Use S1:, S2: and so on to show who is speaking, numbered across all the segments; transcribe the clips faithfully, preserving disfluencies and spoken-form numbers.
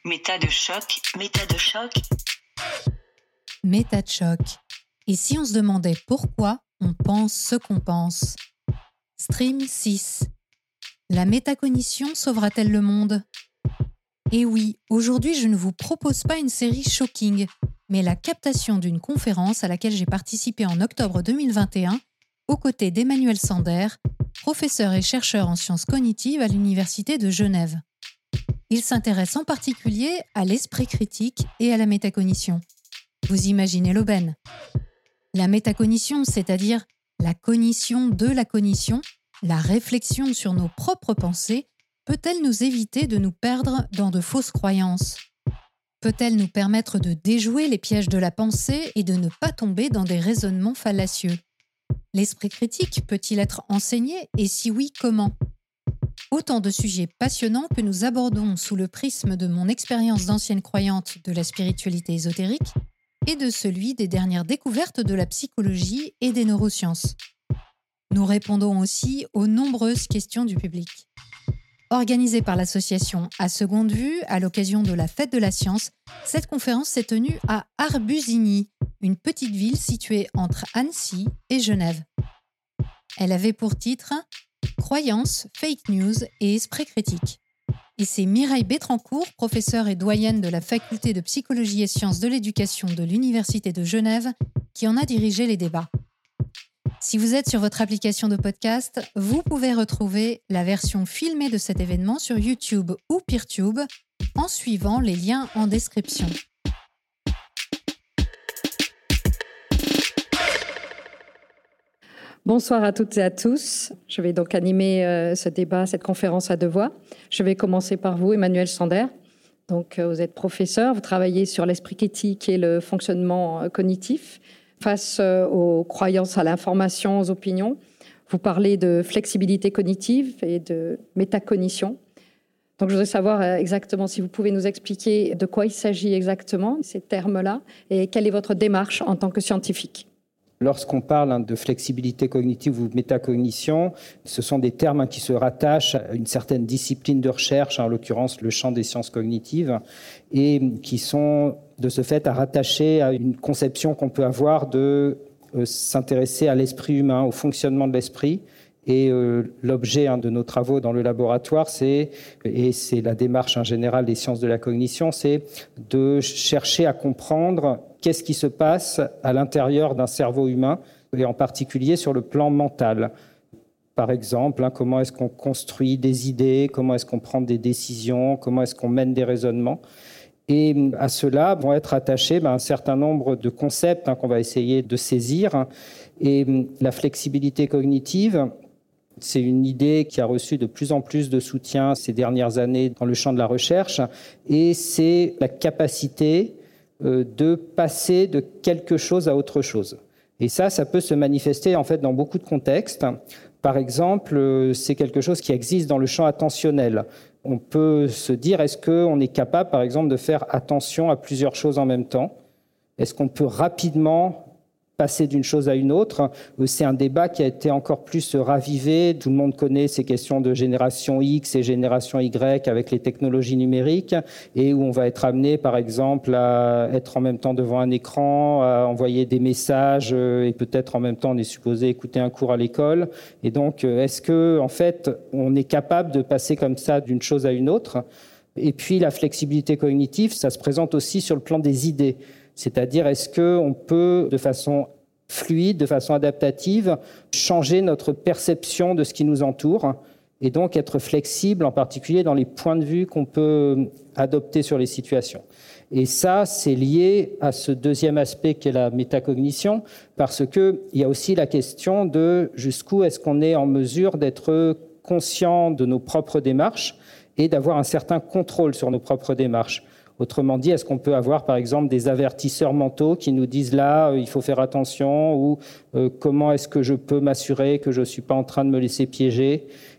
S1: Méta de choc, méta de choc.
S2: Méta de choc. Et si on se demandait pourquoi on pense ce qu'on pense? Stream six. La métacognition sauvera-t-elle le monde? Et oui, aujourd'hui je ne vous propose pas une série shocking, mais la captation d'une conférence à laquelle j'ai participé en octobre deux mille vingt et un, aux côtés d'Emmanuel Sander, professeur et chercheur en sciences cognitives à l'Université de Genève. Il s'intéresse en particulier à l'esprit critique et à la métacognition. Vous imaginez l'aubaine. La métacognition, c'est-à-dire la cognition de la cognition, la réflexion sur nos propres pensées, peut-elle nous éviter de nous perdre dans de fausses croyances? Peut-elle nous permettre de déjouer les pièges de la pensée et de ne pas tomber dans des raisonnements fallacieux? L'esprit critique peut-il être enseigné et si oui, comment? Autant de sujets passionnants que nous abordons sous le prisme de mon expérience d'ancienne croyante de la spiritualité ésotérique et de celui des dernières découvertes de la psychologie et des neurosciences. Nous répondons aussi aux nombreuses questions du public. Organisée par l'association À Seconde Vue à l'occasion de la Fête de la Science, cette conférence s'est tenue à Arbusigny, une petite ville située entre Annecy et Genève. Elle avait pour titre « Croyances, fake news et esprit critique ». Et c'est Mireille Bétrancourt, professeure et doyenne de la faculté de psychologie et sciences de l'éducation de l'Université de Genève, qui en a dirigé les débats. Si vous êtes sur votre application de podcast, vous pouvez retrouver la version filmée de cet événement sur YouTube ou Peertube en suivant les liens en description.
S3: Bonsoir à toutes et à tous. Je vais donc animer euh, ce débat, cette conférence à deux voix. Je vais commencer par vous, Emmanuel Sander. Donc, euh, vous êtes professeur, vous travaillez sur l'esprit critique et le fonctionnement euh, cognitif. Face euh, aux croyances à l'information, aux opinions, vous parlez de flexibilité cognitive et de métacognition. Donc, je voudrais savoir euh, exactement si vous pouvez nous expliquer de quoi il s'agit exactement, ces termes-là, et quelle est votre démarche en tant que scientifique.
S4: Lorsqu'on parle de flexibilité cognitive ou métacognition, ce sont des termes qui se rattachent à une certaine discipline de recherche, en l'occurrence le champ des sciences cognitives, et qui sont de ce fait à rattacher à une conception qu'on peut avoir de euh, s'intéresser à l'esprit humain, au fonctionnement de l'esprit. Et euh, l'objet hein, de nos travaux dans le laboratoire, c'est, et c'est la démarche en général des sciences de la cognition, c'est de chercher à comprendre qu'est-ce qui se passe à l'intérieur d'un cerveau humain, et en particulier sur le plan mental. Par exemple, hein, comment est-ce qu'on construit des idées, comment est-ce qu'on prend des décisions, comment est-ce qu'on mène des raisonnements. Et à cela vont être attachés ben, un certain nombre de concepts hein, qu'on va essayer de saisir. Et la flexibilité cognitive, c'est une idée qui a reçu de plus en plus de soutien ces dernières années dans le champ de la recherche, et c'est la capacité euh, de passer de quelque chose à autre chose. Et ça, ça peut se manifester en fait dans beaucoup de contextes. Par exemple, euh, c'est quelque chose qui existe dans le champ attentionnel. On peut se dire, est-ce qu'on est capable, par exemple, de faire attention à plusieurs choses en même temps? Est-ce qu'on peut rapidement passer d'une chose à une autre? C'est un débat qui a été encore plus ravivé. Tout le monde connaît ces questions de génération X et génération Y avec les technologies numériques, et où on va être amené, par exemple, à être en même temps devant un écran, à envoyer des messages, et peut-être en même temps on est supposé écouter un cours à l'école. Et donc, est-ce que, en fait, on est capable de passer comme ça d'une chose à une autre? Et puis, la flexibilité cognitive, ça se présente aussi sur le plan des idées. C'est-à-dire, est-ce qu'on peut, de façon fluide, de façon adaptative, changer notre perception de ce qui nous entoure et donc être flexible, en particulier dans les points de vue qu'on peut adopter sur les situations. Et ça, c'est lié à ce deuxième aspect qui est la métacognition, parce qu'il y a aussi la question de jusqu'où est-ce qu'on est en mesure d'être conscient de nos propres démarches et d'avoir un certain contrôle sur nos propres démarches. Autrement dit, est-ce qu'on peut avoir, par exemple, des avertisseurs mentaux qui nous disent là, euh, il faut faire attention, ou euh, comment est-ce que je peux m'assurer que je ne suis pas en train de me laisser piéger?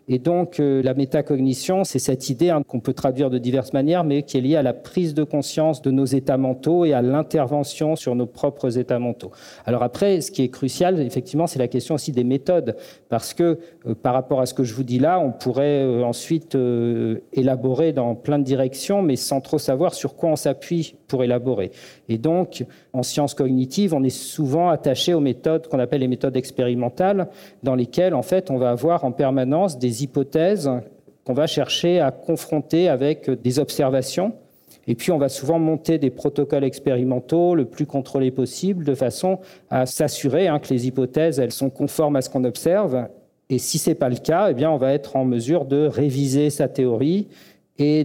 S4: Et donc, euh, la métacognition, c'est cette idée hein, qu'on peut traduire de diverses manières, mais qui est liée à la prise de conscience de nos états mentaux et à l'intervention sur nos propres états mentaux. Alors après, ce qui est crucial, effectivement, c'est la question aussi des méthodes, parce que euh, par rapport à ce que je vous dis là, on pourrait euh, ensuite euh, élaborer dans plein de directions, mais sans trop savoir sur quoi on s'appuie pour élaborer. Et donc, en sciences cognitives, on est souvent attaché aux méthodes qu'on appelle les méthodes expérimentales, dans lesquelles, en fait, on va avoir en permanence des hypothèses qu'on va chercher à confronter avec des observations. Et puis, on va souvent monter des protocoles expérimentaux le plus contrôlés possible, de façon à s'assurer hein, que les hypothèses, elles sont conformes à ce qu'on observe. Et si ce n'est pas le cas, eh bien, on va être en mesure de réviser sa théorie et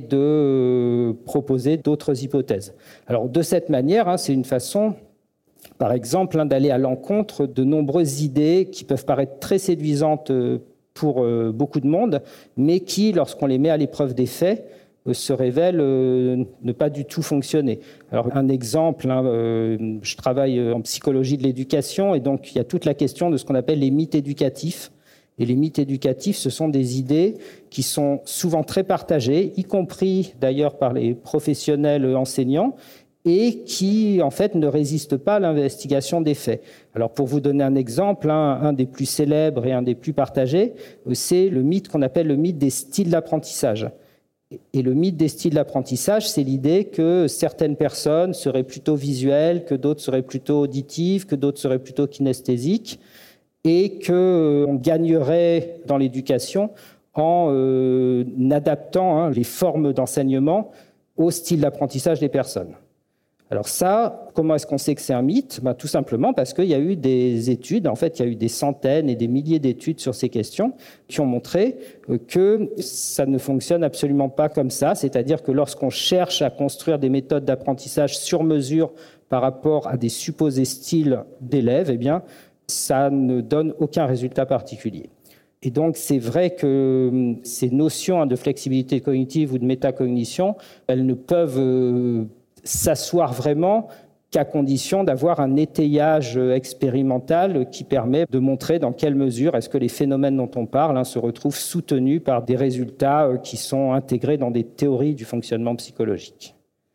S4: de proposer d'autres hypothèses. Alors, de cette manière, hein, c'est une façon, par exemple, hein, d'aller à l'encontre de nombreuses idées qui peuvent paraître très séduisantes pour euh, beaucoup de monde, mais qui, lorsqu'on les met à l'épreuve des faits, euh, se révèlent euh, ne pas du tout fonctionner. Alors, un exemple, hein, euh, je travaille en psychologie de l'éducation, et donc il y a toute la question de ce qu'on appelle les mythes éducatifs. Et les mythes éducatifs, ce sont des idées qui sont souvent très partagées, y compris d'ailleurs par les professionnels enseignants, et qui, en fait, ne résistent pas à l'investigation des faits. Alors, pour vous donner un exemple, hein, un des plus célèbres et un des plus partagés, c'est le mythe qu'on appelle le mythe des styles d'apprentissage. Et le mythe des styles d'apprentissage, c'est l'idée que certaines personnes seraient plutôt visuelles, que d'autres seraient plutôt auditives, que d'autres seraient plutôt kinesthésiques, et qu'on gagnerait dans l'éducation en euh, adaptant hein, les formes d'enseignement au style d'apprentissage des personnes. Alors ça, comment est-ce qu'on sait que c'est un mythe ? Ben, tout simplement parce qu'il y a eu des études, en fait il y a eu des centaines et des milliers d'études sur ces questions qui ont montré que ça ne fonctionne absolument pas comme ça, c'est-à-dire que lorsqu'on cherche à construire des méthodes d'apprentissage sur mesure par rapport à des supposés styles d'élèves, eh bien ça ne donne aucun résultat particulier. Et donc, c'est vrai que ces notions de flexibilité cognitive ou de métacognition, elles ne peuvent s'asseoir vraiment qu'à condition d'avoir un étayage expérimental qui permet de montrer dans quelle mesure est-ce que les phénomènes dont on parle hein, se retrouvent soutenus par des résultats qui sont intégrés dans des théories du fonctionnement psychologique.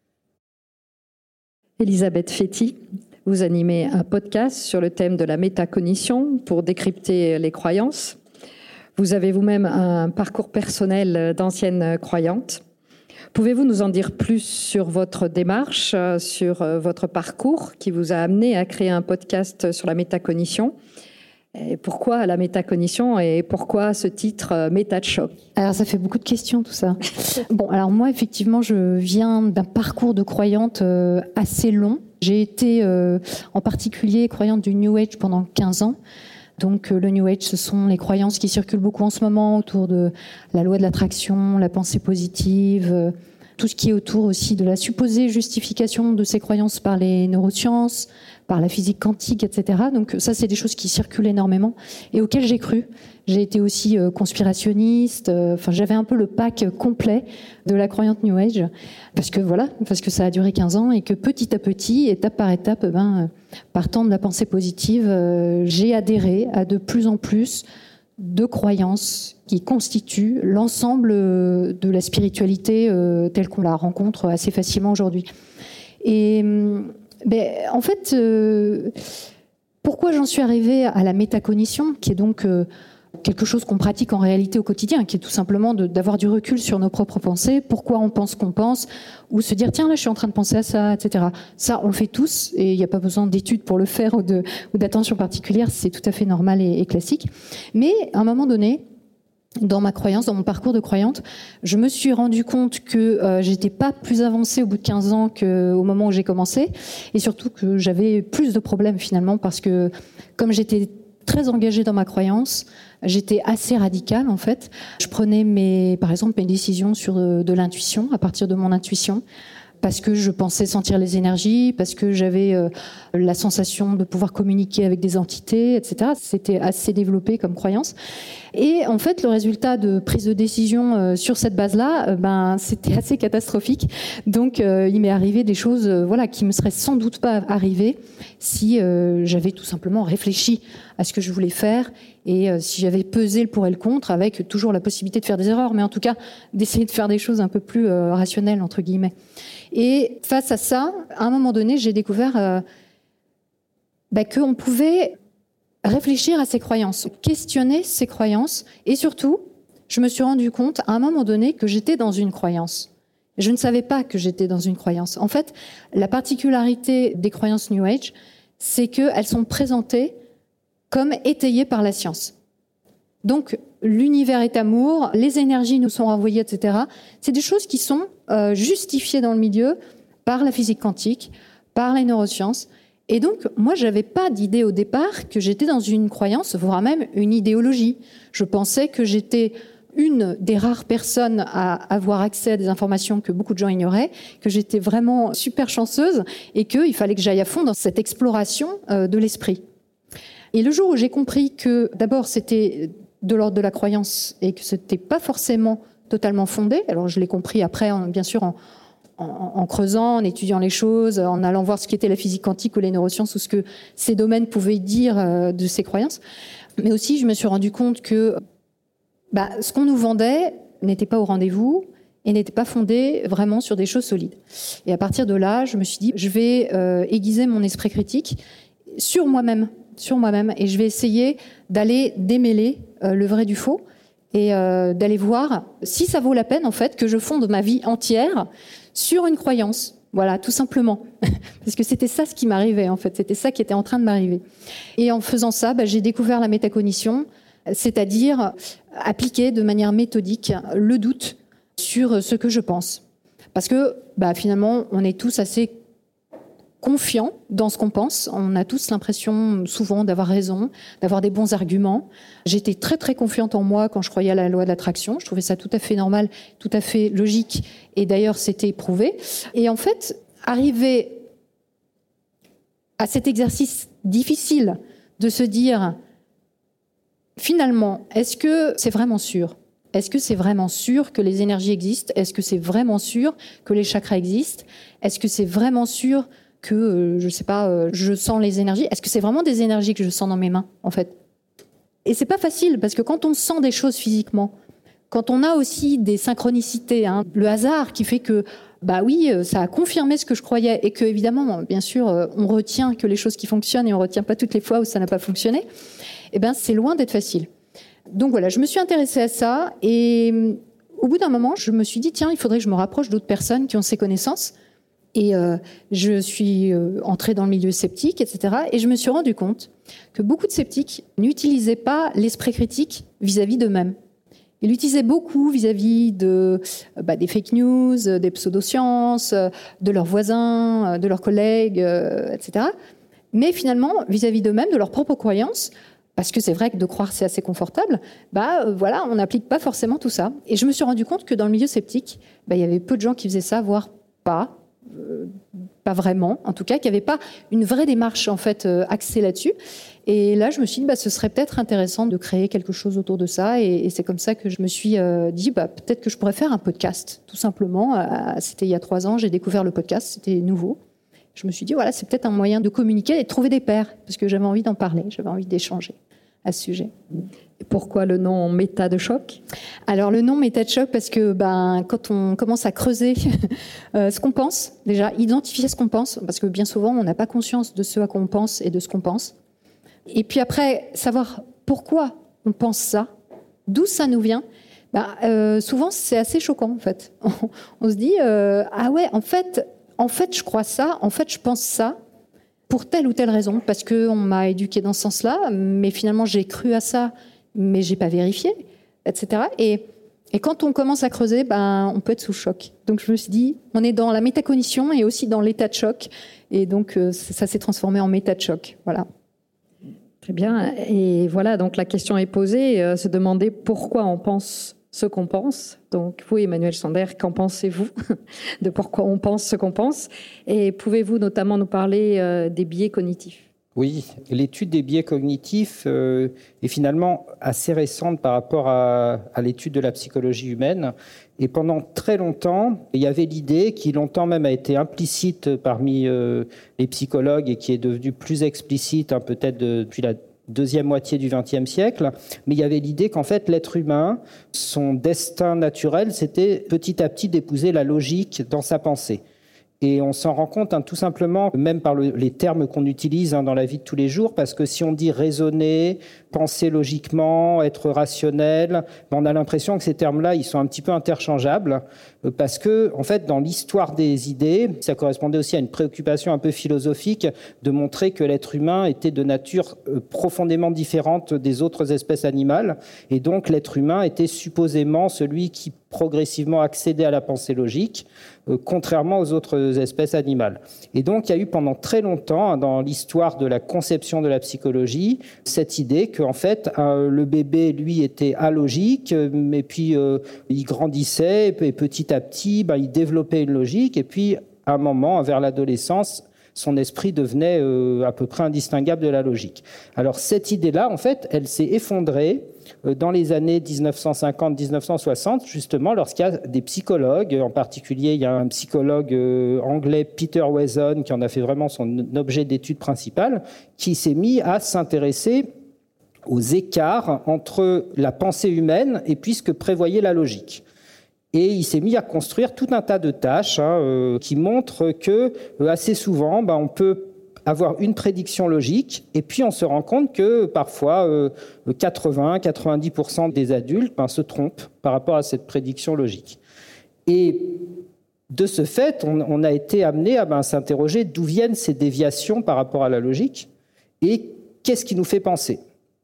S3: Elisabeth Féty, vous animez un podcast sur le thème de la métacognition pour décrypter les croyances. Vous avez vous-même un parcours personnel d'ancienne croyante. Pouvez-vous nous en dire plus sur votre démarche, sur votre parcours qui vous a amené à créer un podcast sur la métacognition ? Et pourquoi la métacognition et pourquoi ce titre Méta de choc ?
S5: Alors ça fait beaucoup de questions tout ça. Bon, alors moi effectivement je viens d'un parcours de croyante assez long. J'ai été euh, en particulier croyante du New Age pendant quinze ans. Donc euh, le New Age, ce sont les croyances qui circulent beaucoup en ce moment autour de la loi de l'attraction, la pensée positive, euh, tout ce qui est autour aussi de la supposée justification de ces croyances par les neurosciences, par la physique quantique, et cetera. Donc ça, c'est des choses qui circulent énormément et auxquelles j'ai cru. J'ai été aussi euh, conspirationniste. Euh, enfin, j'avais un peu le pack complet de la croyante New Age, parce que voilà, parce que ça a duré quinze ans et que petit à petit, étape par étape, ben, partant de la pensée positive, euh, j'ai adhéré à de plus en plus de croyances qui constituent l'ensemble de la spiritualité euh, telle qu'on la rencontre assez facilement aujourd'hui. Et ben, en fait, euh, pourquoi j'en suis arrivée à la métacognition, qui est donc euh, quelque chose qu'on pratique en réalité au quotidien, qui est tout simplement de, d'avoir du recul sur nos propres pensées, pourquoi on pense qu'on pense, ou se dire tiens là je suis en train de penser à ça, et cetera. Ça on le fait tous et il n'y a pas besoin d'études pour le faire ou, de, ou d'attention particulière, c'est tout à fait normal et, et classique. Mais à un moment donné, dans ma croyance, dans mon parcours de croyante, je me suis rendu compte que euh, j'étais pas plus avancée au bout de quinze ans qu'au moment où j'ai commencé, et surtout que j'avais plus de problèmes finalement parce que comme j'étais très engagée dans ma croyance, j'étais assez radicale en fait. Je prenais mes, par exemple mes décisions sur de, de l'intuition, à partir de mon intuition, parce que je pensais sentir les énergies, parce que j'avais euh, la sensation de pouvoir communiquer avec des entités, et cetera. C'était assez développé comme croyance. Et en fait, le résultat de prise de décision euh, sur cette base-là, euh, ben, c'était assez catastrophique. Donc, euh, il m'est arrivé des choses, euh, voilà, qui me seraient sans doute pas arrivées si euh, j'avais tout simplement réfléchi à ce que je voulais faire Et euh, si j'avais pesé le pour et le contre, avec toujours la possibilité de faire des erreurs, mais en tout cas d'essayer de faire des choses un peu plus euh, rationnelles, entre guillemets. Et face à ça, à un moment donné, j'ai découvert euh, bah, qu'on pouvait réfléchir à ses croyances, questionner ses croyances, et surtout, je me suis rendu compte à un moment donné que j'étais dans une croyance. Je ne savais pas que j'étais dans une croyance. En fait, la particularité des croyances New Age, c'est qu'elles sont présentées comme étayées par la science. Donc, l'univers est amour, les énergies nous sont renvoyées, et cetera. C'est des choses qui sont euh, justifiées dans le milieu par la physique quantique, par les neurosciences. Et donc, moi, je n'avais pas d'idée au départ que j'étais dans une croyance, voire même une idéologie. Je pensais que j'étais une des rares personnes à avoir accès à des informations que beaucoup de gens ignoraient, que j'étais vraiment super chanceuse et qu'il fallait que j'aille à fond dans cette exploration euh, de l'esprit. Et le jour où j'ai compris que, d'abord, c'était de l'ordre de la croyance et que ce n'était pas forcément totalement fondé, alors je l'ai compris après, en, bien sûr, en, en, en creusant, en étudiant les choses, en allant voir ce qu'était la physique quantique ou les neurosciences ou ce que ces domaines pouvaient dire euh, de ces croyances. Mais aussi, je me suis rendu compte que bah, ce qu'on nous vendait n'était pas au rendez-vous et n'était pas fondé vraiment sur des choses solides. Et à partir de là, je me suis dit, je vais euh, aiguiser mon esprit critique sur moi-même, sur moi-même, et je vais essayer d'aller démêler euh, le vrai du faux et euh, d'aller voir si ça vaut la peine, en fait, que je fonde ma vie entière sur une croyance. Voilà, tout simplement. Parce que c'était ça ce qui m'arrivait, en fait. C'était ça qui était en train de m'arriver. Et en faisant ça, bah, j'ai découvert la métacognition, c'est-à-dire appliquer de manière méthodique le doute sur ce que je pense. Parce que bah, finalement, on est tous assez confiants dans ce qu'on pense. On a tous l'impression souvent d'avoir raison, d'avoir des bons arguments. J'étais très très confiante en moi quand je croyais à la loi de l'attraction. Je trouvais ça tout à fait normal, tout à fait logique. Et d'ailleurs, c'était prouvé. Et en fait, arriver à cet exercice difficile de se dire... Finalement, est-ce que c'est vraiment sûr ? Est-ce que c'est vraiment sûr que les énergies existent ? Est-ce que c'est vraiment sûr que les chakras existent ? Est-ce que c'est vraiment sûr que, euh, je sais pas, euh, je sens les énergies ? Est-ce que c'est vraiment des énergies que je sens dans mes mains, en fait ? Et c'est pas facile, parce que quand on sent des choses physiquement, quand on a aussi des synchronicités, hein, le hasard qui fait que, bah oui, ça a confirmé ce que je croyais, et que, évidemment, bien sûr, on retient que les choses qui fonctionnent et on retient pas toutes les fois où ça n'a pas fonctionné, eh ben, c'est loin d'être facile. Donc voilà, je me suis intéressée à ça et au bout d'un moment, je me suis dit, tiens, il faudrait que je me rapproche d'autres personnes qui ont ces connaissances. Et euh, je suis euh, entrée dans le milieu sceptique, et cetera. Et je me suis rendu compte que beaucoup de sceptiques n'utilisaient pas l'esprit critique vis-à-vis d'eux-mêmes. Ils l'utilisaient beaucoup vis-à-vis de, bah, des fake news, des pseudosciences, de leurs voisins, de leurs collègues, euh, et cetera. Mais finalement, vis-à-vis d'eux-mêmes, de leurs propres croyances, parce que c'est vrai que de croire c'est assez confortable, bah euh, voilà, on n'applique pas forcément tout ça. Et je me suis rendu compte que dans le milieu sceptique, bah, il y avait peu de gens qui faisaient ça, voire pas, euh, pas vraiment, en tout cas, qu'il n'y avait pas une vraie démarche en fait euh, axée là-dessus. Et là, je me suis dit, bah, ce serait peut-être intéressant de créer quelque chose autour de ça. Et, et c'est comme ça que je me suis euh, dit, bah, peut-être que je pourrais faire un podcast, tout simplement. Euh, c'était il y a trois ans, j'ai découvert le podcast, c'était nouveau. Je me suis dit, voilà, c'est peut-être un moyen de communiquer et de trouver des pairs, parce que j'avais envie d'en parler, j'avais envie d'échanger à ce sujet.
S3: Et pourquoi le nom méta de choc ?
S5: Alors le nom méta de choc, parce que ben, quand on commence à creuser euh, ce qu'on pense, déjà identifier ce qu'on pense, parce que bien souvent on n'a pas conscience de ce à quoi on pense et de ce qu'on pense. Et puis après, savoir pourquoi on pense ça, d'où ça nous vient, ben, euh, souvent c'est assez choquant en fait. On, on se dit, euh, ah ouais, en fait... En fait, je crois ça, en fait, je pense ça, pour telle ou telle raison, parce qu'on m'a éduqué dans ce sens-là, mais finalement, j'ai cru à ça, mais j'ai pas vérifié, et cetera. Et, et quand on commence à creuser, ben, on peut être sous choc. Donc, je me suis dit, on est dans la métacognition et aussi dans l'état de choc, et donc, euh, ça s'est transformé en méta de choc. Voilà.
S3: Très bien. Et voilà, donc la question est posée, euh, se demander pourquoi on pense ce qu'on pense. Donc, vous, Emmanuelle Sander, qu'en pensez-vous de pourquoi on pense ce qu'on pense ? Et pouvez-vous notamment nous parler euh, des biais cognitifs ?
S4: Oui, l'étude des biais cognitifs euh, est finalement assez récente par rapport à, à l'étude de la psychologie humaine. Et pendant très longtemps, il y avait l'idée qui longtemps même a été implicite parmi euh, les psychologues et qui est devenue plus explicite hein, peut-être de, depuis la deuxième moitié du vingtième siècle, mais il y avait l'idée qu'en fait l'être humain, son destin naturel, c'était petit à petit d'épouser la logique dans sa pensée. Et on s'en rend compte hein, tout simplement, même par le, les termes qu'on utilise hein, dans la vie de tous les jours, parce que si on dit raisonner, penser logiquement, être rationnel, ben on a l'impression que ces termes-là, ils sont un petit peu interchangeables, parce que, en fait, dans l'histoire des idées, ça correspondait aussi à une préoccupation un peu philosophique de montrer que l'être humain était de nature profondément différente des autres espèces animales, et donc l'être humain était supposément celui qui progressivement accédait à la pensée logique, euh, contrairement aux autres espèces animales. Et donc, il y a eu pendant très longtemps, hein, dans l'histoire de la conception de la psychologie, cette idée qu'en fait, euh, le bébé, lui, était alogique, mais puis euh, il grandissait, et petit à petit, ben, il développait une logique, et puis, à un moment, vers l'adolescence, son esprit devenait euh, à peu près indistinguable de la logique. Alors, cette idée-là, en fait, elle s'est effondrée dans les années dix-neuf cent cinquante dix-neuf cent soixante, justement, lorsqu'il y a des psychologues, en particulier, il y a un psychologue anglais, Peter Wesson, qui en a fait vraiment son objet d'étude principale, qui s'est mis à s'intéresser aux écarts entre la pensée humaine et puis ce que prévoyait la logique. Et il s'est mis à construire tout un tas de tâches hein, euh, qui montrent que, euh, assez souvent, ben, on peut avoir une prédiction logique, et puis on se rend compte que parfois euh, quatre-vingts à quatre-vingt-dix pour cent des adultes ben, se trompent par rapport à cette prédiction logique. Et de ce fait, on, on a été amené à ben, s'interroger d'où viennent ces déviations par rapport à la logique, et qu'est-ce qui nous fait penser.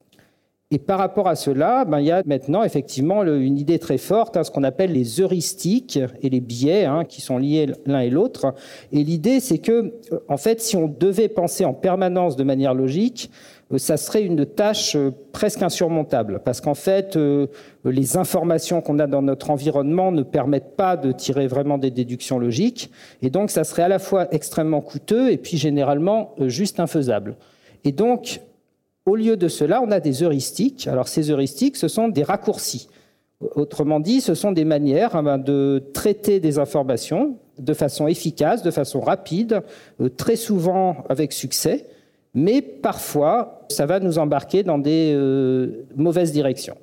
S4: Et par rapport à cela, ben, il y a maintenant effectivement le, une idée très forte, hein, ce qu'on appelle les heuristiques et les biais, hein, qui sont liés l'un et l'autre. Et l'idée, c'est que, en fait, si on devait penser en permanence de manière logique, euh, ça serait une tâche euh, presque insurmontable, parce qu'en fait, euh, les informations qu'on a dans notre environnement ne permettent pas de tirer vraiment des déductions logiques, et donc ça serait à la fois extrêmement coûteux et puis généralement euh, juste infaisable. Et donc, au lieu de cela, on a des heuristiques. Alors, ces heuristiques, ce sont des raccourcis. Autrement dit, ce sont des manières hein, de traiter des informations de façon efficace, de façon rapide, euh, très souvent avec succès, mais parfois, ça va nous embarquer dans des euh, mauvaises directions.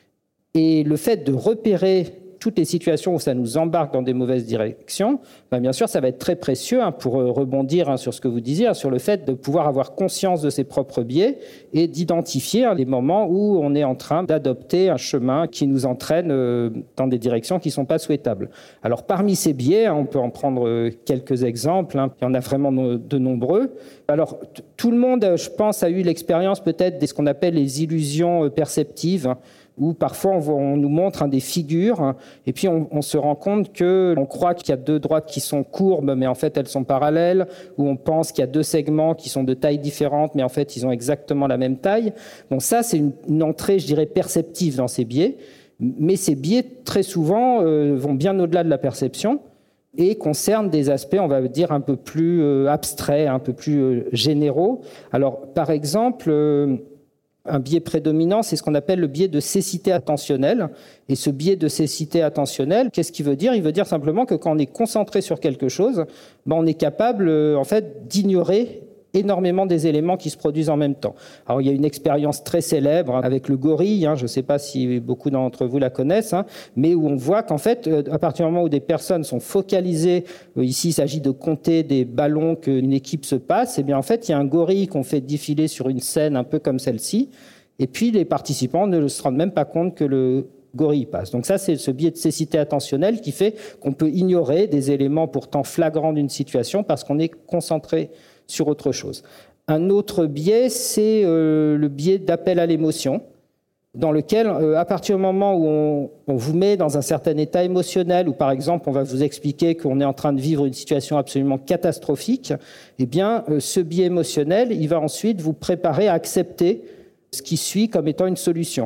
S4: Et le fait de repérer toutes les situations où ça nous embarque dans des mauvaises directions, ben bien sûr, ça va être très précieux hein, pour rebondir hein, sur ce que vous disiez, hein, sur le fait de pouvoir avoir conscience de ses propres biais et d'identifier hein, les moments où on est en train d'adopter un chemin qui nous entraîne euh, dans des directions qui ne sont pas souhaitables. Alors, parmi ces biais, hein, on peut en prendre quelques exemples, hein, il y en a vraiment de nombreux. Alors, t- tout le monde, je pense, a eu l'expérience peut-être de ce qu'on appelle les illusions perceptives, hein, où parfois on, voit, on nous montre hein, des figures, hein, et puis on, on se rend compte qu'on croit qu'il y a deux droites qui sont courbes, mais en fait elles sont parallèles, ou on pense qu'il y a deux segments qui sont de tailles différentes, mais en fait ils ont exactement la même taille. Bon, ça c'est une, une entrée, je dirais, perceptive dans ces biais, mais ces biais, très souvent, euh, vont bien au-delà de la perception et concernent des aspects, on va dire, un peu plus euh, abstraits, un peu plus euh, généraux. Alors, par exemple... Euh, Un biais prédominant, c'est ce qu'on appelle le biais de cécité attentionnelle. Et ce biais de cécité attentionnelle, qu'est-ce qu'il veut dire ? Il veut dire simplement que quand on est concentré sur quelque chose, ben on est capable, en fait, d'ignorer énormément des éléments qui se produisent en même temps. Alors, il y a une expérience très célèbre avec le gorille, hein, je ne sais pas si beaucoup d'entre vous la connaissent, hein, mais où on voit qu'en fait, à partir du moment où des personnes sont focalisées, ici il s'agit de compter des ballons qu'une équipe se passe, et bien en fait, il y a un gorille qu'on fait défiler sur une scène un peu comme celle-ci, et puis les participants ne se rendent même pas compte que le gorille passe. Donc ça, c'est ce biais de cécité attentionnelle qui fait qu'on peut ignorer des éléments pourtant flagrants d'une situation parce qu'on est concentré sur autre chose. Un autre biais, c'est euh, le biais d'appel à l'émotion, dans lequel, euh, à partir du moment où on, on vous met dans un certain état émotionnel, ou par exemple, on va vous expliquer qu'on est en train de vivre une situation absolument catastrophique, eh bien, euh, ce biais émotionnel, il va ensuite vous préparer à accepter ce qui suit comme étant une solution.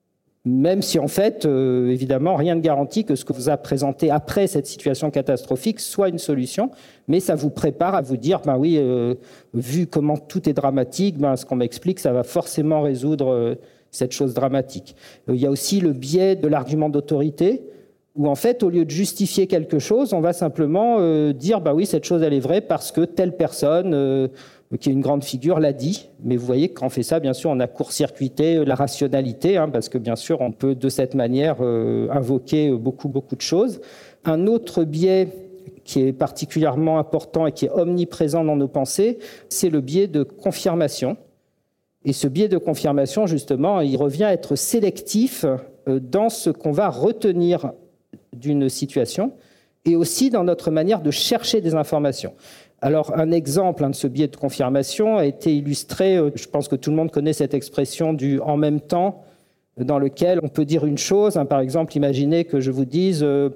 S4: Même si, en fait, euh, évidemment, rien ne garantit que ce que vous a présenté après cette situation catastrophique soit une solution, mais ça vous prépare à vous dire, ben oui, euh, vu comment tout est dramatique, ben, ce qu'on m'explique, ça va forcément résoudre euh, cette chose dramatique. Euh, il y a aussi le biais de l'argument d'autorité, où en fait, au lieu de justifier quelque chose, on va simplement euh, dire bah oui, cette chose elle est vraie parce que telle personne euh, qui est une grande figure l'a dit. Mais vous voyez que quand on fait ça, bien sûr, on a court-circuité la rationalité, hein, parce que bien sûr, on peut de cette manière euh, invoquer beaucoup beaucoup de choses. Un autre biais qui est particulièrement important et qui est omniprésent dans nos pensées, c'est le biais de confirmation. Et ce biais de confirmation, justement, il revient à être sélectif dans ce qu'on va retenir d'une situation et aussi dans notre manière de chercher des informations. Alors, un exemple hein, de ce biais de confirmation a été illustré, je pense que tout le monde connaît cette expression du « en même temps », dans lequel on peut dire une chose. Hein, par exemple, imaginez que je vous dise euh,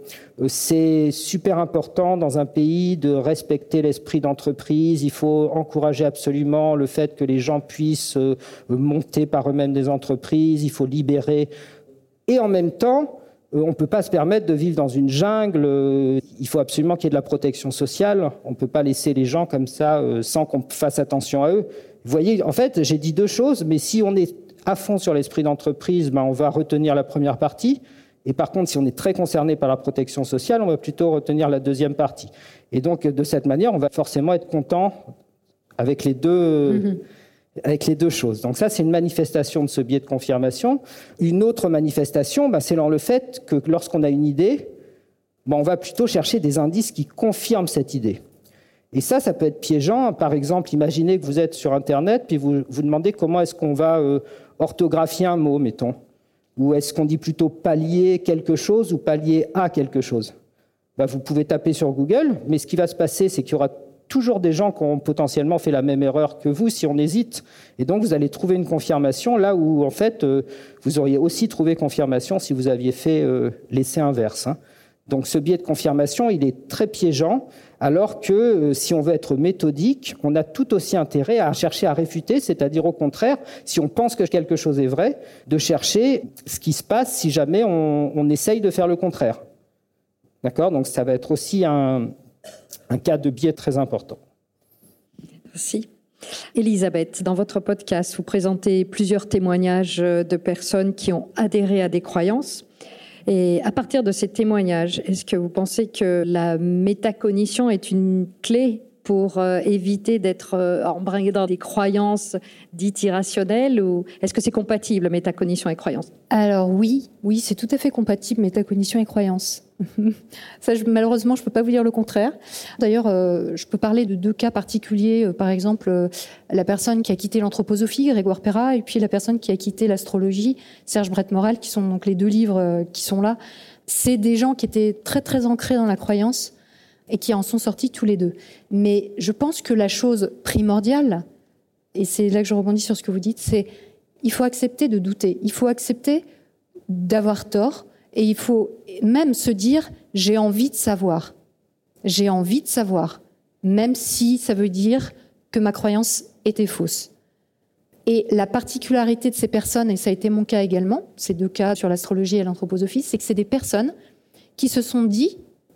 S4: c'est super important dans un pays de respecter l'esprit d'entreprise, il faut encourager absolument le fait que les gens puissent euh, monter par eux-mêmes des entreprises, il faut libérer. Et en même temps, euh, on ne peut pas se permettre de vivre dans une jungle, euh, il faut absolument qu'il y ait de la protection sociale, on ne peut pas laisser les gens comme ça euh, sans qu'on fasse attention à eux. Vous voyez, en fait, j'ai dit deux choses, mais si on est à fond sur l'esprit d'entreprise, ben on va retenir la première partie. Et par contre, si on est très concerné par la protection sociale, on va plutôt retenir la deuxième partie. Et donc, de cette manière, on va forcément être content avec les deux, mmh. avec les deux choses. Donc ça, c'est une manifestation de ce biais de confirmation. Une autre manifestation, ben, c'est dans le fait que lorsqu'on a une idée, ben, on va plutôt chercher des indices qui confirment cette idée. Et ça, ça peut être piégeant. Par exemple, imaginez que vous êtes sur Internet, puis vous vous demandez comment est-ce qu'on va euh, orthographier un mot, mettons. Ou est-ce qu'on dit plutôt pallier quelque chose ou pallier à quelque chose? Ben, vous pouvez taper sur Google, mais ce qui va se passer, c'est qu'il y aura toujours des gens qui ont potentiellement fait la même erreur que vous si on hésite. Et donc, vous allez trouver une confirmation là où, en fait, euh, vous auriez aussi trouvé confirmation si vous aviez fait euh, l'essai inverse. Hein. Donc, ce biais de confirmation, il est très piégeant, alors que euh, si on veut être méthodique, on a tout aussi intérêt à chercher à réfuter, c'est-à-dire au contraire, si on pense que quelque chose est vrai, de chercher ce qui se passe si jamais on, on essaye de faire le contraire. D'accord ? Donc, ça va être aussi un, un cas de biais très important.
S3: Merci. Elisabeth, dans votre podcast, vous présentez plusieurs témoignages de personnes qui ont adhéré à des croyances. Et à partir de ces témoignages, est-ce que vous pensez que la métacognition est une clé pour euh, éviter d'être euh, embringué dans des croyances dites irrationnelles, ou est-ce que c'est compatible, métacognition et croyance?
S5: Alors oui, oui, c'est tout à fait compatible, métacognition et croyance. Ça, je, malheureusement, je ne peux pas vous dire le contraire. D'ailleurs, euh, je peux parler de deux cas particuliers. Euh, par exemple, euh, la personne qui a quitté l'anthroposophie, Grégoire Perra, et puis la personne qui a quitté l'astrologie, Serge Brett-Moral, qui sont donc les deux livres euh, qui sont là. C'est des gens qui étaient très, très ancrés dans la croyance et qui en sont sortis tous les deux. Mais je pense que la chose primordiale, et c'est là que je rebondis sur ce que vous dites, c'est il faut accepter de douter. Il faut accepter d'avoir tort. Et il faut même se dire, j'ai envie de savoir. J'ai envie de savoir, même si ça veut dire que ma croyance était fausse. Et la particularité de ces personnes, et ça a été mon cas également, ces deux cas sur l'astrologie et l'anthroposophie, c'est que c'est des personnes qui se sont dit,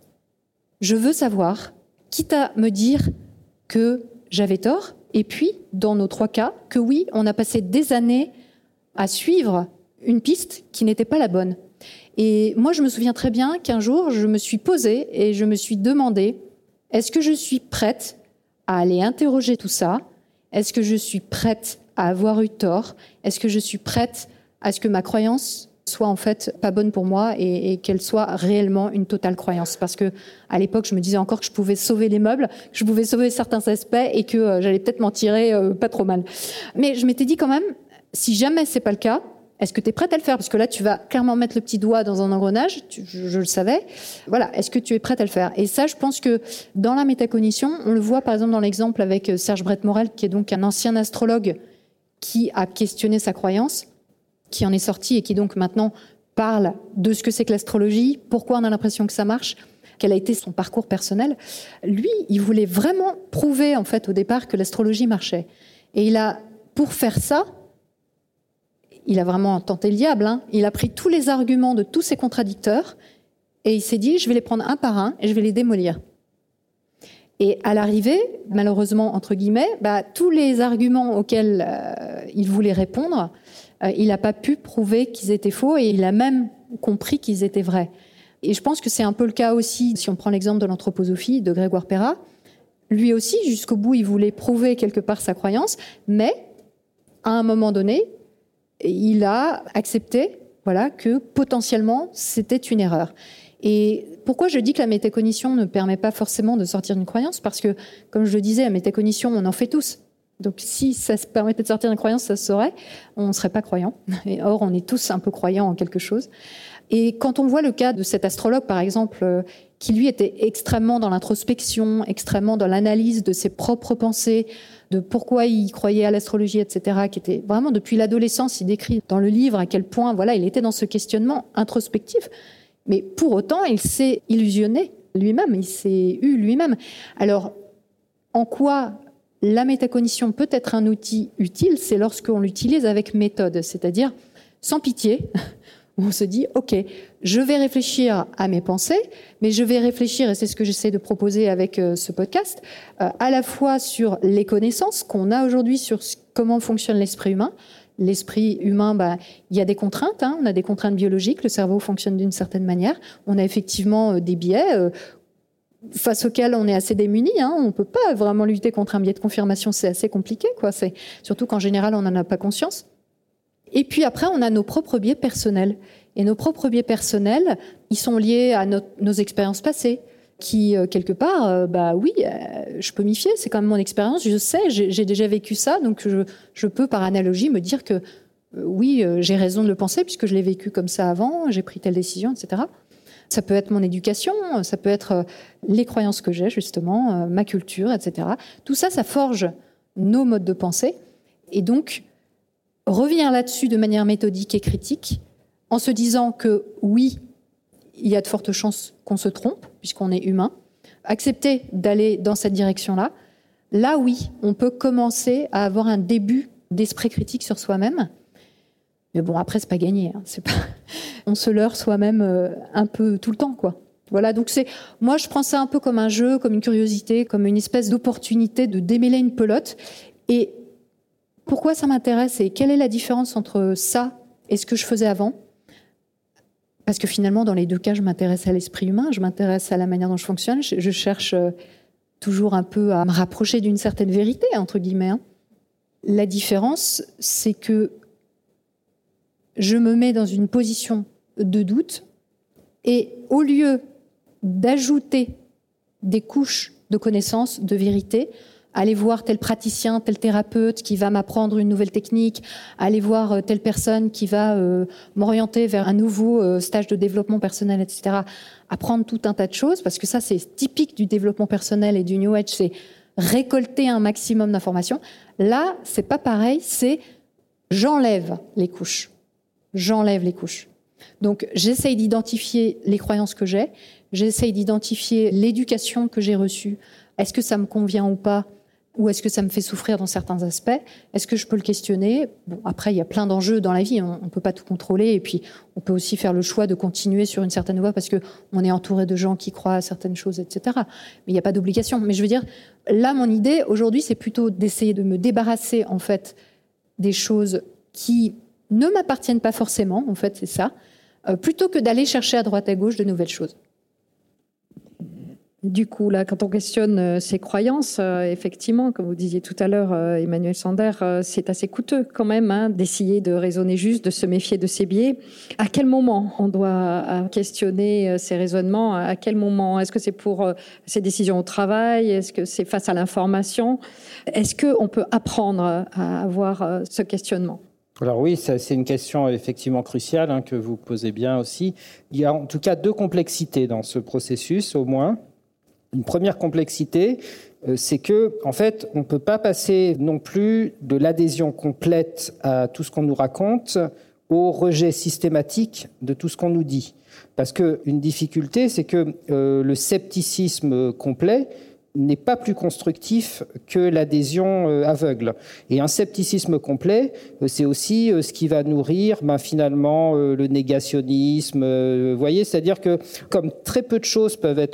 S5: je veux savoir, quitte à me dire que j'avais tort, et puis, dans nos trois cas, que oui, on a passé des années à suivre une piste qui n'était pas la bonne. Et moi, je me souviens très bien qu'un jour, je me suis posée et je me suis demandé, est-ce que je suis prête à aller interroger tout ça? Est-ce que je suis prête à avoir eu tort? Est-ce que je suis prête à ce que ma croyance soit en fait pas bonne pour moi et, et qu'elle soit réellement une totale croyance? Parce que à l'époque, je me disais encore que je pouvais sauver les meubles, que je pouvais sauver certains aspects et que euh, j'allais peut-être m'en tirer euh, pas trop mal. Mais je m'étais dit quand même, si jamais c'est pas le cas, est-ce que tu es prête à le faire? Parce que là, tu vas clairement mettre le petit doigt dans un engrenage, tu, je, je le savais. Voilà, est-ce que tu es prête à le faire? Et ça, je pense que dans la métacognition, on le voit par exemple dans l'exemple avec Serge Brett-Moral, qui est donc un ancien astrologue qui a questionné sa croyance, qui en est sorti et qui donc maintenant parle de ce que c'est que l'astrologie, pourquoi on a l'impression que ça marche, quel a été son parcours personnel. Lui, il voulait vraiment prouver en fait au départ que l'astrologie marchait. Et il a, pour faire ça, il a vraiment tenté le diable, hein. Il a pris tous les arguments de tous ses contradicteurs et il s'est dit, je vais les prendre un par un et je vais les démolir. Et à l'arrivée, malheureusement, entre guillemets, bah, tous les arguments auxquels euh, il voulait répondre, euh, il n'a pas pu prouver qu'ils étaient faux et il a même compris qu'ils étaient vrais. Et je pense que c'est un peu le cas aussi, si on prend l'exemple de l'anthroposophie de Grégoire Perra. Lui aussi, jusqu'au bout, il voulait prouver quelque part sa croyance, mais à un moment donné, il a accepté voilà, que potentiellement, c'était une erreur. Et pourquoi je dis que la métacognition ne permet pas forcément de sortir d'une croyance ? Parce que, comme je le disais, la métacognition, on en fait tous. Donc si ça se permettait de sortir d'une croyance, ça se saurait, on ne serait pas croyant. Et or, on est tous un peu croyants en quelque chose. Et quand on voit le cas de cet astrologue, par exemple, qui lui était extrêmement dans l'introspection, extrêmement dans l'analyse de ses propres pensées, de pourquoi il croyait à l'astrologie, et cetera, qui était vraiment depuis l'adolescence, il décrit dans le livre à quel point voilà, il était dans ce questionnement introspectif. Mais pour autant, il s'est illusionné lui-même, il s'est eu lui-même. Alors, en quoi la métacognition peut être un outil utile ? C'est lorsqu'on l'utilise avec méthode, c'est-à-dire sans pitié. On se dit, OK, je vais réfléchir à mes pensées, mais je vais réfléchir, et c'est ce que j'essaie de proposer avec euh, ce podcast, euh, à la fois sur les connaissances qu'on a aujourd'hui sur comment fonctionne l'esprit humain. L'esprit humain, bah, il y a des contraintes, hein, on a des contraintes biologiques, le cerveau fonctionne d'une certaine manière, on a effectivement euh, des biais euh, face auxquels on est assez démunis, hein, on ne peut pas vraiment lutter contre un biais de confirmation, c'est assez compliqué, quoi. C'est, surtout qu'en général, on n'en a pas conscience. Et puis après, on a nos propres biais personnels. Et nos propres biais personnels, ils sont liés à notre, nos expériences passées, qui, euh, quelque part, euh, bah oui, euh, je peux m'y fier, c'est quand même mon expérience, je sais, j'ai, j'ai déjà vécu ça, donc je, je peux, par analogie, me dire que, euh, oui, euh, j'ai raison de le penser, puisque je l'ai vécu comme ça avant, j'ai pris telle décision, et cetera. Ça peut être mon éducation, ça peut être euh, les croyances que j'ai, justement, euh, ma culture, et cetera. Tout ça, ça forge nos modes de pensée. Et donc, revenir là-dessus de manière méthodique et critique, en se disant que oui, il y a de fortes chances qu'on se trompe, puisqu'on est humain, accepter d'aller dans cette direction-là, là oui, on peut commencer à avoir un début d'esprit critique sur soi-même. Mais bon, après, c'est pas gagné. Hein. C'est pas... On se leurre soi-même euh, un peu tout le temps, quoi. Voilà, donc c'est, moi je prends ça un peu comme un jeu, comme une curiosité, comme une espèce d'opportunité de démêler une pelote. Et pourquoi ça m'intéresse et quelle est la différence entre ça et ce que je faisais avant ? Parce que finalement, dans les deux cas, je m'intéresse à l'esprit humain, je m'intéresse à la manière dont je fonctionne, je cherche toujours un peu à me rapprocher d'une certaine vérité, entre guillemets. Hein. La différence, c'est que je me mets dans une position de doute et au lieu d'ajouter des couches de connaissances, de vérité, aller voir tel praticien, tel thérapeute qui va m'apprendre une nouvelle technique, aller voir telle personne qui va euh, m'orienter vers un nouveau euh, stage de développement personnel, et cetera. Apprendre tout un tas de choses, parce que ça, c'est typique du développement personnel et du New Age, c'est récolter un maximum d'informations. Là, c'est pas pareil, c'est j'enlève les couches. J'enlève les couches. Donc, j'essaye d'identifier les croyances que j'ai, j'essaye d'identifier l'éducation que j'ai reçue. Est-ce que ça me convient ou pas ? Ou est-ce que ça me fait souffrir dans certains aspects ? Est-ce que je peux le questionner ? Bon, après, il y a plein d'enjeux dans la vie, on ne peut pas tout contrôler, et puis on peut aussi faire le choix de continuer sur une certaine voie parce qu'on est entouré de gens qui croient à certaines choses, et cetera. Mais il n'y a pas d'obligation. Mais je veux dire, là, mon idée, aujourd'hui, c'est plutôt d'essayer de me débarrasser, en fait, des choses qui ne m'appartiennent pas forcément, en fait, c'est ça, euh, plutôt que d'aller chercher à droite à gauche de nouvelles choses.
S3: Du coup, là, quand on questionne euh, ces croyances, euh, effectivement, comme vous disiez tout à l'heure, euh, Emmanuel Sander, euh, c'est assez coûteux quand même hein, d'essayer de raisonner juste, de se méfier de ces biais. À quel moment on doit euh, questionner euh, ces raisonnements ? À quel moment ? Est-ce que c'est pour euh, ces décisions au travail ? Est-ce que c'est face à l'information ? Est-ce qu'on peut apprendre à avoir euh, ce questionnement ?
S4: Alors oui, ça, c'est une question effectivement cruciale hein, que vous posez bien aussi. Il y a en tout cas deux complexités dans ce processus, au moins. Une première complexité, euh, c'est que, en fait, on ne peut pas passer non plus de l'adhésion complète à tout ce qu'on nous raconte au rejet systématique de tout ce qu'on nous dit. Parce qu'une difficulté, c'est que euh, le scepticisme complet n'est pas plus constructif que l'adhésion euh, aveugle. Et un scepticisme complet, euh, c'est aussi euh, ce qui va nourrir ben, finalement euh, le négationnisme. Euh, vous voyez, c'est-à-dire que comme très peu de choses peuvent être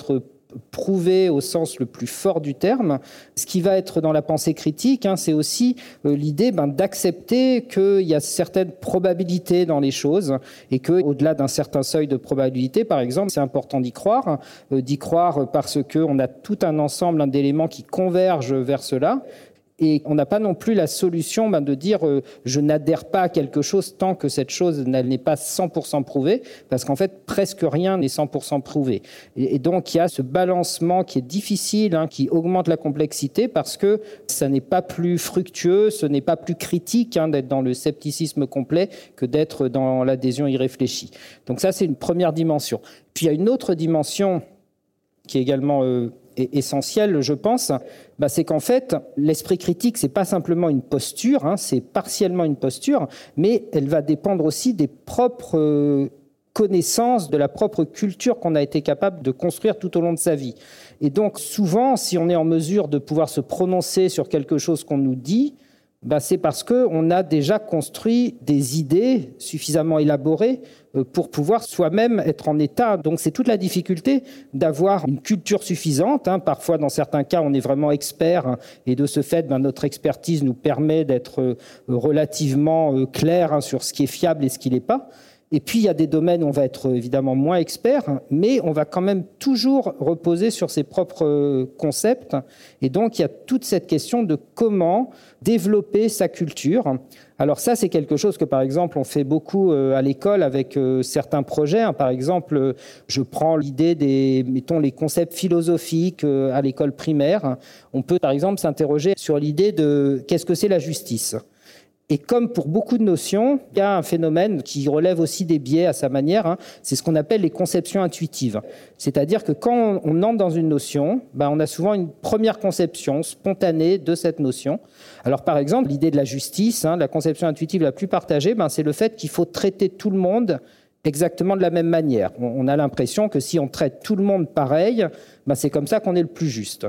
S4: prouvé au sens le plus fort du terme. Ce qui va être dans la pensée critique, hein, c'est aussi euh, l'idée ben, d'accepter qu'il y a certaines probabilités dans les choses et qu'au-delà d'un certain seuil de probabilité, par exemple, c'est important d'y croire, euh, d'y croire parce qu'on a tout un ensemble hein, d'éléments qui convergent vers cela. Et on n'a pas non plus la solution ben, de dire euh, je n'adhère pas à quelque chose tant que cette chose elle n'est pas cent pour cent prouvée, parce qu'en fait presque rien n'est cent pour cent prouvé. Et, et donc il y a ce balancement qui est difficile, hein, qui augmente la complexité parce que ça n'est pas plus fructueux, ce n'est pas plus critique hein, d'être dans le scepticisme complet que d'être dans l'adhésion irréfléchie. Donc ça c'est une première dimension. Puis il y a une autre dimension qui est également euh, essentielle, je pense, bah, c'est qu'en fait, l'esprit critique, c'est pas simplement une posture, hein, c'est partiellement une posture, mais elle va dépendre aussi des propres euh, connaissances, de la propre culture qu'on a été capable de construire tout au long de sa vie. Et donc, souvent, si on est en mesure de pouvoir se prononcer sur quelque chose qu'on nous dit, bah, c'est parce qu'on a déjà construit des idées suffisamment élaborées pour pouvoir soi-même être en état. Donc c'est toute la difficulté d'avoir une culture suffisante. Hein. Parfois, dans certains cas, on est vraiment expert hein, et de ce fait, ben, notre expertise nous permet d'être relativement clair hein, sur ce qui est fiable et ce qui ne l'est pas. Et puis, il y a des domaines où on va être évidemment moins expert, mais on va quand même toujours reposer sur ses propres concepts. Et donc, il y a toute cette question de comment développer sa culture. Alors ça, c'est quelque chose que, par exemple, on fait beaucoup à l'école avec certains projets. Par exemple, je prends l'idée des, mettons, les concepts philosophiques à l'école primaire. On peut, par exemple, s'interroger sur l'idée de qu'est-ce que c'est la justice ? Et comme pour beaucoup de notions, il y a un phénomène qui relève aussi des biais à sa manière, hein, c'est ce qu'on appelle les conceptions intuitives. C'est-à-dire que quand on entre dans une notion, ben on a souvent une première conception spontanée de cette notion. Alors par exemple, l'idée de la justice, hein, la conception intuitive la plus partagée, ben c'est le fait qu'il faut traiter tout le monde exactement de la même manière. On a l'impression que si on traite tout le monde pareil, ben c'est comme ça qu'on est le plus juste.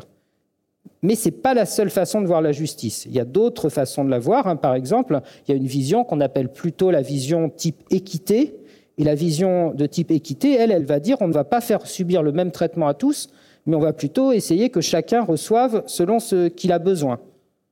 S4: Mais ce n'est pas la seule façon de voir la justice. Il y a d'autres façons de la voir. Hein. Par exemple, il y a une vision qu'on appelle plutôt la vision type équité. Et la vision de type équité, elle, elle va dire on ne va pas faire subir le même traitement à tous, mais on va plutôt essayer que chacun reçoive selon ce qu'il a besoin.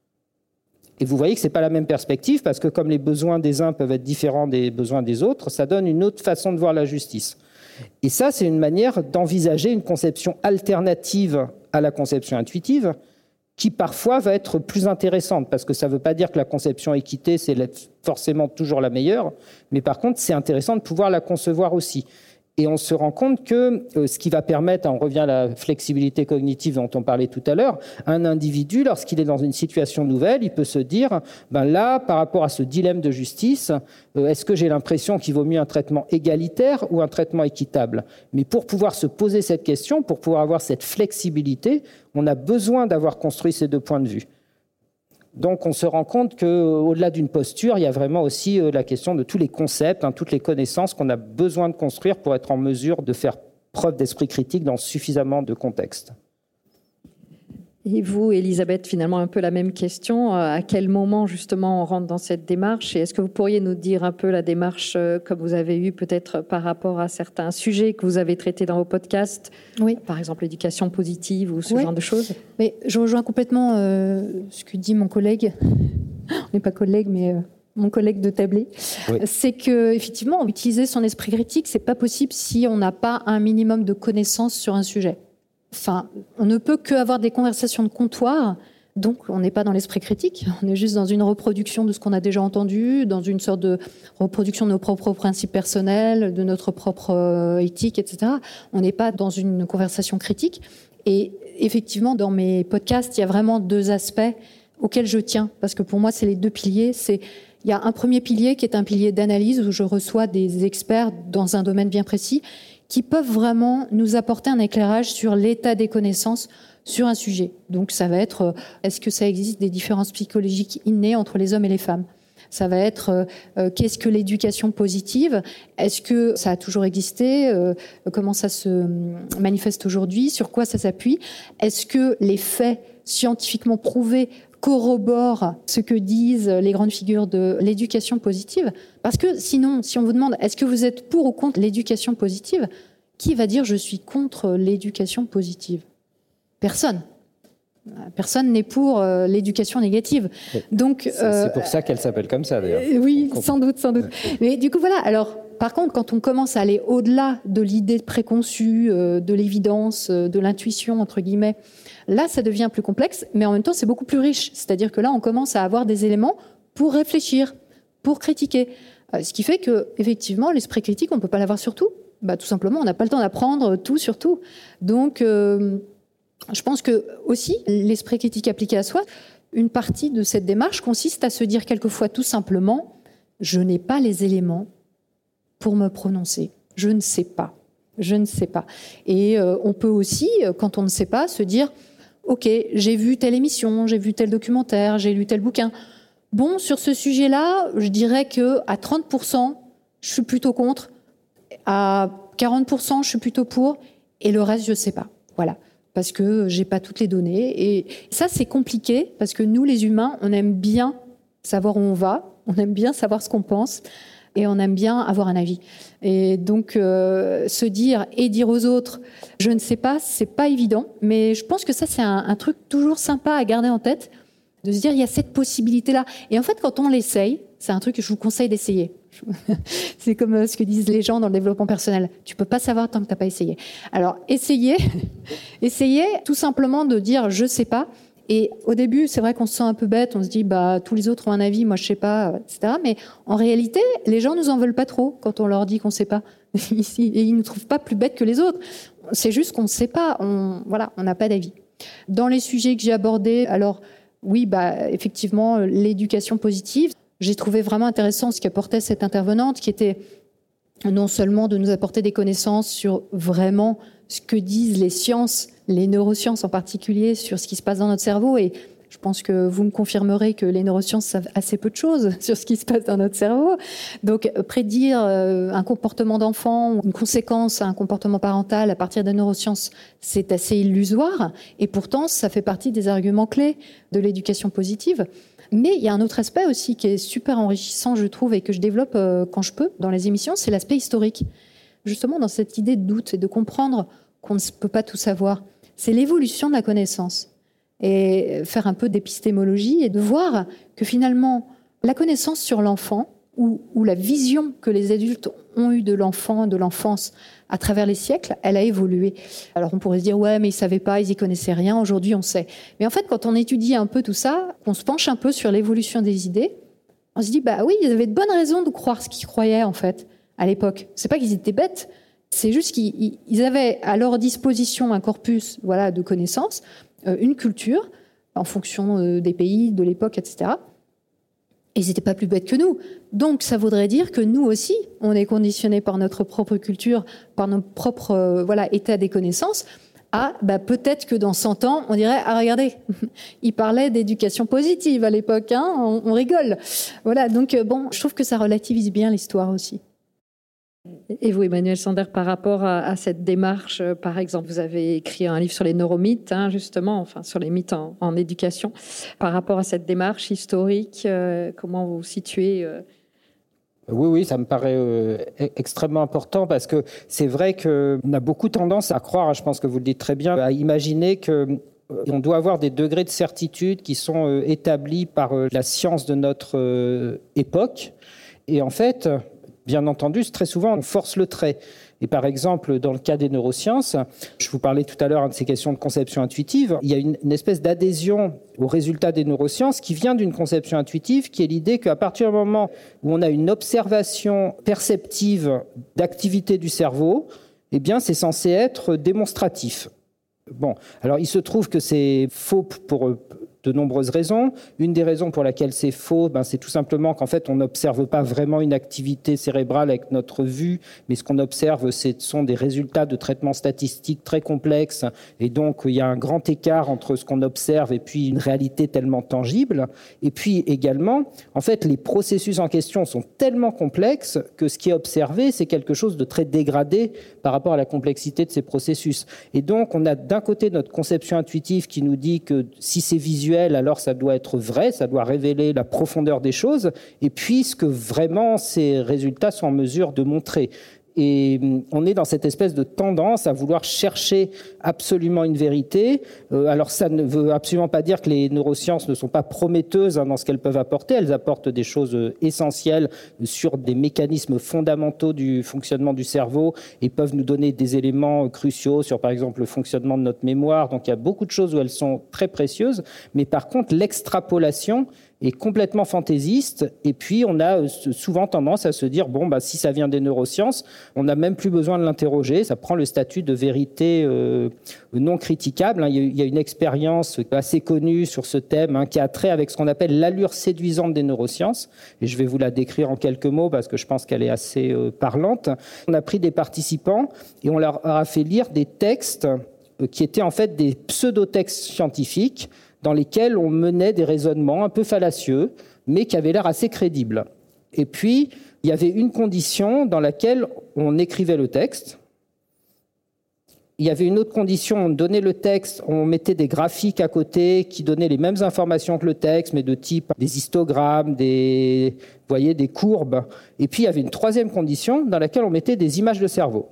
S4: Et vous voyez que ce n'est pas la même perspective, parce que comme les besoins des uns peuvent être différents des besoins des autres, ça donne une autre façon de voir la justice. Et ça, c'est une manière d'envisager une conception alternative à la conception intuitive, qui parfois va être plus intéressante, parce que ça ne veut pas dire que la conception équité, c'est forcément toujours la meilleure, mais par contre, c'est intéressant de pouvoir la concevoir aussi. Et on se rend compte que euh, ce qui va permettre, on revient à la flexibilité cognitive dont on parlait tout à l'heure, un individu, lorsqu'il est dans une situation nouvelle, il peut se dire, ben là, par rapport à ce dilemme de justice, euh, est-ce que j'ai l'impression qu'il vaut mieux un traitement égalitaire ou un traitement équitable ? Mais pour pouvoir se poser cette question, pour pouvoir avoir cette flexibilité, on a besoin d'avoir construit ces deux points de vue. Donc on se rend compte qu'au-delà d'une posture, il y a vraiment aussi la question de tous les concepts, hein, toutes les connaissances qu'on a besoin de construire pour être en mesure de faire preuve d'esprit critique dans suffisamment de contextes.
S3: Et vous, Elisabeth, finalement un peu la même question. À quel moment justement on rentre dans cette démarche ? Et est-ce que vous pourriez nous dire un peu la démarche que vous avez eue peut-être par rapport à certains sujets que vous avez traités dans vos podcasts ?
S5: Oui.
S3: Par exemple l'éducation positive ou ce
S5: oui.
S3: genre de choses ?
S5: Mais je rejoins complètement euh, ce que dit mon collègue. On n'est pas collègue, mais... Euh... mon collègue de tablé, oui. C'est que effectivement, utiliser son esprit critique, c'est pas possible si on n'a pas un minimum de connaissances sur un sujet. Enfin, on ne peut qu'avoir des conversations de comptoir, donc on n'est pas dans l'esprit critique, on est juste dans une reproduction de ce qu'on a déjà entendu, dans une sorte de reproduction de nos propres principes personnels, de notre propre éthique, et cetera. On n'est pas dans une conversation critique. Et effectivement, dans mes podcasts, il y a vraiment deux aspects auxquels je tiens, parce que pour moi, c'est les deux piliers. C'est Il y a un premier pilier qui est un pilier d'analyse où je reçois des experts dans un domaine bien précis qui peuvent vraiment nous apporter un éclairage sur l'état des connaissances sur un sujet. Donc ça va être, est-ce que ça existe des différences psychologiques innées entre les hommes et les femmes ? Ça va être, euh, qu'est-ce que l'éducation positive ? Est-ce que ça a toujours existé ? euh, Comment ça se manifeste aujourd'hui ? Sur quoi ça s'appuie ? Est-ce que les faits scientifiquement prouvés corroborent ce que disent les grandes figures de l'éducation positive ? Parce que sinon, si on vous demande est-ce que vous êtes pour ou contre l'éducation positive, qui va dire je suis contre l'éducation positive ? Personne. Personne n'est pour euh, l'éducation négative.
S4: Oui.
S5: Donc,
S4: c'est,
S5: euh,
S4: c'est pour ça qu'elle s'appelle comme ça, d'ailleurs.
S5: Euh, oui, sans doute, sans doute. Mais du coup, voilà. Alors, par contre, quand on commence à aller au-delà de l'idée préconçue, euh, de l'évidence, euh, de l'intuition, entre guillemets, là, ça devient plus complexe, mais en même temps, c'est beaucoup plus riche. C'est-à-dire que là, on commence à avoir des éléments pour réfléchir, pour critiquer. Euh, ce qui fait que, effectivement, l'esprit critique, on ne peut pas l'avoir sur tout. Bah, tout simplement, on n'a pas le temps d'apprendre tout sur tout. Donc, euh, je pense que aussi, l'esprit critique appliqué à soi, une partie de cette démarche consiste à se dire quelquefois tout simplement, je n'ai pas les éléments pour me prononcer. Je ne sais pas. Je ne sais pas. Et euh, on peut aussi, quand on ne sait pas, se dire, ok, j'ai vu telle émission, j'ai vu tel documentaire, j'ai lu tel bouquin. Bon, sur ce sujet-là, je dirais que à trente pour cent, je suis plutôt contre, à quarante pour cent, je suis plutôt pour, et le reste, je ne sais pas. Voilà. Parce que j'ai pas toutes les données. Et ça, c'est compliqué, parce que nous, les humains, on aime bien savoir où on va, on aime bien savoir ce qu'on pense, et on aime bien avoir un avis. Et donc, euh, se dire et dire aux autres, je ne sais pas, c'est pas évident, mais je pense que ça, c'est un, un truc toujours sympa à garder en tête, de se dire, il y a cette possibilité-là. Et en fait, quand on l'essaye, c'est un truc que je vous conseille d'essayer. C'est comme ce que disent les gens dans le développement personnel. Tu peux pas savoir tant que t'as pas essayé. Alors, essayez, essayez tout simplement de dire je sais pas. Et au début, c'est vrai qu'on se sent un peu bête. On se dit bah tous les autres ont un avis, moi je sais pas, et cetera. Mais en réalité, les gens nous en veulent pas trop quand on leur dit qu'on sait pas. Et ils nous trouvent pas plus bêtes que les autres. C'est juste qu'on sait pas. On voilà, on n'a pas d'avis. Dans les sujets que j'ai abordés, alors oui, bah effectivement, l'éducation positive. J'ai trouvé vraiment intéressant ce qu'apportait cette intervenante, qui était non seulement de nous apporter des connaissances sur vraiment ce que disent les sciences, les neurosciences en particulier, sur ce qui se passe dans notre cerveau. Et je pense que vous me confirmerez que les neurosciences savent assez peu de choses sur ce qui se passe dans notre cerveau. Donc, prédire un comportement d'enfant, une conséquence à un comportement parental à partir des neurosciences, c'est assez illusoire. Et pourtant, ça fait partie des arguments clés de l'éducation positive. Mais il y a un autre aspect aussi qui est super enrichissant, je trouve, et que je développe euh, quand je peux dans les émissions, c'est l'aspect historique. Justement, dans cette idée de doute et de comprendre qu'on ne peut pas tout savoir. C'est l'évolution de la connaissance. Et faire un peu d'épistémologie et de voir que finalement, la connaissance sur l'enfant, ou, ou la vision que les adultes ont eue de l'enfant, de l'enfance, à travers les siècles, elle a évolué. Alors on pourrait se dire, ouais, mais ils savaient pas, ils y connaissaient rien, aujourd'hui on sait. Mais en fait, quand on étudie un peu tout ça, qu'on se penche un peu sur l'évolution des idées, on se dit, bah oui, ils avaient de bonnes raisons de croire ce qu'ils croyaient, en fait, à l'époque. C'est pas qu'ils étaient bêtes, c'est juste qu'ils avaient à leur disposition un corpus, voilà, de connaissances, une culture, en fonction des pays, de l'époque, et cetera. Et ils n'étaient pas plus bêtes que nous. Donc, ça voudrait dire que nous aussi, on est conditionnés par notre propre culture, par notre propre euh, voilà, état des connaissances, à bah, peut-être que dans cent ans, on dirait « Ah, regardez, il parlait d'éducation positive à l'époque, hein, on, on rigole ». Voilà, donc euh, bon, je trouve que ça relativise bien l'histoire aussi.
S3: Et vous, Emmanuelle Sander, par rapport à, à cette démarche, euh, par exemple, vous avez écrit un livre sur les neuromythes, hein, justement, enfin sur les mythes en, en éducation. Par rapport à cette démarche historique, euh, comment vous vous situez euh...
S4: Oui, oui, ça me paraît euh, extrêmement important parce que c'est vrai qu'on a beaucoup tendance à croire, je pense que vous le dites très bien, à imaginer que on doit avoir des degrés de certitude qui sont euh, établis par euh, la science de notre euh, époque. Et en fait, bien entendu, très souvent, on force le trait. Et par exemple, dans le cas des neurosciences, je vous parlais tout à l'heure de ces questions de conception intuitive, il y a une, une espèce d'adhésion aux résultats des neurosciences qui vient d'une conception intuitive, qui est l'idée qu'à partir du moment où on a une observation perceptive d'activité du cerveau, eh bien, c'est censé être démonstratif. Bon, alors il se trouve que c'est faux pour de nombreuses raisons. Une des raisons pour laquelle c'est faux, ben, c'est tout simplement qu'en fait, on n'observe pas vraiment une activité cérébrale avec notre vue, mais ce qu'on observe, ce sont des résultats de traitements statistiques très complexes, et donc il y a un grand écart entre ce qu'on observe et puis une réalité tellement tangible. Et puis également, en fait, les processus en question sont tellement complexes que ce qui est observé, c'est quelque chose de très dégradé par rapport à la complexité de ces processus. Et donc, on a d'un côté notre conception intuitive qui nous dit que si c'est visuel, alors ça doit être vrai, ça doit révéler la profondeur des choses, et puis ce que vraiment ces résultats sont en mesure de montrer. Et on est dans cette espèce de tendance à vouloir chercher absolument une vérité. Euh, alors ça ne veut absolument pas dire que les neurosciences ne sont pas prometteuses hein, dans ce qu'elles peuvent apporter. Elles apportent des choses essentielles sur des mécanismes fondamentaux du fonctionnement du cerveau et peuvent nous donner des éléments cruciaux sur, par exemple, le fonctionnement de notre mémoire. Donc il y a beaucoup de choses où elles sont très précieuses. Mais par contre, l'extrapolation est complètement fantaisiste, et puis on a souvent tendance à se dire bon bah si ça vient des neurosciences, on n'a même plus besoin de l'interroger, ça prend le statut de vérité euh, non critiquable. Hein. Il y a une expérience assez connue sur ce thème hein, qui a trait avec ce qu'on appelle l'allure séduisante des neurosciences, et je vais vous la décrire en quelques mots parce que je pense qu'elle est assez euh, parlante. On a pris des participants et on leur a fait lire des textes euh, qui étaient en fait des pseudo-textes scientifiques dans lesquels on menait des raisonnements un peu fallacieux, mais qui avaient l'air assez crédibles. Et puis, il y avait une condition dans laquelle on écrivait le texte. Il y avait une autre condition, on donnait le texte, on mettait des graphiques à côté qui donnaient les mêmes informations que le texte, mais de type des histogrammes, des, vous voyez, des courbes. Et puis, il y avait une troisième condition dans laquelle on mettait des images de cerveau.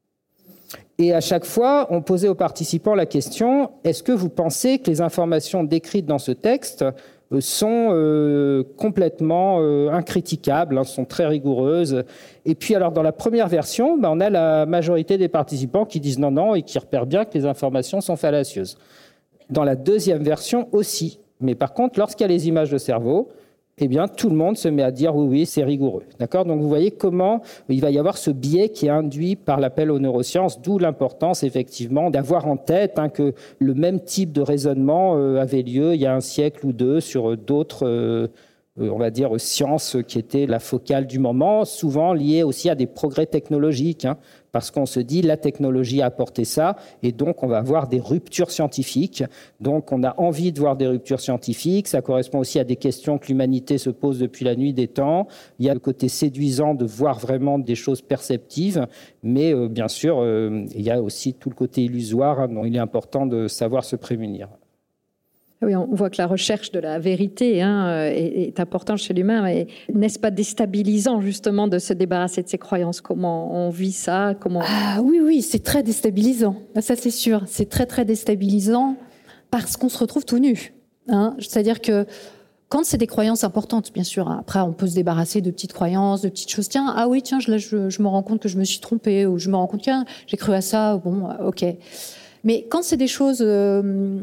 S4: Et à chaque fois, on posait aux participants la question, est-ce que vous pensez que les informations décrites dans ce texte sont euh, complètement euh, incriticables, hein, sont très rigoureuses? Et puis alors dans la première version, ben, on a la majorité des participants qui disent non, non, et qui repèrent bien que les informations sont fallacieuses. Dans la deuxième version aussi. Mais par contre, lorsqu'il y a les images de cerveau, eh bien, tout le monde se met à dire oui, oui, c'est rigoureux. D'accord ? Donc, vous voyez comment il va y avoir ce biais qui est induit par l'appel aux neurosciences, d'où l'importance, effectivement, d'avoir en tête hein, que le même type de raisonnement euh, avait lieu il y a un siècle ou deux sur d'autres, euh, on va dire, sciences qui étaient la focale du moment, souvent liées aussi à des progrès technologiques, hein, parce qu'on se dit la technologie a apporté ça, et donc on va avoir des ruptures scientifiques. Donc on a envie de voir des ruptures scientifiques, ça correspond aussi à des questions que l'humanité se pose depuis la nuit des temps. Il y a le côté séduisant de voir vraiment des choses perceptives, mais euh, bien sûr, euh, il y a aussi tout le côté illusoire, hein, dont il est important de savoir se prémunir.
S3: Oui, on voit que la recherche de la vérité hein, est, est importante chez l'humain. Mais n'est-ce pas déstabilisant justement de se débarrasser de ses croyances? Comment on vit ça? Comment...
S5: Ah oui, oui, c'est très déstabilisant. Ça, c'est sûr. C'est très, très déstabilisant parce qu'on se retrouve tout nu. Hein. C'est-à-dire que quand c'est des croyances importantes, bien sûr, après, on peut se débarrasser de petites croyances, de petites choses. Tiens, ah oui, tiens, là, je, je me rends compte que je me suis trompée, ou je me rends compte que j'ai cru à ça. Bon, ok. Mais quand c'est des choses... Euh,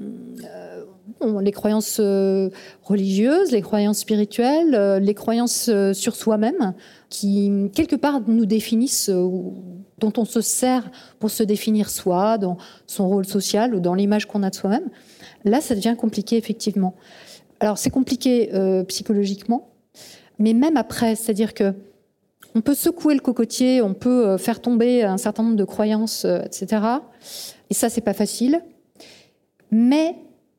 S5: les croyances religieuses, les croyances spirituelles, les croyances sur soi-même, qui quelque part nous définissent, dont on se sert pour se définir soi, dans son rôle social ou dans l'image qu'on a de soi-même. Là, ça devient compliqué, effectivement. Alors, c'est compliqué euh, psychologiquement, mais même après, c'est-à-dire que on peut secouer le cocotier, on peut faire tomber un certain nombre de croyances, et cetera. Et ça, c'est pas facile. Mais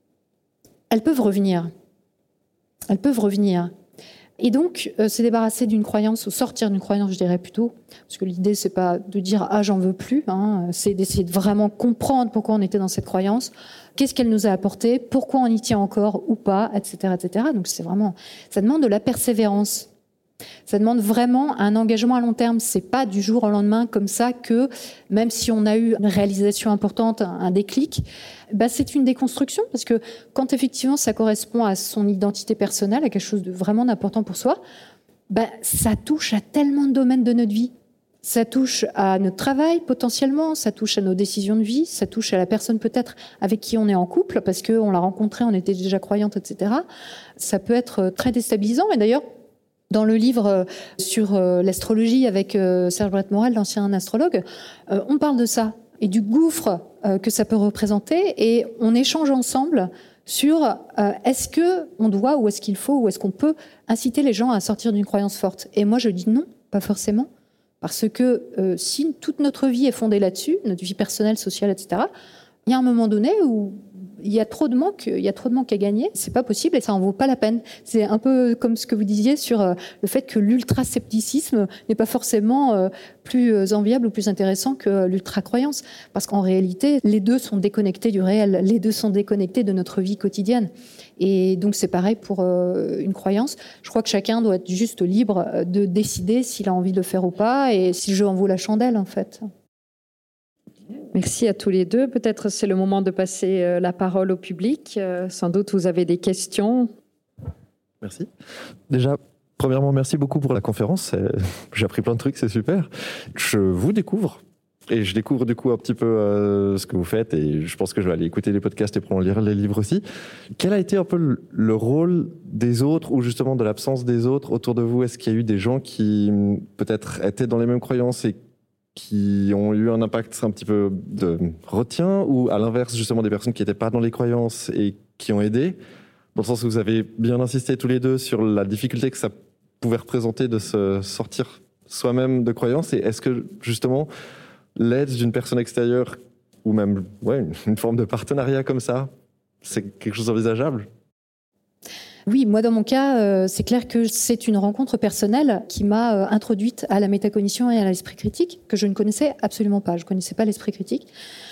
S5: elles peuvent revenir. Elles peuvent revenir. Et donc, euh, se débarrasser d'une croyance, ou sortir d'une croyance, je dirais plutôt, parce que l'idée, c'est pas de dire « ah, j'en veux plus hein », c'est d'essayer de vraiment comprendre pourquoi on était dans cette croyance, qu'est-ce qu'elle nous a apporté, pourquoi on y tient encore ou pas, et cetera, et cetera. Donc, c'est vraiment... Ça demande de la persévérance. Ça demande vraiment un engagement à long terme. C'est pas du jour au lendemain comme ça que, même si on a eu une réalisation importante, un déclic, bah c'est une déconstruction, parce que quand effectivement ça correspond à son identité personnelle, à quelque chose de vraiment important pour soi, bah ça touche à tellement de domaines de notre vie. Ça touche à notre travail potentiellement, ça touche à nos décisions de vie, ça touche à la personne peut-être avec qui on est en couple, parce qu'on l'a rencontrée, on était déjà croyante, et cetera. Ça peut être très déstabilisant. Et d'ailleurs, dans le livre sur l'astrologie avec Serge Brett-Morel, l'ancien astrologue, on parle de ça et du gouffre que ça peut représenter, et on échange ensemble sur est-ce qu'on doit, ou est-ce qu'il faut, ou est-ce qu'on peut inciter les gens à sortir d'une croyance forte. Et moi je dis non, pas forcément, parce que euh, si toute notre vie est fondée là-dessus, notre vie personnelle, sociale, et cetera, il y a un moment donné où il y a trop de manque, il y a trop de manque à gagner, c'est pas possible et ça en vaut pas la peine. C'est un peu comme ce que vous disiez sur le fait que l'ultra-scepticisme n'est pas forcément plus enviable ou plus intéressant que l'ultra-croyance. Parce qu'en réalité, les deux sont déconnectés du réel, les deux sont déconnectés de notre vie quotidienne. Et donc c'est pareil pour une croyance. Je crois que chacun doit être juste libre de décider s'il a envie de le faire ou pas et si le jeu en vaut la chandelle en fait.
S3: Merci à tous les deux. Peut-être c'est le moment de passer la parole au public. Sans doute vous avez des questions.
S6: Merci. Déjà, premièrement, merci beaucoup pour la conférence. J'ai appris plein de trucs, c'est super. Je vous découvre. Et je découvre du coup un petit peu euh, ce que vous faites et je pense que je vais aller écouter les podcasts et prendre lire les livres aussi. Quel a été un peu le, le rôle des autres ou justement de l'absence des autres autour de vous? Est-ce qu'il y a eu des gens qui peut-être étaient dans les mêmes croyances et qui ont eu un impact un petit peu de retien ou à l'inverse justement des personnes qui n'étaient pas dans les croyances et qui ont aidé? Dans le sens où vous avez bien insisté tous les deux sur la difficulté que ça pouvait représenter de se sortir soi-même de croyances et est-ce que justement l'aide d'une personne extérieure ou même ouais, une forme de partenariat comme ça, c'est quelque chose d'envisageable?
S5: Oui, moi dans mon cas, euh, c'est clair que c'est une rencontre personnelle qui m'a euh, introduite à la métacognition et à l'esprit critique, que je ne connaissais absolument pas. Je ne connaissais pas l'esprit critique.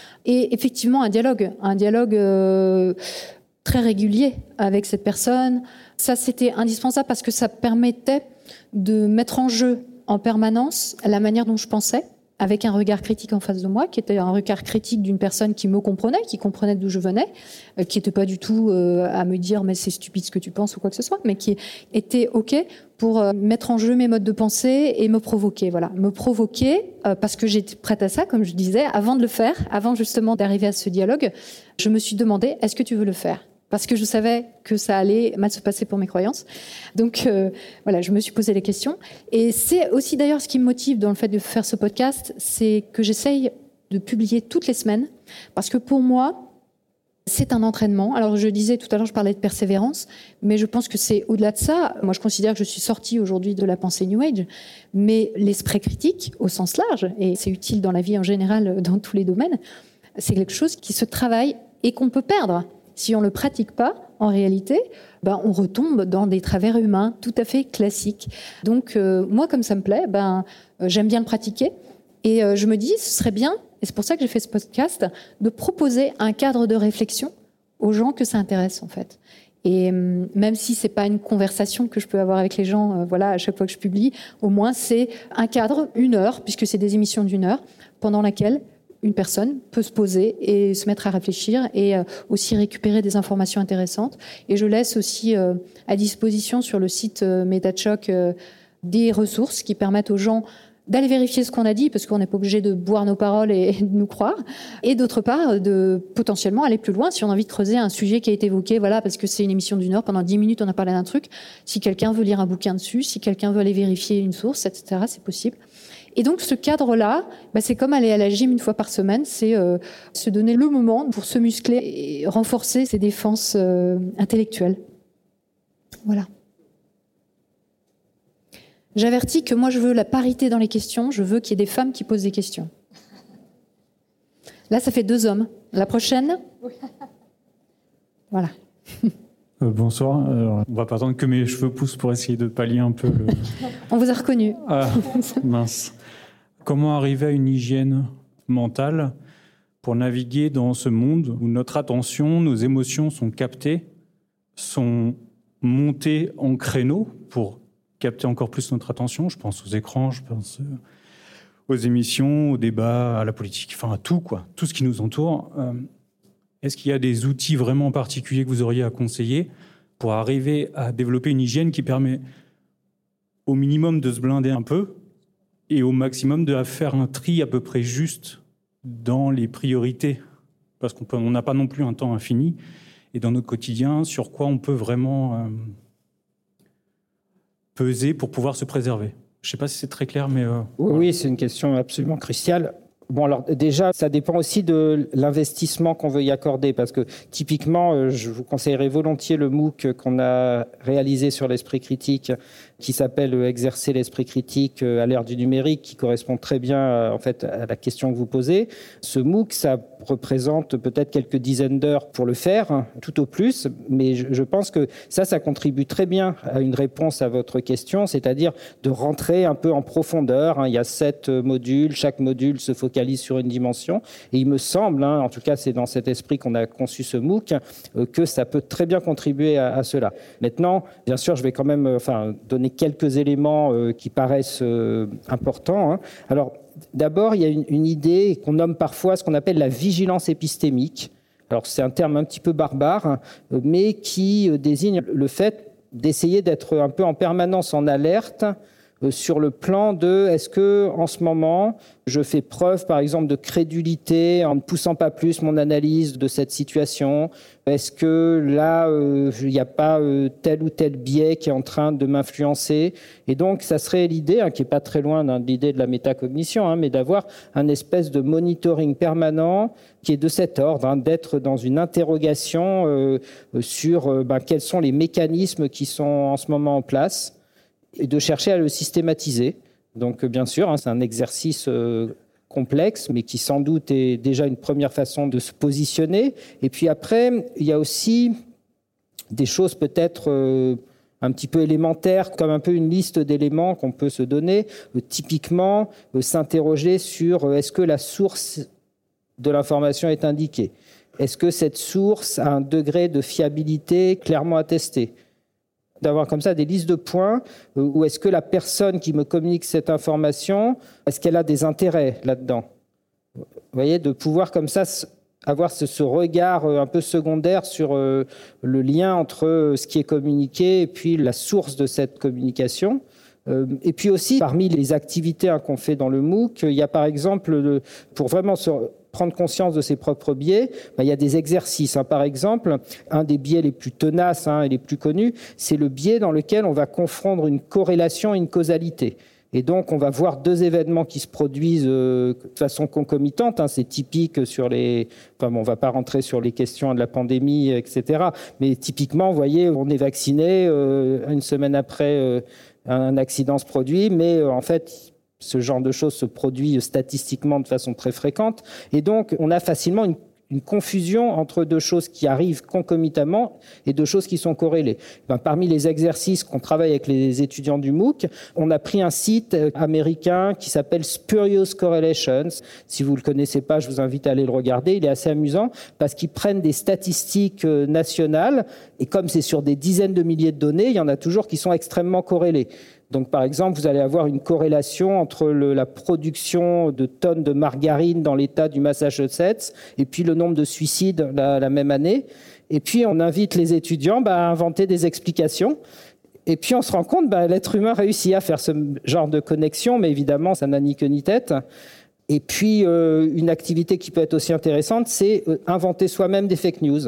S5: Et effectivement, un dialogue, un dialogue euh, très régulier avec cette personne. Ça, c'était indispensable parce que ça permettait de mettre en jeu en permanence la manière dont je pensais, avec un regard critique en face de moi, qui était un regard critique d'une personne qui me comprenait, qui comprenait d'où je venais, euh, qui n'était pas du tout euh, à me dire « mais c'est stupide ce que tu penses » ou quoi que ce soit, mais qui était OK pour euh, mettre en jeu mes modes de pensée et me provoquer. Voilà, me provoquer euh, parce que j'étais prête à ça, comme je disais, avant de le faire, avant justement d'arriver à ce dialogue, je me suis demandé « est-ce que tu veux le faire ?» Parce que je savais que ça allait mal se passer pour mes croyances. Donc euh, voilà, je me suis posé les questions. Et c'est aussi d'ailleurs ce qui me motive dans le fait de faire ce podcast, c'est que j'essaye de publier toutes les semaines. Parce que pour moi, c'est un entraînement. Alors je disais tout à l'heure, je parlais de persévérance, mais je pense que c'est au-delà de ça. Moi, je considère que je suis sortie aujourd'hui de la pensée New Age, mais l'esprit critique au sens large, et c'est utile dans la vie en général, dans tous les domaines, c'est quelque chose qui se travaille et qu'on peut perdre. Si on ne le pratique pas, en réalité, ben, on retombe dans des travers humains tout à fait classiques. Donc, euh, moi, comme ça me plaît, ben, euh, j'aime bien le pratiquer. Et euh, je me dis, ce serait bien, et c'est pour ça que j'ai fait ce podcast, de proposer un cadre de réflexion aux gens que ça intéresse, en fait. Et euh, même si c'est pas une conversation que je peux avoir avec les gens, euh, voilà, à chaque fois que je publie, au moins c'est un cadre, une heure, puisque c'est des émissions d'une heure, pendant laquelle une personne peut se poser et se mettre à réfléchir et euh, aussi récupérer des informations intéressantes. Et je laisse aussi euh, à disposition sur le site euh, MetaChoc euh, des ressources qui permettent aux gens d'aller vérifier ce qu'on a dit, parce qu'on n'est pas obligé de boire nos paroles et de nous croire. Et d'autre part, de potentiellement aller plus loin si on a envie de creuser un sujet qui a été évoqué, voilà, parce que c'est une émission d'une heure, pendant dix minutes on a parlé d'un truc. Si quelqu'un veut lire un bouquin dessus, si quelqu'un veut aller vérifier une source, et cetera, c'est possible. Et donc ce cadre-là, bah, c'est comme aller à la gym une fois par semaine, c'est euh, se donner le moment pour se muscler et renforcer ses défenses euh, intellectuelles. Voilà. J'avertis que moi je veux la parité dans les questions, je veux qu'il y ait des femmes qui posent des questions. Là ça fait deux hommes. La prochaine ? Voilà.
S7: Euh, bonsoir. Alors, on va pas attendre que mes cheveux poussent pour essayer de pallier un peu le...
S5: On vous a reconnu.
S7: Ah, mince. Comment arriver à une hygiène mentale pour naviguer dans ce monde où notre attention, nos émotions sont captées, sont montées en créneau pour capter encore plus notre attention. Je pense aux écrans, je pense aux émissions, aux débats, à la politique, enfin à tout, quoi, tout ce qui nous entoure. Euh, Est-ce qu'il y a des outils vraiment particuliers que vous auriez à conseiller pour arriver à développer une hygiène qui permet au minimum de se blinder un peu et au maximum de faire un tri à peu près juste dans les priorités? Parce qu'on n'a pas non plus un temps infini. Et dans notre quotidien, sur quoi on peut vraiment euh, peser pour pouvoir se préserver? Je ne sais pas si c'est très clair, mais... Euh,
S4: oui, oui, c'est une question absolument cruciale. Bon, alors déjà, ça dépend aussi de l'investissement qu'on veut y accorder, parce que typiquement, je vous conseillerais volontiers le MOOC qu'on a réalisé sur l'esprit critique, qui s'appelle « Exercer l'esprit critique à l'ère du numérique », qui correspond très bien en fait à la question que vous posez. Ce MOOC, ça représente peut-être quelques dizaines d'heures pour le faire, hein, tout au plus, mais je, je pense que ça, ça contribue très bien à une réponse à votre question, c'est-à-dire de rentrer un peu en profondeur. Hein. Il y a sept modules, chaque module se focalise sur une dimension, et il me semble, hein, en tout cas c'est dans cet esprit qu'on a conçu ce MOOC, euh, que ça peut très bien contribuer à, à cela. Maintenant, bien sûr, je vais quand même euh, enfin, donner quelques éléments euh, qui paraissent euh, importants. Hein. Alors, d'abord, il y a une, une idée qu'on nomme parfois ce qu'on appelle la vigilance épistémique. Alors, c'est un terme un petit peu barbare, hein, mais qui désigne le fait d'essayer d'être un peu en permanence en alerte sur le plan de est-ce que en ce moment je fais preuve par exemple de crédulité en ne poussant pas plus mon analyse de cette situation, est-ce que là euh, il n'y a pas euh, tel ou tel biais qui est en train de m'influencer, et donc ça serait l'idée hein, qui est pas très loin de l'idée de la métacognition, hein, mais d'avoir un espèce de monitoring permanent qui est de cet ordre, hein, d'être dans une interrogation euh, sur euh, ben, quels sont les mécanismes qui sont en ce moment en place, et de chercher à le systématiser. Donc, bien sûr, hein, c'est un exercice euh, complexe, mais qui sans doute est déjà une première façon de se positionner. Et puis après, il y a aussi des choses peut-être euh, un petit peu élémentaires, comme un peu une liste d'éléments qu'on peut se donner. Euh, typiquement, euh, s'interroger sur euh, est-ce que la source de l'information est indiquée ? Est-ce que cette source a un degré de fiabilité clairement attesté ? D'avoir comme ça des listes de points, euh, ou est-ce que la personne qui me communique cette information, est-ce qu'elle a des intérêts là-dedans ? Vous voyez, de pouvoir comme ça avoir ce, ce regard un peu secondaire sur euh, le lien entre ce qui est communiqué et puis la source de cette communication. Euh, et puis aussi, parmi les activités hein, qu'on fait dans le MOOC, il y a par exemple, le, pour vraiment se prendre conscience de ses propres biais, ben, il y a des exercices. Hein. Par exemple, un des biais les plus tenaces hein, et les plus connus, c'est le biais dans lequel on va confondre une corrélation et une causalité. Et donc, on va voir deux événements qui se produisent euh, de façon concomitante. Hein. C'est typique sur les... Enfin, bon, on ne va pas rentrer sur les questions de la pandémie, et cetera. Mais typiquement, vous voyez, on est vacciné, euh, une semaine après, euh, un accident se produit, mais euh, en fait... Ce genre de choses se produit statistiquement de façon très fréquente. Et donc, on a facilement une, une confusion entre deux choses qui arrivent concomitamment et deux choses qui sont corrélées. Ben, parmi les exercices qu'on travaille avec les étudiants du MOOC, on a pris un site américain qui s'appelle Spurious Correlations. Si vous ne le connaissez pas, je vous invite à aller le regarder. Il est assez amusant parce qu'ils prennent des statistiques nationales et comme c'est sur des dizaines de milliers de données, il y en a toujours qui sont extrêmement corrélées. Donc, par exemple, vous allez avoir une corrélation entre le, la production de tonnes de margarine dans l'État du Massachusetts et puis le nombre de suicides la, la même année. Et puis, on invite les étudiants bah, à inventer des explications. Et puis, on se rend compte que bah, l'être humain réussit à faire ce genre de connexion, mais évidemment, ça n'a ni queue ni tête. Et puis, euh, une activité qui peut être aussi intéressante, c'est euh, inventer soi-même des fake news.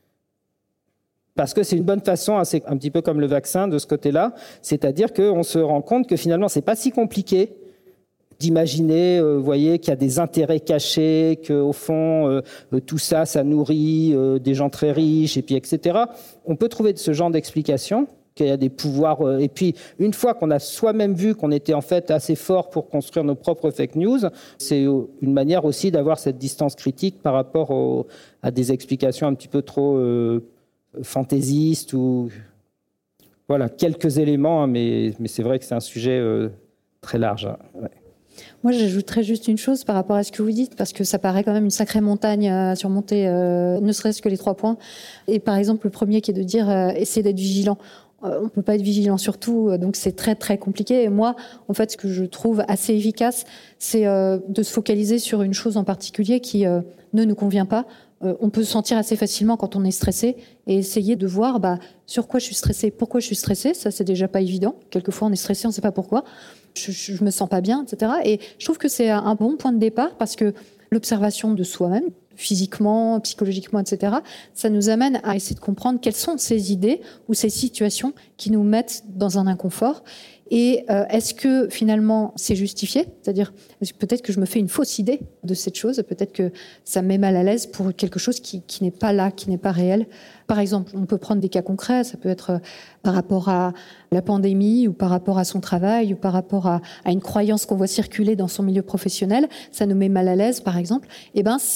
S4: Parce que c'est une bonne façon, hein, c'est un petit peu comme le vaccin de ce côté-là, c'est-à-dire qu'on se rend compte que finalement, c'est pas si compliqué d'imaginer, euh, vous voyez, qu'il y a des intérêts cachés, qu'au fond, euh, tout ça, ça nourrit euh, des gens très riches, et puis et cetera. On peut trouver ce genre d'explication, qu'il y a des pouvoirs. Euh, et puis, une fois qu'on a soi-même vu qu'on était en fait assez fort pour construire nos propres fake news, c'est une manière aussi d'avoir cette distance critique par rapport au, à des explications un petit peu trop... Euh, fantaisiste ou voilà quelques éléments, hein, mais, mais c'est vrai que c'est un sujet euh, très large. Hein. Ouais.
S5: Moi, j'ajouterais juste une chose par rapport à ce que vous dites, parce que ça paraît quand même une sacrée montagne à surmonter, euh, ne serait-ce que les trois points. Et par exemple, le premier qui est de dire euh, essayer d'être vigilant. Euh, on peut pas être vigilant sur tout, donc c'est très très compliqué. Et moi, en fait, ce que je trouve assez efficace, c'est euh, de se focaliser sur une chose en particulier qui euh, ne nous convient pas. Euh, on peut se sentir assez facilement quand on est stressé et essayer de voir bah, sur quoi je suis stressé, pourquoi je suis stressé. Ça, c'est déjà pas évident. Quelquefois, on est stressé, on ne sait pas pourquoi. Je, je, je me sens pas bien, et cetera. Et je trouve que c'est un bon point de départ parce que l'observation de soi-même, physiquement, psychologiquement, et cetera, ça nous amène à essayer de comprendre quelles sont ces idées ou ces situations qui nous mettent dans un inconfort. Et euh, est-ce que finalement c'est justifié ? C'est-à-dire, peut-être que je me fais une fausse idée de cette chose, peut-être que ça me met mal à l'aise pour quelque chose qui, qui n'est pas là, qui n'est pas réel. Par exemple, on peut prendre des cas concrets, ça peut être par rapport à la pandémie ou par rapport à son travail ou par rapport à, à une croyance qu'on voit circuler dans son milieu professionnel, ça nous met mal à l'aise, par exemple. Eh ben, c'est l'opportunité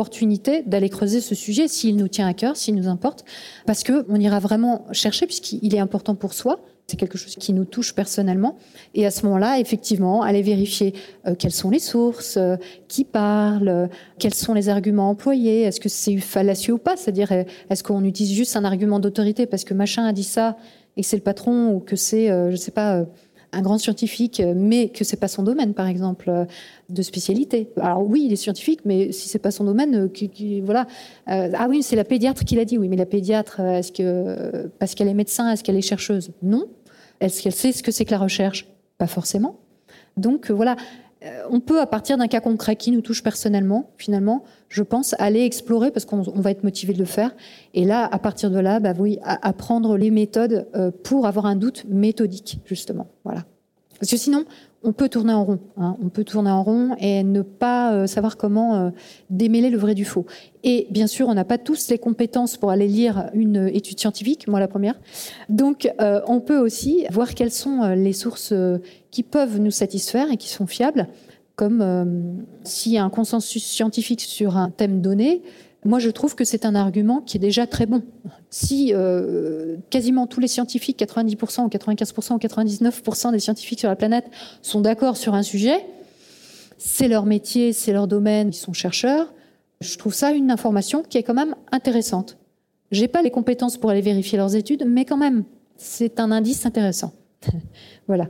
S5: l'opportunité d'aller creuser ce sujet s'il nous tient à cœur, s'il nous importe, parce qu'on ira vraiment chercher, puisqu'il est important pour soi. C'est quelque chose qui nous touche personnellement. Et à ce moment-là, effectivement, aller vérifier euh, quelles sont les sources, euh, qui parlent, euh, quels sont les arguments employés, est-ce que c'est fallacieux ou pas, c'est-à-dire est-ce qu'on utilise juste un argument d'autorité parce que machin a dit ça et que c'est le patron ou que c'est, euh, je sais pas, euh, un grand scientifique, mais que c'est pas son domaine, par exemple, euh, de spécialité. Alors oui, il est scientifique, mais si c'est pas son domaine, euh, qui, qui, voilà. Euh, ah oui, c'est la pédiatre qui l'a dit. Oui, mais la pédiatre, est-ce que euh, parce qu'elle est médecin, est-ce qu'elle est chercheuse? Non. Est-ce qu'elle sait ce que c'est que la recherche? Pas forcément. Donc euh, voilà, euh, on peut, à partir d'un cas concret qui nous touche personnellement, finalement, je pense, aller explorer, parce qu'on on va être motivé de le faire. Et là, à partir de là, bah oui, à, apprendre les méthodes euh, pour avoir un doute méthodique, justement. Voilà. Parce que sinon, on peut tourner en rond. Hein. On peut tourner en rond et ne pas euh, savoir comment euh, démêler le vrai du faux. Et bien sûr, on n'a pas tous les compétences pour aller lire une étude scientifique, moi la première. Donc, euh, on peut aussi voir quelles sont euh, les sources euh, qui peuvent nous satisfaire et qui sont fiables, comme euh, s'il y a un consensus scientifique sur un thème donné. Moi, je trouve que c'est un argument qui est déjà très bon. Si euh, quasiment tous les scientifiques, quatre-vingt-dix pour cent ou quatre-vingt-quinze pour cent ou quatre-vingt-dix-neuf pour cent des scientifiques sur la planète sont d'accord sur un sujet, c'est leur métier, c'est leur domaine, ils sont chercheurs, je trouve ça une information qui est quand même intéressante. J'ai pas les compétences pour aller vérifier leurs études, mais quand même, c'est un indice intéressant. Voilà.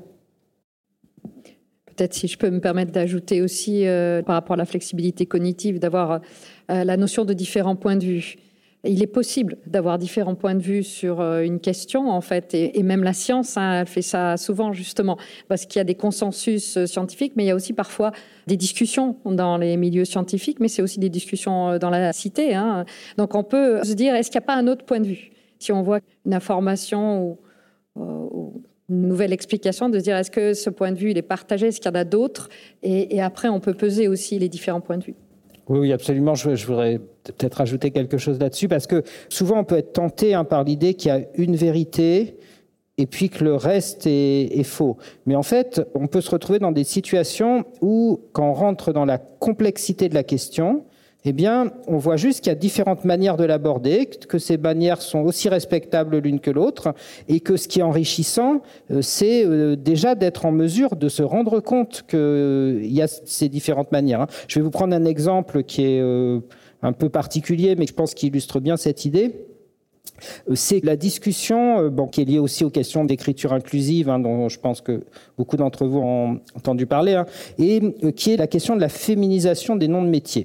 S3: Peut-être si je peux me permettre d'ajouter aussi, euh, par rapport à la flexibilité cognitive, d'avoir euh, la notion de différents points de vue. Il est possible d'avoir différents points de vue sur euh, une question, en fait, et, et même la science, hein, elle fait ça souvent, justement, parce qu'il y a des consensus euh, scientifiques, mais il y a aussi parfois des discussions dans les milieux scientifiques, mais c'est aussi des discussions dans la cité. Hein. Donc on peut se dire, est-ce qu'il n'y a pas un autre point de vue? Si on voit une information ou, ou une nouvelle explication, de se dire, est-ce que ce point de vue il est partagé, est-ce qu'il y en a d'autres, et, et après on peut peser aussi les différents points de vue.
S4: Oui, oui, absolument. Je, je voudrais peut-être ajouter quelque chose là-dessus, parce que souvent on peut être tenté hein, par l'idée qu'il y a une vérité et puis que le reste est, est faux. Mais en fait, on peut se retrouver dans des situations où, quand on rentre dans la complexité de la question, eh bien, on voit juste qu'il y a différentes manières de l'aborder, que ces manières sont aussi respectables l'une que l'autre, et que ce qui est enrichissant, c'est déjà d'être en mesure de se rendre compte qu'il y a ces différentes manières. Je vais vous prendre un exemple qui est un peu particulier, mais je pense qu'il illustre bien cette idée. C'est la discussion, bon, qui est liée aussi aux questions d'écriture inclusive, hein, dont je pense que beaucoup d'entre vous ont entendu parler, hein, et qui est la question de la féminisation des noms de métiers.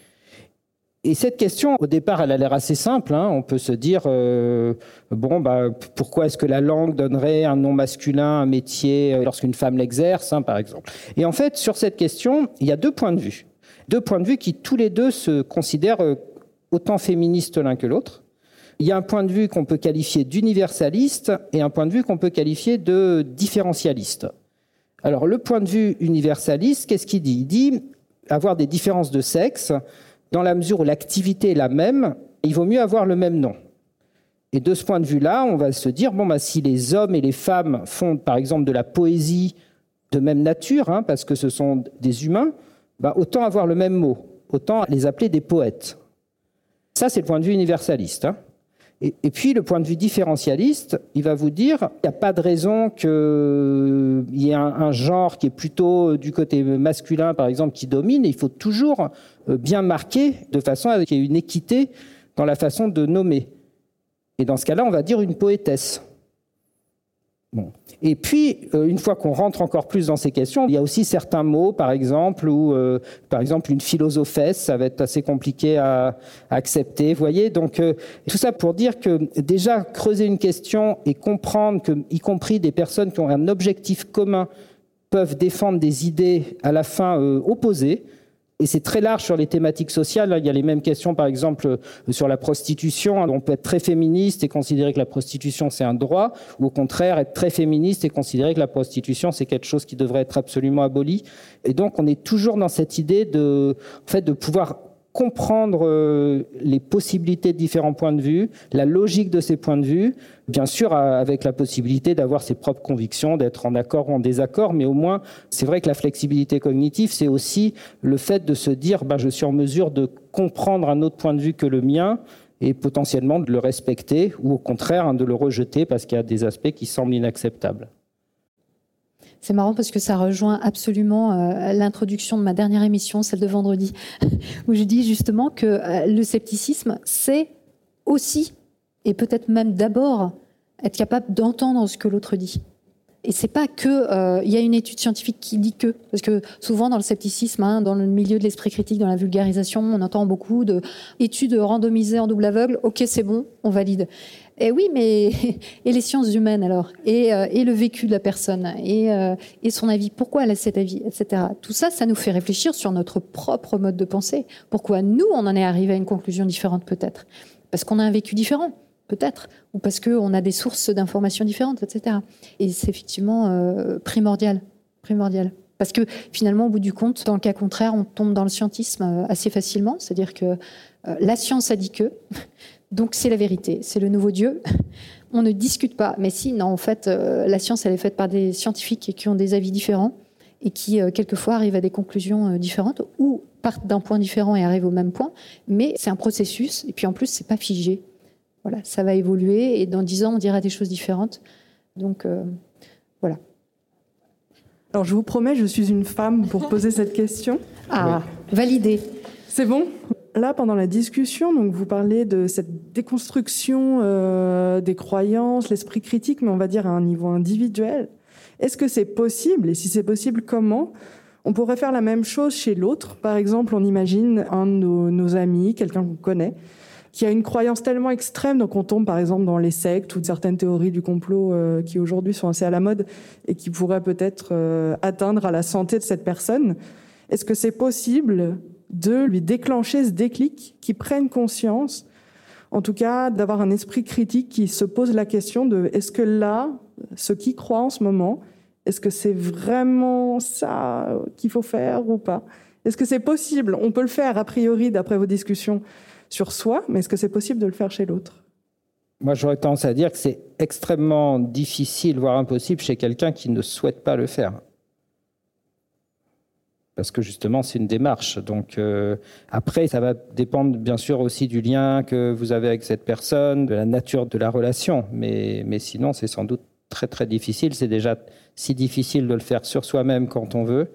S4: Et cette question, au départ, elle a l'air assez simple. Hein. On peut se dire, euh, bon, bah, pourquoi est-ce que la langue donnerait un nom masculin à un métier lorsqu'une femme l'exerce, hein, par exemple. Et en fait, sur cette question, il y a deux points de vue. Deux points de vue qui, tous les deux, se considèrent autant féministes l'un que l'autre. Il y a un point de vue qu'on peut qualifier d'universaliste et un point de vue qu'on peut qualifier de différentialiste. Alors, le point de vue universaliste, qu'est-ce qu'il dit? Il dit avoir des différences de sexe. Dans la mesure où l'activité est la même, il vaut mieux avoir le même nom. Et de ce point de vue-là, on va se dire, bon, bah, si les hommes et les femmes font, par exemple, de la poésie de même nature, hein, parce que ce sont des humains, bah, autant avoir le même mot, autant les appeler des poètes. Ça, c'est le point de vue universaliste. Hein. Et, et puis, le point de vue différentialiste, il va vous dire qu'il n'y a pas de raison qu'il y ait un, un genre qui est plutôt du côté masculin, par exemple, qui domine. Et il faut toujours bien marquer de façon à ce qu'il y ait une équité dans la façon de nommer. Et dans ce cas-là, on va dire une poétesse. Bon. Et puis, une fois qu'on rentre encore plus dans ces questions, il y a aussi certains mots, par exemple, où, euh, par exemple, une philosophesse, ça va être assez compliqué à, à accepter. Vous voyez, donc euh, tout ça pour dire que déjà creuser une question et comprendre que, y compris des personnes qui ont un objectif commun, peuvent défendre des idées à la fin euh, opposées. Et c'est très large sur les thématiques sociales. Il y a les mêmes questions, par exemple, sur la prostitution. On peut être très féministe et considérer que la prostitution, c'est un droit, ou au contraire, être très féministe et considérer que la prostitution, c'est quelque chose qui devrait être absolument aboli. Et donc, on est toujours dans cette idée de, en fait, de pouvoir comprendre euh, les possibilités de différents points de vue, la logique de ces points de vue, bien sûr avec la possibilité d'avoir ses propres convictions, d'être en accord ou en désaccord, mais au moins, c'est vrai que la flexibilité cognitive, c'est aussi le fait de se dire bah, « je suis en mesure de comprendre un autre point de vue que le mien », et potentiellement de le respecter ou au contraire hein, de le rejeter parce qu'il y a des aspects qui semblent inacceptables.
S5: C'est marrant parce que ça rejoint absolument euh, l'introduction de ma dernière émission, celle de vendredi, où je dis justement que euh, le scepticisme, c'est aussi, et peut-être même d'abord, être capable d'entendre ce que l'autre dit. Et c'est pas que euh, il y a une étude scientifique qui dit que, parce que souvent dans le scepticisme, hein, dans le milieu de l'esprit critique, dans la vulgarisation, on entend beaucoup d'études randomisées en double aveugle. Ok, c'est bon, on valide. Et oui, mais et les sciences humaines alors, et, euh, et le vécu de la personne, et, euh, et son avis. Pourquoi elle a cet avis, et cetera. Tout ça, ça nous fait réfléchir sur notre propre mode de pensée. Pourquoi nous, on en est arrivé à une conclusion différente peut-être, parce qu'on a un vécu différent. Peut-être, ou parce qu'on a des sources d'informations différentes, et cetera. Et c'est effectivement euh, primordial, primordial. Parce que finalement, au bout du compte, dans le cas contraire, on tombe dans le scientisme euh, assez facilement. C'est-à-dire que euh, la science a dit que, donc c'est la vérité, c'est le nouveau Dieu. On ne discute pas. Mais si, non, en fait, euh, la science, elle est faite par des scientifiques qui ont des avis différents et qui, euh, quelquefois, arrivent à des conclusions euh, différentes ou partent d'un point différent et arrivent au même point. Mais c'est un processus. Et puis en plus, c'est pas figé. Voilà, ça va évoluer et dans dix ans, on dira des choses différentes. Donc, euh, voilà.
S8: Alors, je vous promets, je suis une femme pour poser cette question.
S5: Ah, oui. Validé.
S8: C'est bon ? Là, pendant la discussion, donc, vous parlez de cette déconstruction euh, des croyances, l'esprit critique, mais on va dire à un niveau individuel. Est-ce que c'est possible ? Et si c'est possible, comment ? On pourrait faire la même chose chez l'autre. Par exemple, on imagine un de nos, nos amis, quelqu'un qu'on connaît, qui a une croyance tellement extrême, donc on tombe par exemple dans les sectes ou certaines théories du complot euh, qui aujourd'hui sont assez à la mode et qui pourraient peut-être euh, atteindre à la santé de cette personne. Est-ce que c'est possible de lui déclencher ce déclic, qui prenne conscience, en tout cas d'avoir un esprit critique qui se pose la question de est-ce que là, ce qu'il croit en ce moment, est-ce que c'est vraiment ça qu'il faut faire ou pas ? Est-ce que c'est possible ? On peut le faire a priori d'après vos discussions sur soi, mais est-ce que c'est possible de le faire chez l'autre ?
S4: Moi, j'aurais tendance à dire que c'est extrêmement difficile, voire impossible, chez quelqu'un qui ne souhaite pas le faire. Parce que justement, c'est une démarche. Donc euh, après, ça va dépendre bien sûr aussi du lien que vous avez avec cette personne, de la nature de la relation. Mais, mais sinon, c'est sans doute très très difficile. C'est déjà si difficile de le faire sur soi-même quand on veut.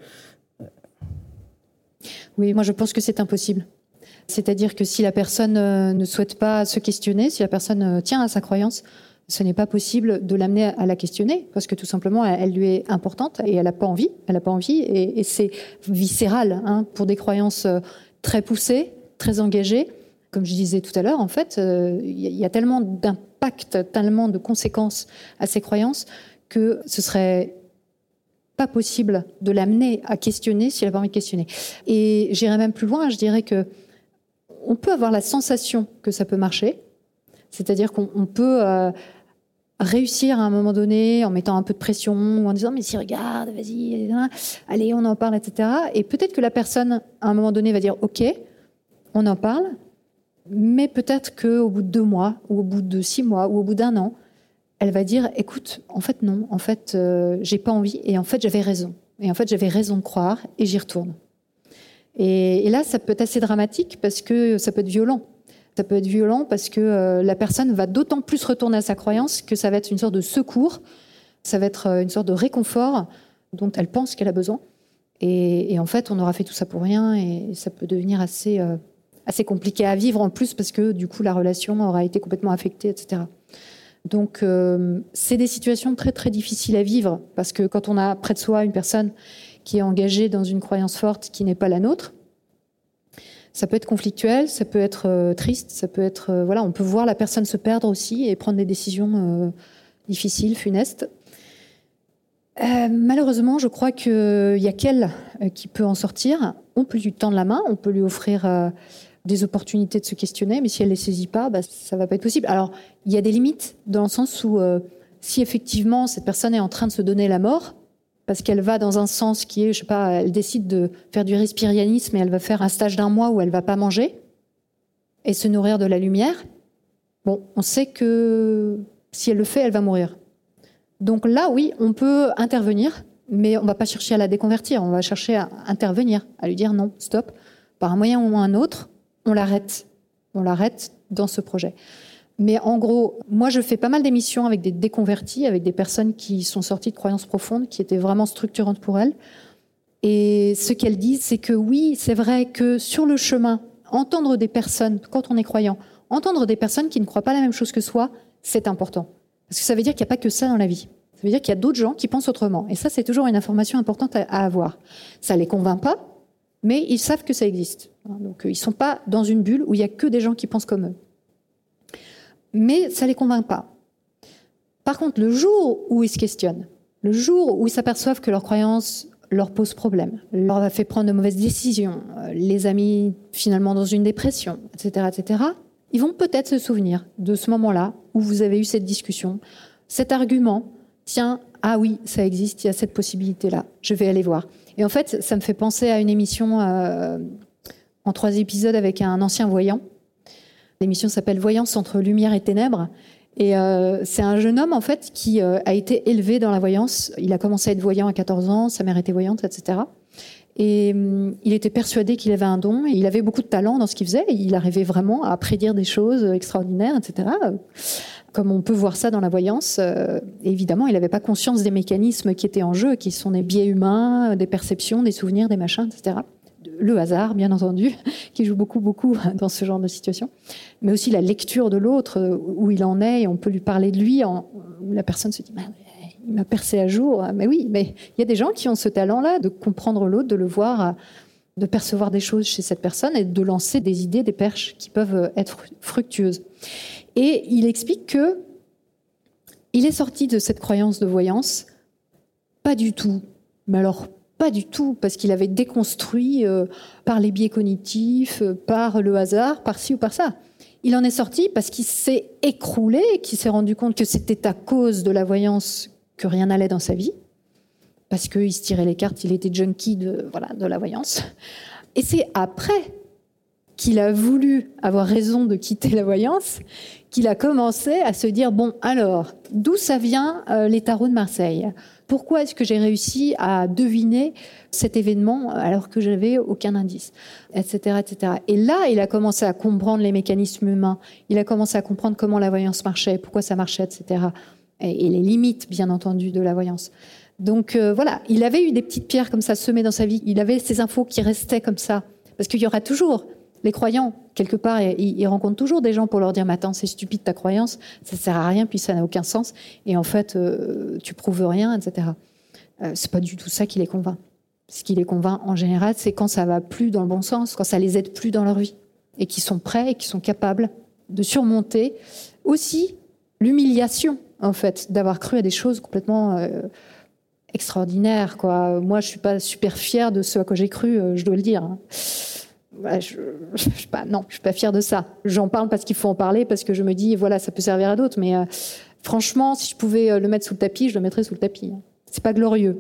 S5: Oui, moi je pense que c'est impossible. C'est-à-dire que si la personne ne souhaite pas se questionner, si la personne tient à sa croyance, ce n'est pas possible de l'amener à la questionner, parce que tout simplement, elle lui est importante et elle n'a pas envie. Elle n'a pas envie et, et c'est viscéral hein, pour des croyances très poussées, très engagées. Comme je disais tout à l'heure, en fait, il euh, y, y a tellement d'impact, tellement de conséquences à ces croyances que ce serait pas possible de l'amener à questionner si elle n'a pas envie de questionner. Et j'irais même plus loin, je dirais que on peut avoir la sensation que ça peut marcher, c'est-à-dire qu'on on peut euh, réussir à un moment donné en mettant un peu de pression ou en disant mais si regarde, vas-y, allez, on en parle, et cetera. Et peut-être que la personne à un moment donné va dire ok, on en parle, mais peut-être qu'au bout de deux mois ou au bout de six mois ou au bout d'un an, elle va dire écoute, en fait non, en fait euh, j'ai pas envie et en fait j'avais raison et en fait j'avais raison de croire et j'y retourne. Et, et là, ça peut être assez dramatique parce que ça peut être violent. Ça peut être violent parce que euh, la personne va d'autant plus retourner à sa croyance que ça va être une sorte de secours, ça va être une sorte de réconfort dont elle pense qu'elle a besoin. Et, et en fait, on aura fait tout ça pour rien et ça peut devenir assez, euh, assez compliqué à vivre en plus parce que du coup, la relation aura été complètement affectée, et cetera. Donc, euh, c'est des situations très, très difficiles à vivre parce que quand on a près de soi une personne qui est engagée dans une croyance forte qui n'est pas la nôtre, ça peut être conflictuel, ça peut être euh, triste, ça peut être euh, voilà, on peut voir la personne se perdre aussi et prendre des décisions euh, difficiles, funestes. Euh, malheureusement, je crois qu'il y a qu'elle euh, qui peut en sortir. On peut lui tendre la main, on peut lui offrir euh, des opportunités de se questionner, mais si elle les saisit pas, bah, ça va pas être possible. Alors, il y a des limites dans le sens où euh, si effectivement cette personne est en train de se donner la mort, parce qu'elle va dans un sens qui est, je sais pas, elle décide de faire du respirianisme et elle va faire un stage d'un mois où elle va pas manger et se nourrir de la lumière. Bon, on sait que si elle le fait, elle va mourir. Donc là, oui, on peut intervenir, mais on va pas chercher à la déconvertir, on va chercher à intervenir, à lui dire non, stop, par un moyen ou un autre, on l'arrête. On l'arrête dans ce projet. Mais en gros, moi, je fais pas mal d'émissions avec des déconvertis, avec des personnes qui sont sorties de croyances profondes, qui étaient vraiment structurantes pour elles. Et ce qu'elles disent, c'est que oui, c'est vrai que sur le chemin, entendre des personnes, quand on est croyant, entendre des personnes qui ne croient pas la même chose que soi, c'est important. Parce que ça veut dire qu'il n'y a pas que ça dans la vie. Ça veut dire qu'il y a d'autres gens qui pensent autrement. Et ça, c'est toujours une information importante à, à avoir. Ça les convainc pas, mais ils savent que ça existe. Donc, ils ne sont pas dans une bulle où il n'y a que des gens qui pensent comme eux. Mais ça ne les convainc pas. Par contre, le jour où ils se questionnent, le jour où ils s'aperçoivent que leur croyance leur pose problème, leur a fait prendre de mauvaises décisions, les a mis finalement dans une dépression, et cetera, et cetera, ils vont peut-être se souvenir de ce moment-là où vous avez eu cette discussion, cet argument, tiens, ah oui, ça existe, il y a cette possibilité-là, je vais aller voir. Et en fait, ça me fait penser à une émission euh, en trois épisodes avec un ancien voyant. L'émission s'appelle Voyance entre lumière et ténèbres. Et euh, c'est un jeune homme, en fait, qui euh, a été élevé dans la voyance. Il a commencé à être voyant à quatorze ans, sa mère était voyante, et cetera. Et euh, il était persuadé qu'il avait un don. Et il avait beaucoup de talent dans ce qu'il faisait. Et il arrivait vraiment à prédire des choses extraordinaires, et cetera. Comme on peut voir ça dans la voyance. Euh, évidemment, il n'avait pas conscience des mécanismes qui étaient en jeu, qui sont des biais humains, des perceptions, des souvenirs, des machins, et cetera. Le hasard, bien entendu, qui joue beaucoup, beaucoup dans ce genre de situation. Mais aussi la lecture de l'autre, où il en est, et on peut lui parler de lui, en, où la personne se dit bah, « il m'a percé à jour ». Mais oui, mais il y a des gens qui ont ce talent-là de comprendre l'autre, de le voir, de percevoir des choses chez cette personne et de lancer des idées, des perches qui peuvent être fructueuses. Et il explique que il est sorti de cette croyance de voyance, pas du tout, mais alors pas du tout, parce qu'il avait déconstruit euh, par les biais cognitifs, euh, par le hasard, par ci ou par ça. Il en est sorti parce qu'il s'est écroulé, qu'il s'est rendu compte que c'était à cause de la voyance que rien n'allait dans sa vie, parce qu'il se tirait les cartes, il était junkie de, voilà, de la voyance. Et c'est après qu'il a voulu avoir raison de quitter la voyance, qu'il a commencé à se dire, bon, alors, d'où ça vient euh, les tarots de Marseille ? Pourquoi est-ce que j'ai réussi à deviner cet événement alors que je n'avais aucun indice, et cetera, et cetera. Et là, il a commencé à comprendre les mécanismes humains, il a commencé à comprendre comment la voyance marchait, pourquoi ça marchait, et cetera. Et, et les limites, bien entendu, de la voyance. Donc euh, voilà, il avait eu des petites pierres comme ça semées dans sa vie, il avait ces infos qui restaient comme ça, parce qu'il y aura toujours... Les croyants, quelque part, ils rencontrent toujours des gens pour leur dire « Mais attends, c'est stupide ta croyance, ça ne sert à rien, puis ça n'a aucun sens, et en fait, euh, tu prouves rien, et cetera » euh, C'est pas du tout ça qui les convainc. Ce qui les convainc, en général, c'est quand ça va plus dans le bon sens, quand ça les aide plus dans leur vie, et qu'ils sont prêts et qu'ils sont capables de surmonter aussi l'humiliation, en fait, d'avoir cru à des choses complètement euh, extraordinaires, quoi. Moi, je suis pas super fière de ce à quoi j'ai cru, euh, je dois le dire, hein. Ouais, je, je, je suis pas, non, je suis pas fière de ça. J'en parle parce qu'il faut en parler, parce que je me dis, voilà, ça peut servir à d'autres. Mais euh, franchement, si je pouvais le mettre sous le tapis, je le mettrais sous le tapis. C'est pas glorieux.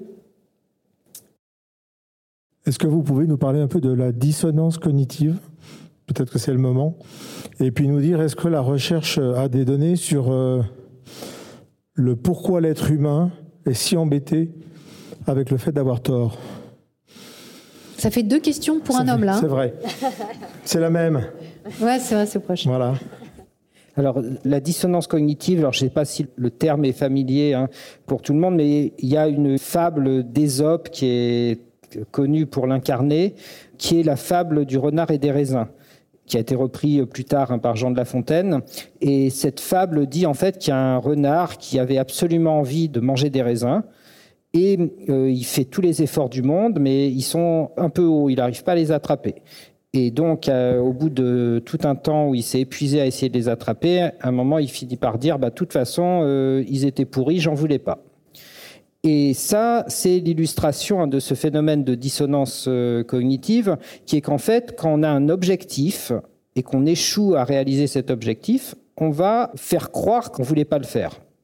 S9: Est-ce que vous pouvez nous parler un peu de la dissonance cognitive ? Peut-être que c'est le moment. Et puis nous dire, est-ce que la recherche a des données sur euh, le pourquoi l'être humain est si embêté avec le fait d'avoir tort ?
S5: Ça fait deux questions pour
S9: ça
S5: un
S9: fait,
S5: homme, là.
S9: C'est vrai. C'est la même.
S5: Ouais, c'est vrai, c'est proche.
S9: Voilà.
S4: Alors, la dissonance cognitive, alors je ne sais pas si le terme est familier hein, pour tout le monde, mais il y a une fable d'Ésope qui est connue pour l'incarner, qui est la fable du renard et des raisins, qui a été repris plus tard hein, par Jean de La Fontaine. Et cette fable dit en fait qu'il y a un renard qui avait absolument envie de manger des raisins, et euh, il fait tous les efforts du monde, mais ils sont un peu hauts, il n'arrive pas à les attraper. Et donc, euh, au bout de tout un temps où il s'est épuisé à essayer de les attraper, à un moment, il finit par dire, bah, de toute façon, euh, ils étaient pourris, j'en voulais pas. Et ça, c'est l'illustration hein, de ce phénomène de dissonance euh, cognitive, qui est qu'en fait, quand on a un objectif et qu'on échoue à réaliser cet objectif, on va faire croire qu'on voulait pas le faire.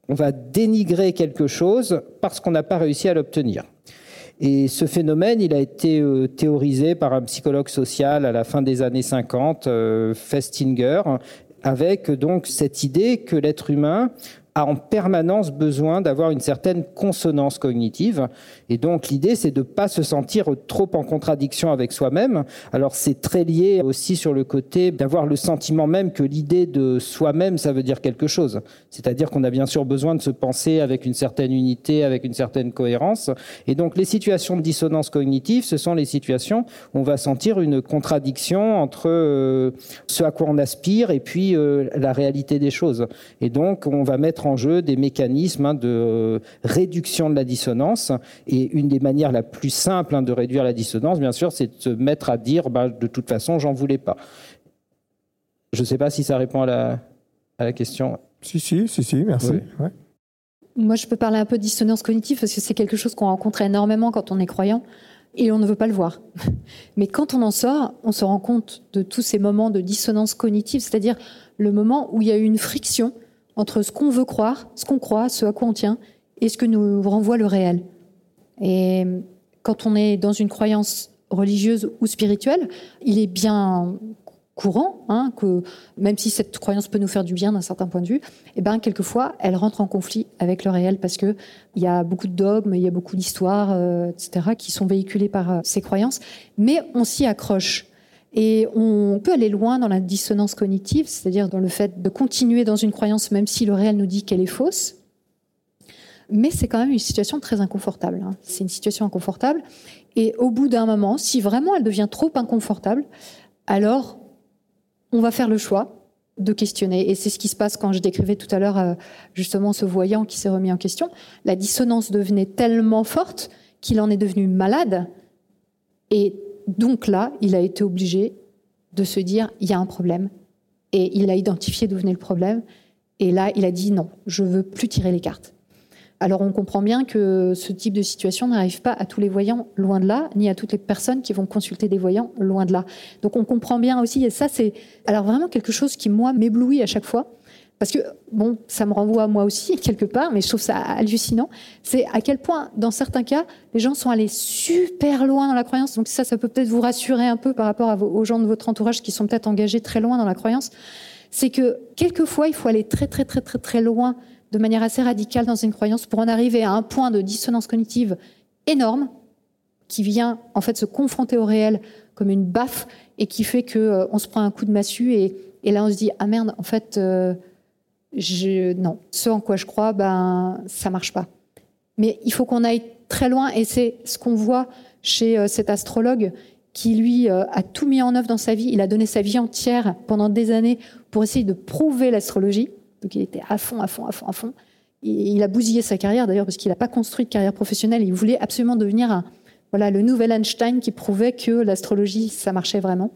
S4: on va dénigrer quelque chose parce qu'on n'a pas réussi à l'obtenir. Et ce phénomène, il a été euh, théorisé par un psychologue social à la fin des années cinquante, euh, Festinger, avec donc cette idée que l'être humain a en permanence besoin d'avoir une certaine consonance cognitive. Et donc, l'idée, c'est de ne pas se sentir trop en contradiction avec soi-même. Alors, c'est très lié aussi sur le côté d'avoir le sentiment même que l'idée de soi-même, ça veut dire quelque chose. C'est-à-dire qu'on a bien sûr besoin de se penser avec une certaine unité, avec une certaine cohérence. Et donc, les situations de dissonance cognitive, ce sont les situations où on va sentir une contradiction entre euh, ce à quoi on aspire et puis euh, la réalité des choses. Et donc, on va mettre en jeu des mécanismes hein, de euh, réduction de la dissonance. Et une des manières la plus simples hein, de réduire la dissonance, bien sûr, c'est de se mettre à dire bah, de toute façon, j'en voulais pas. Je ne sais pas si ça répond à la, à la question.
S9: Si, si, si, si, merci. Oui. Ouais.
S5: Moi, je peux parler un peu de dissonance cognitive parce que c'est quelque chose qu'on rencontre énormément quand on est croyant et on ne veut pas le voir. Mais quand on en sort, on se rend compte de tous ces moments de dissonance cognitive, c'est-à-dire le moment où il y a eu une friction entre ce qu'on veut croire, ce qu'on croit, ce à quoi on tient, et ce que nous renvoie le réel. Et quand on est dans une croyance religieuse ou spirituelle, il est bien courant hein, que, même si cette croyance peut nous faire du bien d'un certain point de vue, eh ben, quelquefois, elle rentre en conflit avec le réel parce qu'il y a beaucoup de dogmes, il y a beaucoup d'histoires, euh, et cetera, qui sont véhiculées par euh, ces croyances, mais on s'y accroche. Et on peut aller loin dans la dissonance cognitive, c'est-à-dire dans le fait de continuer dans une croyance même si le réel nous dit qu'elle est fausse. Mais c'est quand même une situation très inconfortable. Hein. C'est une situation inconfortable. Et au bout d'un moment, si vraiment elle devient trop inconfortable, alors on va faire le choix de questionner. Et c'est ce qui se passe quand je décrivais tout à l'heure euh, justement ce voyant qui s'est remis en question. La dissonance devenait tellement forte qu'il en est devenu malade. Et donc là, il a été obligé de se dire il y a un problème. Et il a identifié d'où venait le problème. Et là, il a dit non, je ne veux plus tirer les cartes. Alors on comprend bien que ce type de situation n'arrive pas à tous les voyants, loin de là, ni à toutes les personnes qui vont consulter des voyants, loin de là. Donc on comprend bien aussi, et ça c'est alors vraiment quelque chose qui, moi, m'éblouit à chaque fois, parce que, bon, ça me renvoie à moi aussi, quelque part, mais je trouve ça hallucinant, c'est à quel point, dans certains cas, les gens sont allés super loin dans la croyance. Donc ça, ça peut peut-être vous rassurer un peu par rapport à vos, aux gens de votre entourage qui sont peut-être engagés très loin dans la croyance. C'est que, quelquefois, il faut aller très, très, très, très, très loin de manière assez radicale dans une croyance pour en arriver à un point de dissonance cognitive énorme qui vient en fait se confronter au réel comme une baffe et qui fait qu'on euh, se prend un coup de massue et, et là on se dit « Ah merde, en fait, euh, je, non, ce en quoi je crois, ben, ça marche pas. » Mais il faut qu'on aille très loin et c'est ce qu'on voit chez euh, cet astrologue qui, lui, euh, a tout mis en œuvre dans sa vie. Il a donné sa vie entière pendant des années pour essayer de prouver l'astrologie. Donc il était à fond, à fond, à fond, à fond. Et il a bousillé sa carrière d'ailleurs parce qu'il n'a pas construit de carrière professionnelle. Il voulait absolument devenir un, voilà, le nouvel Einstein qui prouvait que l'astrologie, ça marchait vraiment.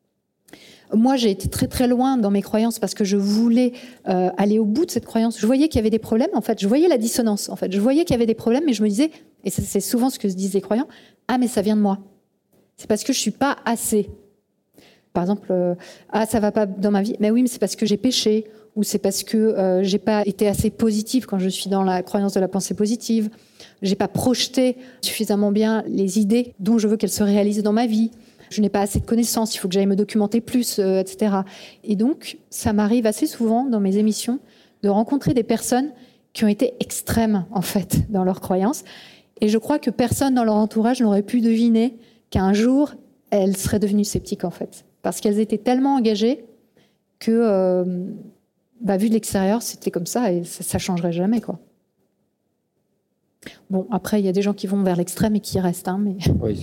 S5: Moi, j'ai été très très loin dans mes croyances parce que je voulais euh, aller au bout de cette croyance. Je voyais qu'il y avait des problèmes, en fait. Je voyais la dissonance, en fait. Je voyais qu'il y avait des problèmes, mais je me disais, et c'est souvent ce que se disent les croyants, ah mais ça vient de moi. C'est parce que je suis pas assez. Par exemple, euh, ah ça va pas dans ma vie, mais oui, mais c'est parce que j'ai péché. Ou c'est parce que euh, j'ai pas été assez positive quand je suis dans la croyance de la pensée positive. J'ai pas projeté suffisamment bien les idées dont je veux qu'elles se réalisent dans ma vie. Je n'ai pas assez de connaissances, il faut que j'aille me documenter plus, euh, et cetera. Et donc, ça m'arrive assez souvent dans mes émissions de rencontrer des personnes qui ont été extrêmes, en fait, dans leurs croyances. Et je crois que personne dans leur entourage n'aurait pu deviner qu'un jour, elles seraient devenues sceptiques, en fait. Parce qu'elles étaient tellement engagées que... Euh, Bah, vu de l'extérieur, c'était comme ça et ça, ça changerait jamais, quoi. Bon, après, il y a des gens qui vont vers l'extrême et qui y restent, hein, mais...
S4: Oui.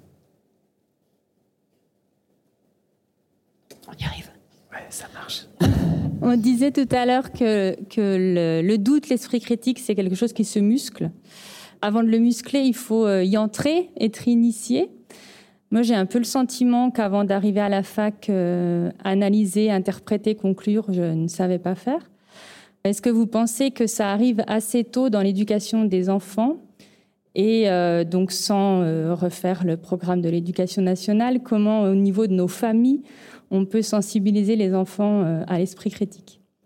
S5: On y arrive.
S4: Ouais, ça marche.
S10: On disait tout à l'heure que, que le, le doute, l'esprit critique, c'est quelque chose qui se muscle. Avant de le muscler, il faut y entrer, être initié. Moi, j'ai un peu le sentiment qu'avant d'arriver à la fac, euh, analyser, interpréter, conclure, je ne savais pas faire. Est-ce que vous pensez que ça arrive assez tôt dans l'éducation des enfants et euh, donc sans euh, refaire le programme de l'éducation nationale, comment au niveau de nos familles, on peut sensibiliser les enfants euh, à l'esprit critique ?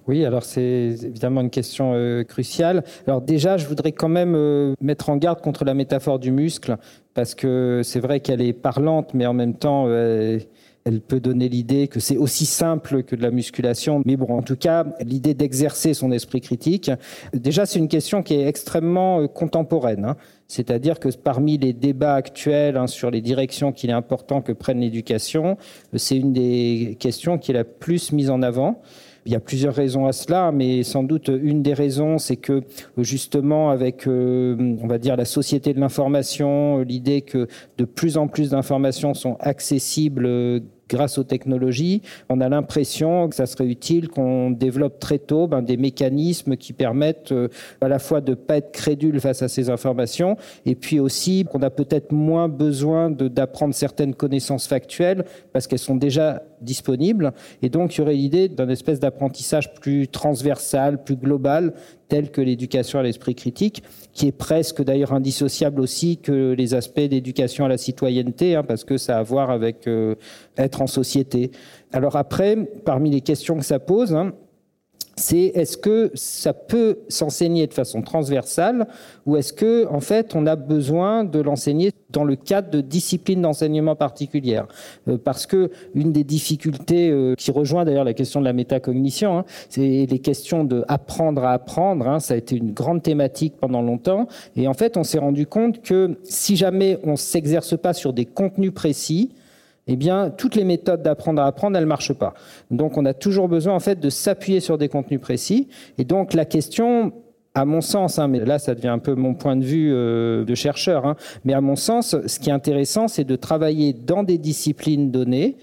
S4: Oui, alors c'est évidemment une question euh, cruciale. Alors déjà, je voudrais quand même euh, mettre en garde contre la métaphore du muscle, parce que c'est vrai qu'elle est parlante, mais en même temps, euh, elle peut donner l'idée que c'est aussi simple que de la musculation. Mais bon, en tout cas, l'idée d'exercer son esprit critique, déjà, c'est une question qui est extrêmement euh, contemporaine, hein. C'est-à-dire que parmi les débats actuels hein, sur les directions qu'il est important que prenne l'éducation, c'est une des questions qui est la plus mise en avant. Il y a plusieurs raisons à cela, mais sans doute une des raisons, c'est que justement avec, euh, on va dire, la société de l'information, l'idée que de plus en plus d'informations sont accessibles euh, grâce aux technologies, on a l'impression que ça serait utile qu'on développe très tôt ben, des mécanismes qui permettent euh, à la fois de ne pas être crédule face à ces informations, et puis aussi qu'on a peut-être moins besoin de, d'apprendre certaines connaissances factuelles parce qu'elles sont déjà disponibles. Et donc, il y aurait l'idée d'un espèce d'apprentissage plus transversal, plus global, tel que l'éducation à l'esprit critique, qui est presque d'ailleurs indissociable aussi que les aspects d'éducation à la citoyenneté, hein, parce que ça a à voir avec euh, être en société. Alors après, parmi les questions que ça pose, hein, c'est est-ce que ça peut s'enseigner de façon transversale ou est-ce que en fait on a besoin de l'enseigner dans le cadre de disciplines d'enseignement particulières, euh, parce que une des difficultés euh, qui rejoint d'ailleurs la question de la métacognition, hein, c'est les questions de apprendre à apprendre, hein, ça a été une grande thématique pendant longtemps, et en fait on s'est rendu compte que si jamais on s'exerce pas sur des contenus précis, eh bien, toutes les méthodes d'apprendre à apprendre, elles ne marchent pas. Donc, on a toujours besoin, en fait, de s'appuyer sur des contenus précis. Et donc, la question, à mon sens, hein, mais là, ça devient un peu mon point de vue euh, de chercheur, hein, mais à mon sens, ce qui est intéressant, c'est de travailler dans des disciplines données,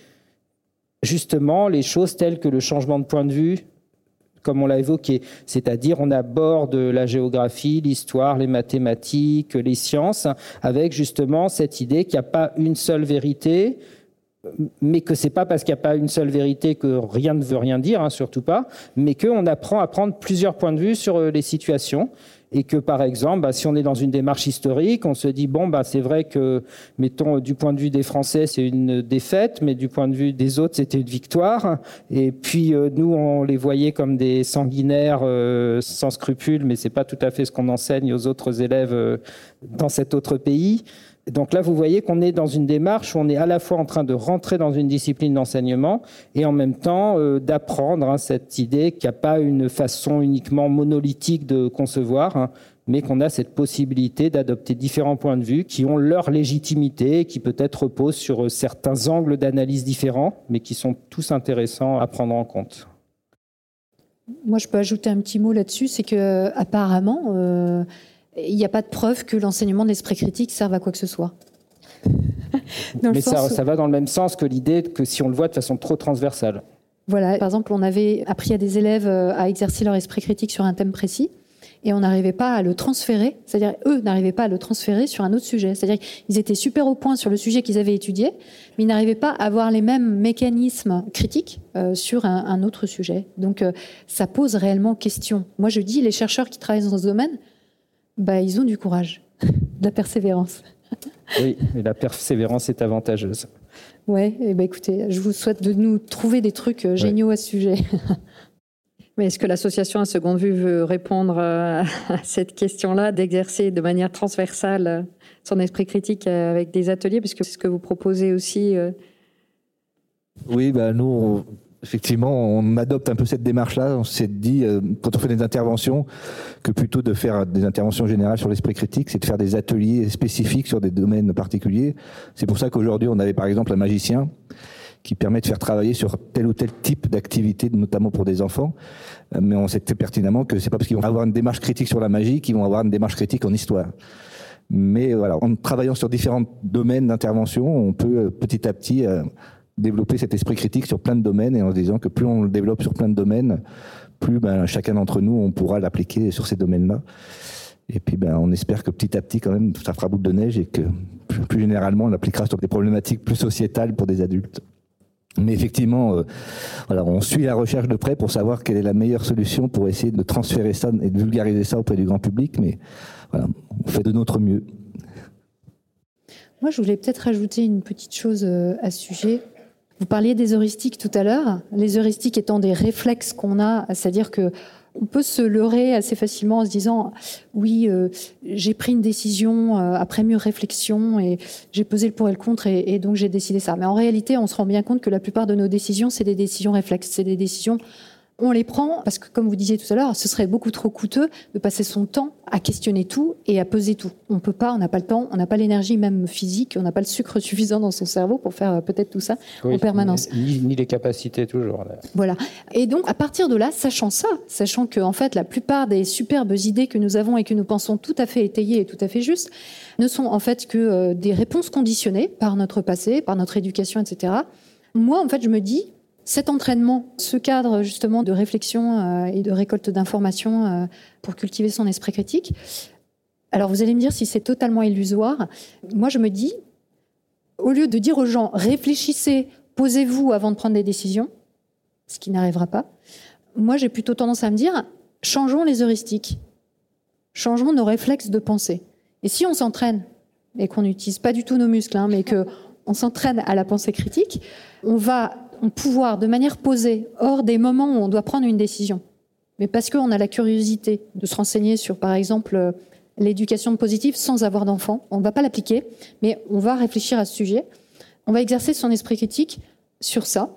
S4: justement, les choses telles que le changement de point de vue, comme on l'a évoqué, c'est-à-dire on aborde la géographie, l'histoire, les mathématiques, les sciences, avec justement cette idée qu'il n'y a pas une seule vérité, mais que c'est pas parce qu'il n'y a pas une seule vérité que rien ne veut rien dire, hein, surtout pas, mais qu'on apprend à prendre plusieurs points de vue sur les situations. Et que, par exemple, bah, si on est dans une démarche historique, on se dit, bon, bah, c'est vrai que, mettons, du point de vue des Français, c'est une défaite, mais du point de vue des autres, c'était une victoire. Et puis, euh, nous, on les voyait comme des sanguinaires euh, sans scrupules, mais c'est pas tout à fait ce qu'on enseigne aux autres élèves euh, dans cet autre pays. Donc là, vous voyez qu'on est dans une démarche où on est à la fois en train de rentrer dans une discipline d'enseignement et en même temps euh, d'apprendre hein, cette idée qu'il n'y a pas une façon uniquement monolithique de concevoir, hein, mais qu'on a cette possibilité d'adopter différents points de vue qui ont leur légitimité, qui peut-être reposent sur certains angles d'analyse différents, mais qui sont tous intéressants à prendre en compte.
S5: Moi, je peux ajouter un petit mot là-dessus, c'est que apparemment, euh, il n'y a pas de preuve que l'enseignement de l'esprit critique serve à quoi que ce soit.
S4: Mais ça, où... ça va dans le même sens que l'idée que si on le voit de façon trop transversale.
S5: Voilà, par exemple, on avait appris à des élèves à exercer leur esprit critique sur un thème précis et on n'arrivait pas à le transférer, c'est-à-dire eux n'arrivaient pas à le transférer sur un autre sujet. C'est-à-dire qu'ils étaient super au point sur le sujet qu'ils avaient étudié, mais ils n'arrivaient pas à avoir les mêmes mécanismes critiques euh, sur un, un autre sujet. Donc euh, ça pose réellement question. Moi je dis, les chercheurs qui travaillent dans ce domaine, bah, ils ont du courage, de la persévérance.
S4: Oui, et la persévérance est avantageuse.
S5: Ouais, et bah, écoutez, je vous souhaite de nous trouver des trucs géniaux ouais. à ce sujet.
S3: Mais est-ce que l'association à Seconde Vue veut répondre à cette question-là, d'exercer de manière transversale son esprit critique avec des ateliers, puisque c'est ce que vous proposez aussi?
S11: Oui, bah, nous, on... effectivement, on adopte un peu cette démarche-là. On s'est dit, euh, quand on fait des interventions, que plutôt de faire des interventions générales sur l'esprit critique, c'est de faire des ateliers spécifiques sur des domaines particuliers. C'est pour ça qu'aujourd'hui, on avait par exemple un magicien qui permet de faire travailler sur tel ou tel type d'activité, notamment pour des enfants. Mais on sait pertinemment que c'est pas parce qu'ils vont avoir une démarche critique sur la magie qu'ils vont avoir une démarche critique en histoire. Mais voilà, en travaillant sur différents domaines d'intervention, on peut petit à petit euh, développer cet esprit critique sur plein de domaines, et en se disant que plus on le développe sur plein de domaines, plus ben, chacun d'entre nous, on pourra l'appliquer sur ces domaines-là. Et puis ben, on espère que petit à petit, quand même, ça fera boule de neige et que plus, plus généralement, on l'appliquera sur des problématiques plus sociétales pour des adultes. Mais effectivement, euh, voilà, on suit la recherche de près pour savoir quelle est la meilleure solution pour essayer de transférer ça et de vulgariser ça auprès du grand public. Mais voilà, on fait de notre mieux.
S5: Moi, je voulais peut-être ajouter une petite chose à ce sujet. Vous parliez des heuristiques tout à l'heure. Les heuristiques étant des réflexes qu'on a, c'est-à-dire que on peut se leurrer assez facilement en se disant « oui, euh, j'ai pris une décision euh, après mûre réflexion et j'ai pesé le pour et le contre et, et donc j'ai décidé ça ». Mais en réalité, on se rend bien compte que la plupart de nos décisions, c'est des décisions réflexes, c'est des décisions... On les prend parce que, comme vous disiez tout à l'heure, ce serait beaucoup trop coûteux de passer son temps à questionner tout et à peser tout. On ne peut pas, on n'a pas le temps, on n'a pas l'énergie même physique, on n'a pas le sucre suffisant dans son cerveau pour faire peut-être tout ça oui, en permanence.
S4: Ni, ni les capacités toujours. Là.
S5: Voilà. Et donc, à partir de là, sachant ça, sachant que en fait, la plupart des superbes idées que nous avons et que nous pensons tout à fait étayées et tout à fait justes ne sont en fait que euh, des réponses conditionnées par notre passé, par notre éducation, et cetera. Moi, en fait, je me dis... Cet entraînement, ce cadre justement de réflexion euh, et de récolte d'informations euh, pour cultiver son esprit critique, alors vous allez me dire si c'est totalement illusoire. Moi, je me dis, au lieu de dire aux gens « réfléchissez, posez-vous avant de prendre des décisions », ce qui n'arrivera pas, moi, j'ai plutôt tendance à me dire « changeons les heuristiques, changeons nos réflexes de pensée ». Et si on s'entraîne, et qu'on n'utilise pas du tout nos muscles, hein, mais qu'on s'entraîne à la pensée critique, on va... pouvoir, de manière posée, hors des moments où on doit prendre une décision, mais parce qu'on a la curiosité de se renseigner sur, par exemple, l'éducation positive sans avoir d'enfant, on ne va pas l'appliquer, mais on va réfléchir à ce sujet, on va exercer son esprit critique sur ça,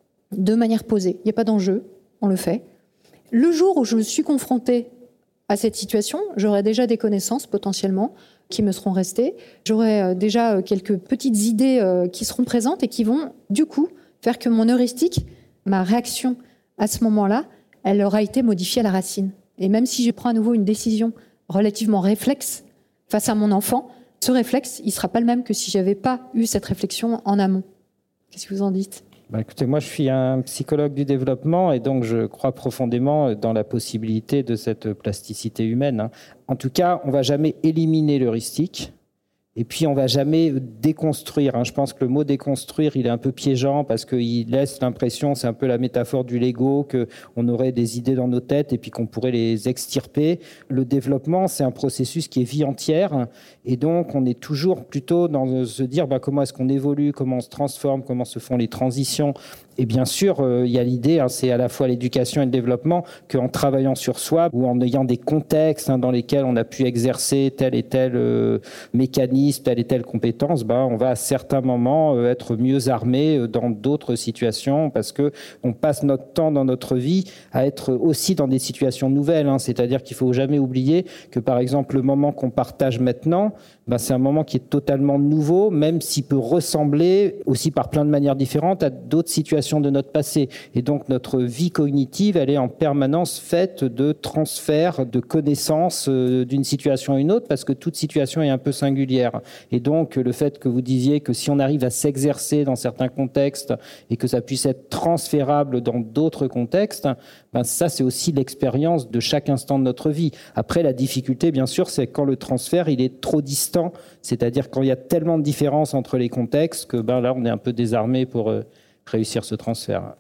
S5: de manière posée. Il n'y a pas d'enjeu, on le fait. Le jour où je me suis confrontée à cette situation, j'aurai déjà des connaissances potentiellement qui me seront restées, j'aurai déjà quelques petites idées qui seront présentes et qui vont, du coup, faire que mon heuristique, ma réaction à ce moment-là, elle aura été modifiée à la racine. Et même si je prends à nouveau une décision relativement réflexe face à mon enfant, ce réflexe, il ne sera pas le même que si je n'avais pas eu cette réflexion en amont. Qu'est-ce que vous en dites ?
S4: Bah écoutez, moi je suis un psychologue du développement et donc je crois profondément dans la possibilité de cette plasticité humaine. En tout cas, on ne va jamais éliminer l'heuristique. Et puis, on ne va jamais déconstruire. Je pense que le mot déconstruire, il est un peu piégeant parce qu'il laisse l'impression, c'est un peu la métaphore du Lego, qu'on aurait des idées dans nos têtes et puis qu'on pourrait les extirper. Le développement, c'est un processus qui est vie entière. Et donc, on est toujours plutôt dans se dire bah, comment est-ce qu'on évolue, comment on se transforme, comment se font les transitions. Et bien sûr, euh, il y a l'idée, hein, c'est à la fois l'éducation et le développement, qu'en travaillant sur soi ou en ayant des contextes hein, dans lesquels on a pu exercer tel et tel euh, mécanisme, telle et telle compétence, bah, on va à certains moments euh, être mieux armé euh, dans d'autres situations parce que on passe notre temps dans notre vie à être aussi dans des situations nouvelles. Hein, c'est-à-dire qu'il faut jamais oublier que, par exemple, le moment qu'on partage maintenant, bah, c'est un moment qui est totalement nouveau, même s'il peut ressembler aussi par plein de manières différentes à d'autres situations de notre passé. Et donc, notre vie cognitive, elle est en permanence faite de transferts de connaissances d'une situation à une autre, parce que toute situation est un peu singulière. Et donc, le fait que vous disiez que si on arrive à s'exercer dans certains contextes et que ça puisse être transférable dans d'autres contextes, ben ça, c'est aussi l'expérience de chaque instant de notre vie. Après, la difficulté, bien sûr, c'est quand le transfert, il est trop distant, c'est-à-dire quand il y a tellement de différences entre les contextes que ben là, on est un peu désarmé pour euh, réussir ce transfert.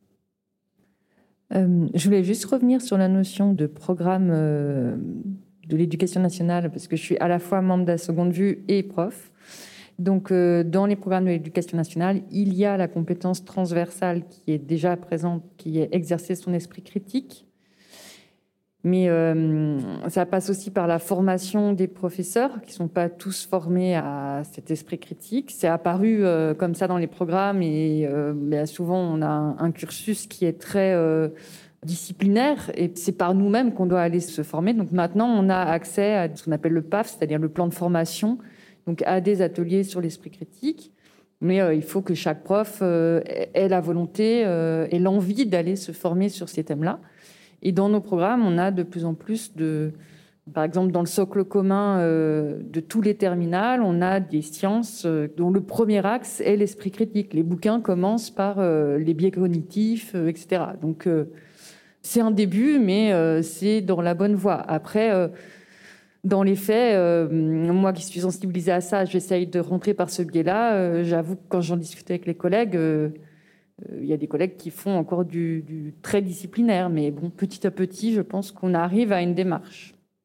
S12: Euh, je voulais juste revenir sur la notion de programme euh, de l'éducation nationale, parce que je suis à la fois membre de la seconde vue et prof. Donc, euh, dans les programmes de l'éducation nationale, il y a la compétence transversale qui est déjà présente, qui est exercer son esprit critique. Mais euh, ça passe aussi par la formation des professeurs, qui ne sont pas tous formés à cet esprit critique. C'est apparu euh, comme ça dans les programmes, et euh, bien souvent, on a un, un cursus qui est très euh, disciplinaire, et c'est par nous-mêmes qu'on doit aller se former. Donc maintenant, on a accès à ce qu'on appelle le P A F, c'est-à-dire le plan de formation, donc à des ateliers sur l'esprit critique. Mais euh, il faut que chaque prof euh, ait la volonté euh, et l'envie d'aller se former sur ces thèmes-là. Et dans nos programmes, on a de plus en plus de... Par exemple, dans le socle commun euh, de tous les terminales, on a des sciences euh, dont le premier axe est l'esprit critique. Les bouquins commencent par euh, les biais cognitifs, euh, et cetera. Donc, euh, c'est un début, mais euh, c'est dans la bonne voie. Après, euh, dans les faits, euh, moi qui suis sensibilisée à ça, j'essaye de rentrer par ce biais-là. Euh, j'avoue que quand j'en discute avec les collègues... Euh, Il y a des collègues qui font encore du, du très disciplinaire, mais bon, petit à petit, je pense qu'on arrive à une démarche.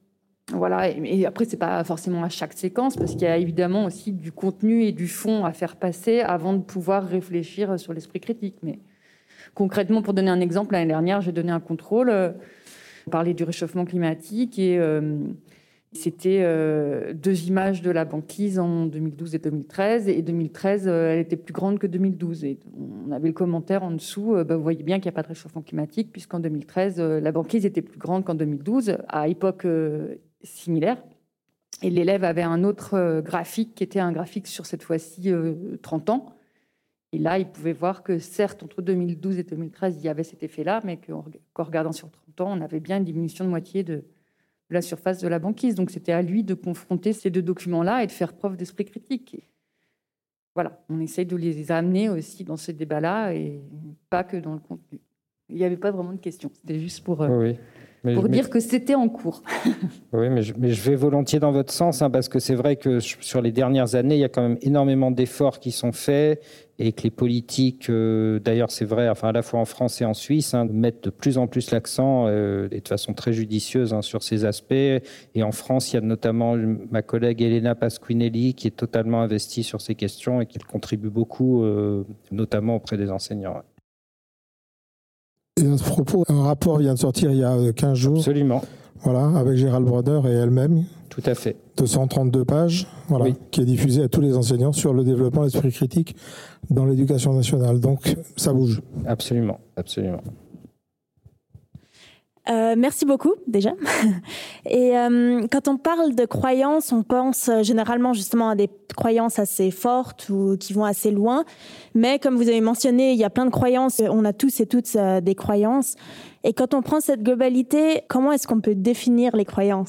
S12: Voilà, et, et après, c'est pas forcément à chaque séquence, parce qu'il y a évidemment aussi du contenu et du fond à faire passer avant de pouvoir réfléchir sur l'esprit critique. Mais concrètement, pour donner un exemple, l'année dernière, j'ai donné un contrôle, euh, on parlait du réchauffement climatique, et euh, c'était euh, deux images de la banquise en deux mille douze et deux mille treize, et deux mille treize, euh, elle était plus grande que deux mille douze. Et on avait le commentaire en dessous, euh, bah, vous voyez bien qu'il n'y a pas de réchauffement climatique, puisqu'en deux mille treize, euh, la banquise était plus grande qu'en deux mille douze, à époque euh, similaire. Et l'élève avait un autre euh, graphique, qui était un graphique sur cette fois-ci euh, trente ans. Et là, il pouvait voir que certes, entre deux mille douze et deux mille treize, il y avait cet effet-là, mais qu'en regardant sur trente ans, on avait bien une diminution de moitié de la surface de la banquise. Donc, c'était à lui de confronter ces deux documents-là et de faire preuve d'esprit critique. Et voilà, on essaye de les amener aussi dans ces débats-là et pas que dans le contenu. Il n'y avait pas vraiment de questions. C'était juste pour, euh,
S4: oui, mais,
S12: pour
S4: mais,
S12: dire que c'était en cours.
S4: Oui, mais je, mais je vais volontiers dans votre sens, hein, parce que c'est vrai que sur les dernières années, il y a quand même énormément d'efforts qui sont faits et que les politiques, euh, d'ailleurs c'est vrai, enfin à la fois en France et en Suisse, hein, mettent de plus en plus l'accent, euh, et de façon très judicieuse, hein, sur ces aspects. Et en France, il y a notamment ma collègue Elena Pasquinelli qui est totalement investie sur ces questions et qui contribue beaucoup, euh, notamment auprès des enseignants.
S9: Et à ce propos, un rapport vient de sortir il y a quinze jours.
S4: Absolument.
S9: Voilà, avec Gérald Bronner et elle-même.
S4: Tout à fait.
S9: De cent trente-deux pages, voilà, oui. Qui est diffusé à tous les enseignants sur le développement de l'esprit critique dans l'éducation nationale. Donc, ça bouge.
S4: Absolument, absolument.
S13: Euh, merci beaucoup, déjà. Et euh, quand on parle de croyances, on pense généralement justement à des croyances assez fortes ou qui vont assez loin. Mais comme vous avez mentionné, il y a plein de croyances. On a tous et toutes euh, des croyances. Et quand on prend cette globalité, comment est-ce qu'on peut définir les croyances ?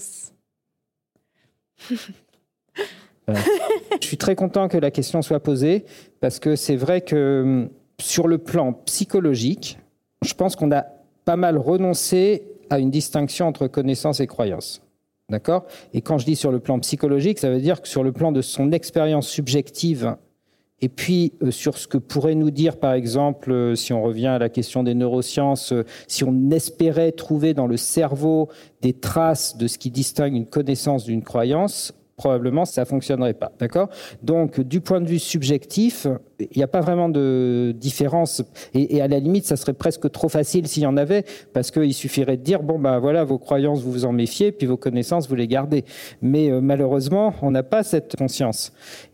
S4: euh, Je suis très content que la question soit posée, parce que c'est vrai que sur le plan psychologique, je pense qu'on a pas mal renoncé à une distinction entre connaissance et croyance. D'accord ? Et quand je dis sur le plan psychologique, ça veut dire que sur le plan de son expérience subjective, et puis euh, sur ce que pourrait nous dire, par exemple, euh, si on revient à la question des neurosciences, euh, si on espérait trouver dans le cerveau des traces de ce qui distingue une connaissance d'une croyance, probablement ça ne fonctionnerait pas. D'accord ? Donc, du point de vue subjectif, il n'y a pas vraiment de différence. Et, et à la limite, ça serait presque trop facile s'il y en avait, parce qu'il suffirait de dire, bon, ben voilà, vos croyances, vous vous en méfiez, puis vos connaissances, vous les gardez. Mais euh, malheureusement, on n'a pas cette conscience.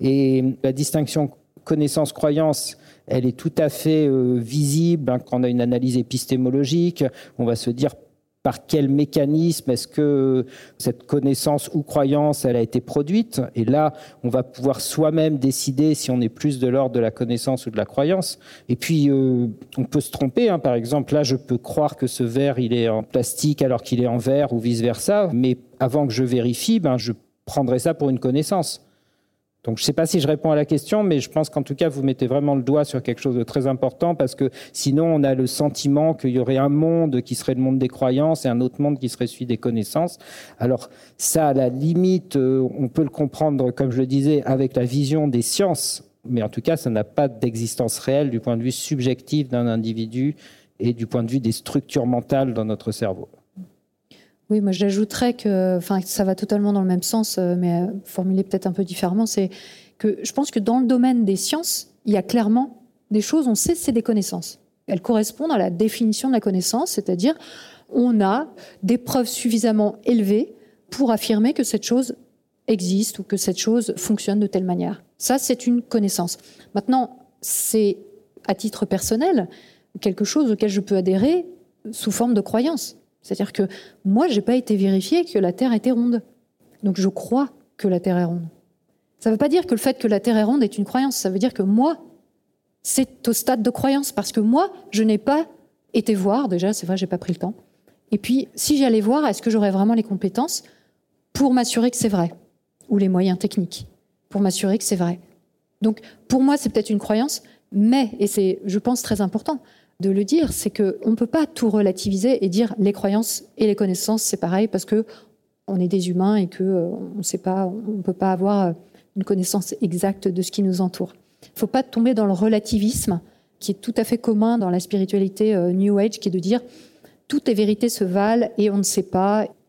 S4: Et la distinction connaissance-croyance, elle est tout à fait euh, visible, hein, quand on a une analyse épistémologique. On va se dire par quel mécanisme est-ce que cette connaissance ou croyance elle a été produite. Et là, on va pouvoir soi-même décider si on est plus de l'ordre de la connaissance ou de la croyance. Et puis, euh, on peut se tromper. Hein. Par exemple, là, je peux croire que ce verre, il est en plastique alors qu'il est en verre ou vice-versa. Mais avant que je vérifie, ben, je prendrai ça pour une connaissance. Donc, je ne sais pas si je réponds à la question, mais je pense qu'en tout cas, vous mettez vraiment le doigt sur quelque chose de très important, parce que sinon, on a le sentiment qu'il y aurait un monde qui serait le monde des croyances et un autre monde qui serait celui des connaissances. Alors, ça, à la limite, on peut le comprendre, comme je le disais, avec la vision des sciences, mais en tout cas, ça n'a pas d'existence réelle du point de vue subjectif d'un individu et du point de vue des structures mentales dans notre cerveau.
S5: Oui, moi j'ajouterais que, enfin, ça va totalement dans le même sens, mais formulé peut-être un peu différemment, c'est que je pense que dans le domaine des sciences, il y a clairement des choses, on sait, c'est des connaissances. Elles correspondent à la définition de la connaissance, c'est-à-dire on a des preuves suffisamment élevées pour affirmer que cette chose existe ou que cette chose fonctionne de telle manière. Ça, c'est une connaissance. Maintenant, c'est à titre personnel quelque chose auquel je peux adhérer sous forme de croyance. C'est-à-dire que moi, je n'ai pas été vérifié que la Terre était ronde. Donc je crois que la Terre est ronde. Ça ne veut pas dire que le fait que la Terre est ronde est une croyance. Ça veut dire que moi, c'est au stade de croyance. Parce que moi, je n'ai pas été voir. Déjà, c'est vrai, je n'ai pas pris le temps. Et puis, si j'allais voir, est-ce que j'aurais vraiment les compétences pour m'assurer que c'est vrai ? Ou les moyens techniques pour m'assurer que c'est vrai. Donc, pour moi, c'est peut-être une croyance, mais, et c'est, je pense, très important de le dire, c'est qu'on ne peut pas tout relativiser et dire les croyances et les connaissances, c'est pareil, parce qu'on est des humains et qu'on euh, ne sait pas, on ne peut pas avoir une connaissance exacte de ce qui nous entoure. Il ne faut pas tomber dans le relativisme qui est tout à fait commun dans la spiritualité euh, New Age, qui est de dire toutes les vérités se valent et on ne sait pas.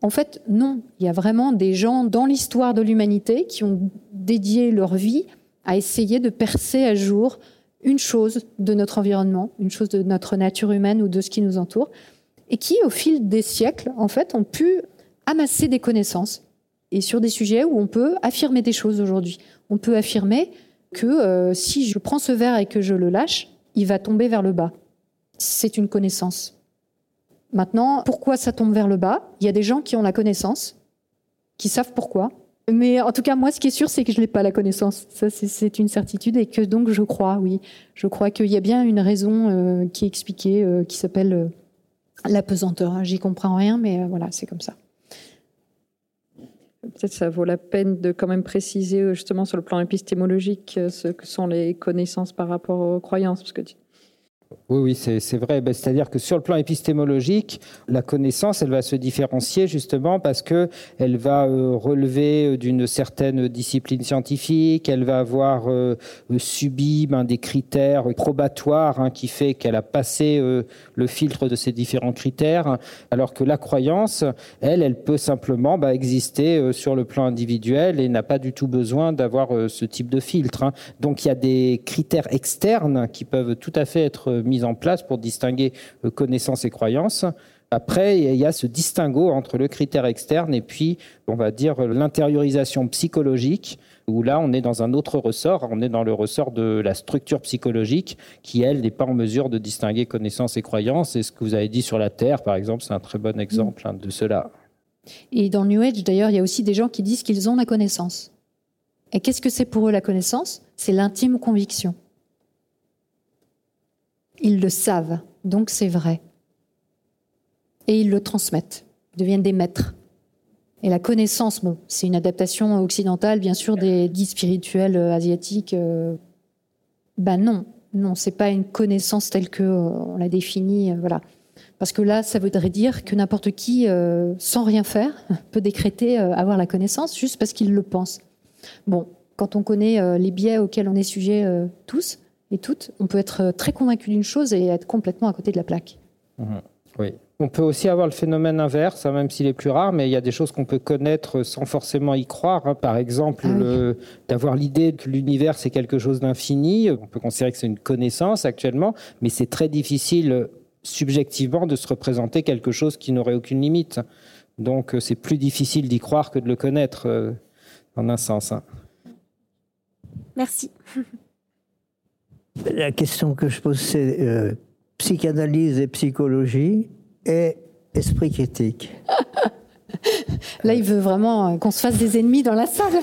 S5: En fait, non. Il y a vraiment des gens dans l'histoire de l'humanité qui ont dédié leur vie à essayer de percer à jour une chose de notre environnement, une chose de notre nature humaine ou de ce qui nous entoure, et qui, au fil des siècles, en fait, ont pu amasser des connaissances, et sur des sujets où on peut affirmer des choses aujourd'hui. On peut affirmer que euh, si je prends ce verre et que je le lâche, il va tomber vers le bas. C'est une connaissance. Maintenant, pourquoi ça tombe vers le bas ? Il y a des gens qui ont la connaissance, qui savent pourquoi. Mais en tout cas, moi, ce qui est sûr, c'est que je n'ai pas la connaissance. Ça, c'est, c'est une certitude. Et que donc, je crois, oui. Je crois qu'il y a bien une raison euh, qui est expliquée, euh, qui s'appelle euh, l'apesanteur. J'y comprends rien, mais euh, voilà, c'est comme ça.
S3: Peut-être ça vaut la peine de quand même préciser, justement, sur le plan épistémologique, ce que sont les connaissances par rapport aux croyances. Parce que tu...
S4: Oui, oui, c'est, c'est vrai. Ben, c'est-à-dire que sur le plan épistémologique, la connaissance, elle va se différencier justement parce que elle va euh, relever d'une certaine discipline scientifique, elle va avoir euh, subi ben, des critères probatoires hein, qui fait qu'elle a passé euh, le filtre de ces différents critères, alors que la croyance, elle, elle peut simplement ben, exister euh, sur le plan individuel et n'a pas du tout besoin d'avoir euh, ce type de filtre. Hein. Donc il y a des critères externes qui peuvent tout à fait être mise en place pour distinguer connaissances et croyances. Après, il y a ce distinguo entre le critère externe et puis, on va dire, l'intériorisation psychologique, où là, on est dans un autre ressort, on est dans le ressort de la structure psychologique qui, elle, n'est pas en mesure de distinguer connaissances et croyances. Et ce que vous avez dit sur la Terre, par exemple, c'est un très bon exemple hein, de cela.
S5: Et dans le New Age, d'ailleurs, il y a aussi des gens qui disent qu'ils ont la connaissance. Et qu'est-ce que c'est pour eux la connaissance ? C'est l'intime conviction. Ils le savent, donc c'est vrai. Et ils le transmettent, ils deviennent des maîtres. Et la connaissance, bon, c'est une adaptation occidentale, bien sûr, des guides spirituels asiatiques. Euh, ben non, non, c'est pas une connaissance telle que euh, on l'a définie, euh, voilà. Parce que là, ça voudrait dire que n'importe qui, euh, sans rien faire, peut décréter euh, avoir la connaissance juste parce qu'il le pense. Bon, quand on connaît euh, les biais auxquels on est sujet euh, tous, et toutes, on peut être très convaincu d'une chose et être complètement à côté de la plaque.
S4: Mmh, oui. On peut aussi avoir le phénomène inverse, hein, même s'il est plus rare, mais il y a des choses qu'on peut connaître sans forcément y croire. Hein. Par exemple, ah oui. le, d'avoir l'idée que l'univers c'est quelque chose d'infini. On peut considérer que c'est une connaissance actuellement, mais c'est très difficile subjectivement de se représenter quelque chose qui n'aurait aucune limite. Donc c'est plus difficile d'y croire que de le connaître, euh, en un sens. Hein.
S13: Merci.
S14: La question que je pose, c'est euh, psychanalyse et psychologie et esprit critique.
S5: Là, il veut vraiment qu'on se fasse des ennemis dans la salle.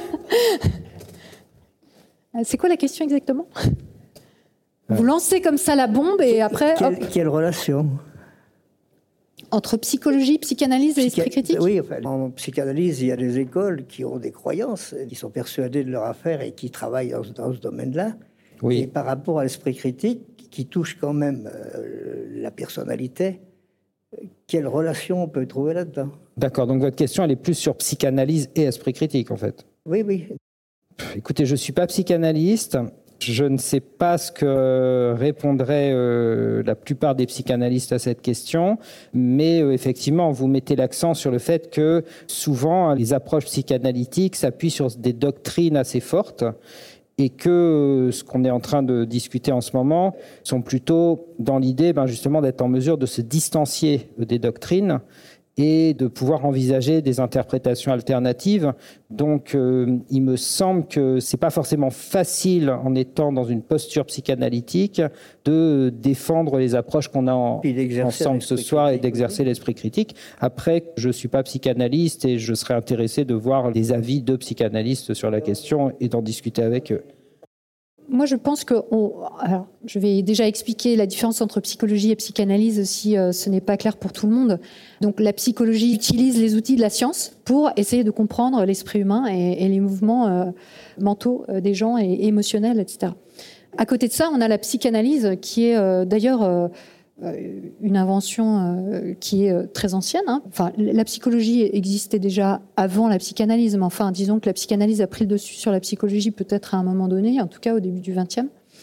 S5: C'est quoi la question exactement ? Vous lancez comme ça la bombe et après...
S14: Quelle,
S5: hop.
S14: quelle relation ?
S5: Entre psychologie, psychanalyse et Psycha- esprit critique ?
S14: Oui, enfin, en psychanalyse, il y a des écoles qui ont des croyances, qui sont persuadées de leur affaire et qui travaillent dans, dans ce domaine-là. Oui. Et par rapport à l'esprit critique, qui touche quand même euh, la personnalité, quelle relation on peut trouver là-dedans ?
S4: D'accord, donc votre question, elle est plus sur psychanalyse et esprit critique, en fait.
S14: Oui, oui.
S4: Écoutez, je ne suis pas psychanalyste. Je ne sais pas ce que répondraient euh, la plupart des psychanalystes à cette question, mais euh, effectivement, vous mettez l'accent sur le fait que souvent, les approches psychanalytiques s'appuient sur des doctrines assez fortes et que ce qu'on est en train de discuter en ce moment sont plutôt dans l'idée ben, justement d'être en mesure de se distancier des doctrines et de pouvoir envisager des interprétations alternatives. Donc, euh, il me semble que c'est pas forcément facile, en étant dans une posture psychanalytique, de défendre les approches qu'on a en, ensemble ce soir critique, et d'exercer oui. l'esprit critique. Après, je suis pas psychanalyste et je serais intéressé de voir les avis de psychanalystes sur la question et d'en discuter avec eux.
S5: Moi, je pense que... On, alors, je vais déjà expliquer la différence entre psychologie et psychanalyse si euh, ce n'est pas clair pour tout le monde. Donc, la psychologie utilise les outils de la science pour essayer de comprendre l'esprit humain et, et les mouvements euh, mentaux euh, des gens et, et émotionnels, et cetera. À côté de ça, on a la psychanalyse qui est euh, d'ailleurs euh, une invention euh, qui est euh, très ancienne. Hein. Enfin, la psychologie existait déjà avant la psychanalyse, mais enfin, disons que la psychanalyse a pris le dessus sur la psychologie peut-être à un moment donné, en tout cas au début du vingtième.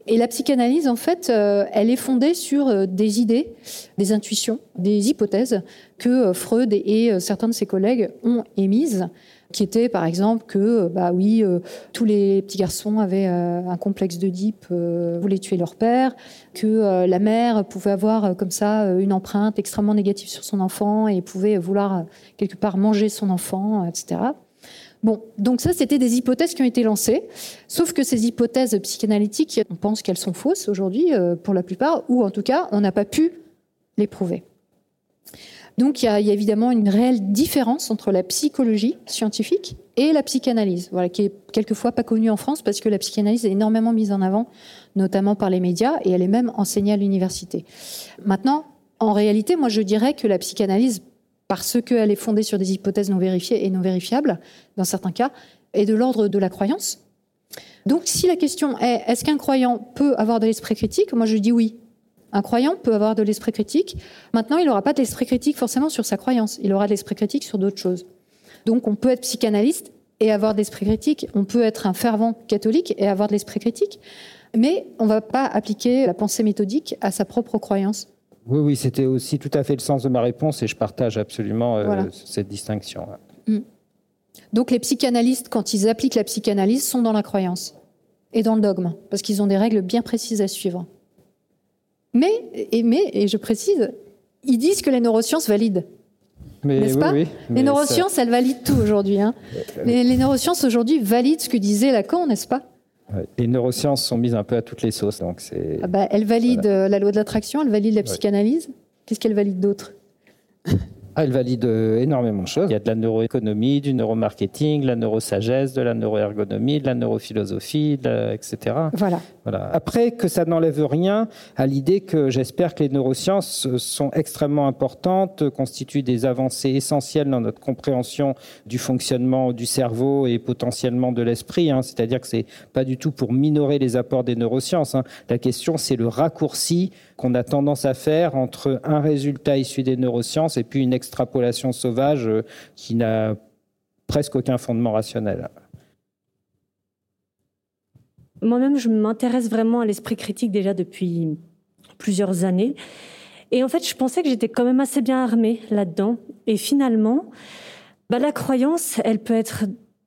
S5: Et la psychanalyse, en fait, euh, elle est fondée sur euh, des idées, des intuitions, des hypothèses que euh, Freud et, et euh, certains de ses collègues ont émises, qui étaient, par exemple, que, euh, bah oui, euh, tous les petits garçons avaient euh, un complexe d'Oedipe, euh, voulaient tuer leur père, que euh, la mère pouvait avoir euh, comme ça euh, une empreinte extrêmement négative sur son enfant et pouvait vouloir euh, quelque part manger son enfant, et cetera. Bon, donc ça, c'était des hypothèses qui ont été lancées, sauf que ces hypothèses psychanalytiques, on pense qu'elles sont fausses aujourd'hui, euh, pour la plupart, ou en tout cas, on n'a pas pu les prouver. Donc il y, a, il y a évidemment une réelle différence entre la psychologie scientifique et la psychanalyse, voilà, qui est quelquefois pas connue en France, parce que la psychanalyse est énormément mise en avant, notamment par les médias, et elle est même enseignée à l'université. Maintenant, en réalité, moi je dirais que la psychanalyse, parce qu'elle est fondée sur des hypothèses non vérifiées et non vérifiables, dans certains cas, est de l'ordre de la croyance. Donc, si la question est, est-ce qu'un croyant peut avoir de l'esprit critique ? Moi, je dis oui. Un croyant peut avoir de l'esprit critique. Maintenant, il n'aura pas de l'esprit critique forcément sur sa croyance. Il aura de l'esprit critique sur d'autres choses. Donc, on peut être psychanalyste et avoir de l'esprit critique. On peut être un fervent catholique et avoir de l'esprit critique. Mais on ne va pas appliquer la pensée méthodique à sa propre croyance.
S4: Oui, oui, c'était aussi tout à fait le sens de ma réponse et je partage absolument euh,
S5: voilà.
S4: cette distinction.
S5: Mm. Donc les psychanalystes, quand ils appliquent la psychanalyse, sont dans la croyance et dans le dogme, parce qu'ils ont des règles bien précises à suivre. Mais, et, mais, et je précise, ils disent que les neurosciences valident.
S4: Mais,
S5: n'est-ce
S4: oui,
S5: pas
S4: oui,
S5: Les neurosciences, ça... elles valident tout aujourd'hui. Hein. Les, les neurosciences aujourd'hui valident ce que disait Lacan, n'est-ce pas ?
S4: Les neurosciences sont mises un peu à toutes les sauces. Donc c'est...
S5: Ah bah, elles valident voilà. la loi de l'attraction, elles valident la psychanalyse. Ouais. Qu'est-ce qu'elles valident d'autre ?
S4: Ah, elles valident énormément de choses. Il y a de la neuroéconomie, du neuromarketing, de la neurosagesse, de la neuroergonomie, de la neurophilosophie, de la... et cetera.
S5: Voilà.
S4: Voilà. Après, que ça n'enlève rien à l'idée que j'espère que les neurosciences sont extrêmement importantes, constituent des avancées essentielles dans notre compréhension du fonctionnement du cerveau et potentiellement de l'esprit. Hein. C'est-à-dire que c'est pas du tout pour minorer les apports des neurosciences. Hein. La question, c'est le raccourci qu'on a tendance à faire entre un résultat issu des neurosciences et puis une extrapolation sauvage qui n'a presque aucun fondement rationnel.
S15: Moi-même, je m'intéresse vraiment à l'esprit critique déjà depuis plusieurs années. Et en fait, je pensais que j'étais quand même assez bien armée là-dedans. Et finalement, bah, la croyance, elle peut être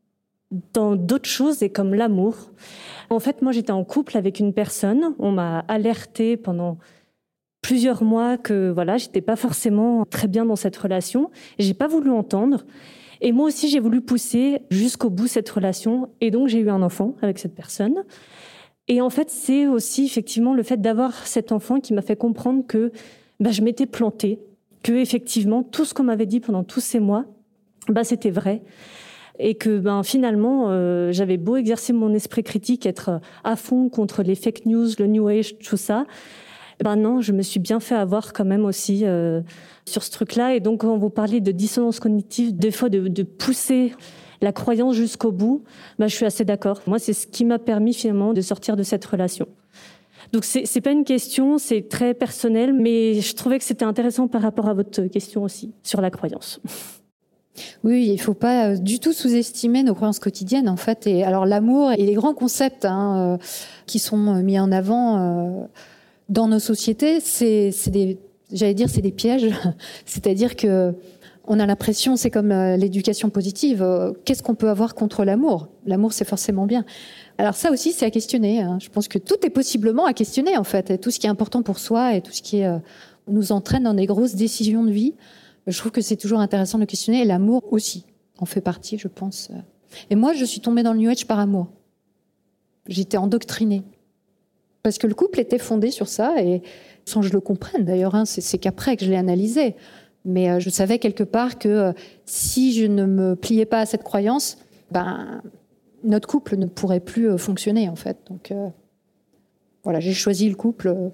S15: dans d'autres choses, et comme l'amour. En fait, moi, j'étais en couple avec une personne. On m'a alertée pendant plusieurs mois que voilà, j'étais pas forcément très bien dans cette relation. J'ai pas voulu entendre. Et moi aussi, j'ai voulu pousser jusqu'au bout cette relation. Et donc, j'ai eu un enfant avec cette personne. Et en fait, c'est aussi effectivement le fait d'avoir cet enfant qui m'a fait comprendre que bah, je m'étais plantée, que effectivement, tout ce qu'on m'avait dit pendant tous ces mois, bah, c'était vrai. Et que ben, finalement, euh, j'avais beau exercer mon esprit critique, être à fond contre les fake news, le New Age, tout ça. Ben non, je me suis bien fait avoir quand même aussi euh, sur ce truc-là. Et donc, quand vous parlez de dissonance cognitive, des fois de, de pousser la croyance jusqu'au bout, ben, je suis assez d'accord. Moi, c'est ce qui m'a permis finalement de sortir de cette relation. Donc, c'est, c'est pas une question, c'est très personnel, mais je trouvais que c'était intéressant par rapport à votre question aussi sur la croyance.
S5: Oui, il ne faut pas du tout sous-estimer nos croyances quotidiennes, en fait. Et alors, l'amour et les grands concepts hein, euh, qui sont mis en avant euh, dans nos sociétés, c'est, c'est des, j'allais dire, c'est des pièges. C'est-à-dire que on a l'impression, c'est comme euh, l'éducation positive. Euh, qu'est-ce qu'on peut avoir contre l'amour ? L'amour, c'est forcément bien. Alors ça aussi, c'est à questionner. Hein. Je pense que tout est possiblement à questionner, en fait. Et tout ce qui est important pour soi et tout ce qui euh, nous entraîne dans des grosses décisions de vie. Je trouve que c'est toujours intéressant de questionner. Et l'amour aussi en fait partie, je pense. Et moi, je suis tombée dans le New Age par amour. J'étais endoctrinée. Parce que le couple était fondé sur ça. Et sans que je le comprenne, d'ailleurs, hein, c'est, c'est qu'après que je l'ai analysé. Mais euh, je savais quelque part que euh, si je ne me pliais pas à cette croyance, ben, notre couple ne pourrait plus euh, fonctionner, en fait. Donc, euh, voilà, j'ai choisi le couple... Euh,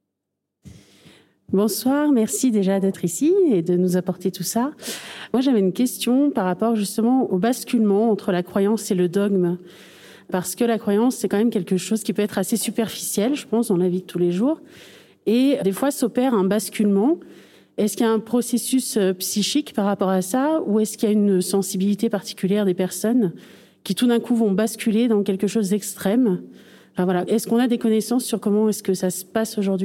S16: Bonsoir, merci déjà d'être ici et de nous apporter tout ça. Moi, j'avais une question par rapport justement au basculement entre la croyance et le dogme. Parce que la croyance, c'est quand même quelque chose qui peut être assez superficiel, je pense, dans la vie de tous les jours. Et des fois, s'opère un basculement. Est-ce qu'il y a un processus psychique par rapport à ça, ou est-ce qu'il y a une sensibilité particulière des personnes qui tout d'un coup vont basculer dans quelque chose d'extrême ? Enfin, voilà. Est-ce qu'on a des connaissances sur comment est-ce que ça se passe aujourd'hui ?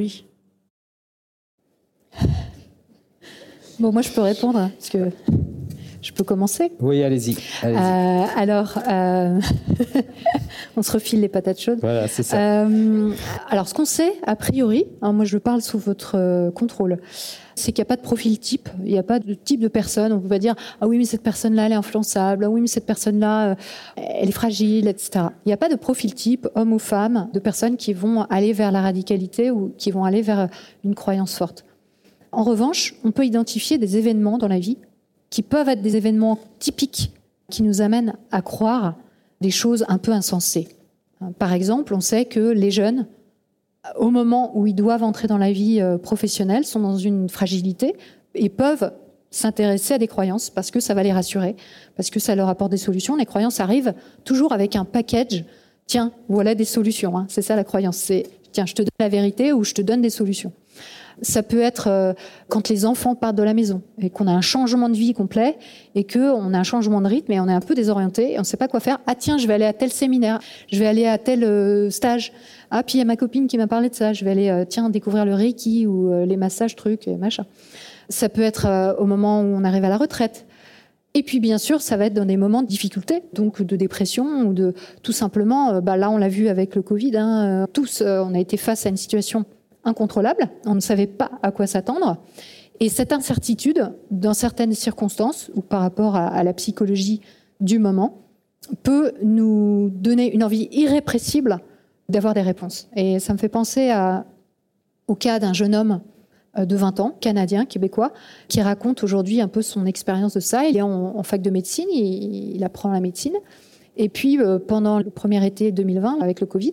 S5: Bon, moi, je peux répondre, parce que je peux commencer.
S4: Oui, allez-y. allez-y.
S5: Euh, alors, euh... on se refile les patates chaudes.
S4: Voilà, c'est ça.
S5: Euh, alors, ce qu'on sait, a priori, hein, moi je parle sous votre euh, contrôle, c'est qu'il n'y a pas de profil type, il n'y a pas de type de personne. On ne peut pas dire « Ah oui, mais cette personne-là, elle est influençable. Ah oui, mais cette personne-là, euh, elle est fragile, et cetera » Il n'y a pas de profil type, homme ou femme, de personnes qui vont aller vers la radicalité ou qui vont aller vers une croyance forte. En revanche, on peut identifier des événements dans la vie qui peuvent être des événements typiques qui nous amènent à croire des choses un peu insensées. Par exemple, on sait que les jeunes, au moment où ils doivent entrer dans la vie professionnelle, sont dans une fragilité et peuvent s'intéresser à des croyances parce que ça va les rassurer, parce que ça leur apporte des solutions. Les croyances arrivent toujours avec un package. Tiens, voilà des solutions. Hein. C'est ça la croyance. C'est tiens, je te donne la vérité ou je te donne des solutions. Ça peut être euh, quand les enfants partent de la maison et qu'on a un changement de vie complet et qu'on a un changement de rythme et on est un peu désorienté et on ne sait pas quoi faire. Ah tiens, je vais aller à tel séminaire, je vais aller à tel euh, stage. Ah puis il y a ma copine qui m'a parlé de ça, je vais aller euh, tiens découvrir le Reiki ou euh, les massages trucs et machin. Ça peut être euh, au moment où on arrive à la retraite. Et puis bien sûr, ça va être dans des moments de difficulté, donc de dépression ou de tout simplement, euh, bah, là on l'a vu avec le Covid, hein, euh, tous euh, on a été face à une situation incontrôlable, on ne savait pas à quoi s'attendre. Et cette incertitude, dans certaines circonstances, ou par rapport à, à la psychologie du moment, peut nous donner une envie irrépressible d'avoir des réponses. Et ça me fait penser à, au cas d'un jeune homme de vingt ans, canadien, québécois, qui raconte aujourd'hui un peu son expérience de ça. Il est en, en fac de médecine, il, il apprend la médecine. Et puis, euh, pendant le premier été deux mille vingt, avec le Covid,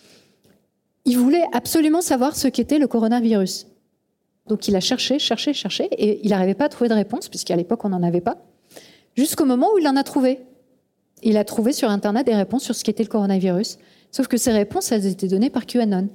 S5: il voulait absolument savoir ce qu'était le coronavirus. Donc il a cherché, cherché, cherché, et il n'arrivait pas à trouver de réponse, puisqu'à l'époque on n'en avait pas, jusqu'au moment où il en a trouvé. Il a trouvé sur Internet des réponses sur ce qu'était le coronavirus, sauf que ces réponses, elles étaient données par QAnon.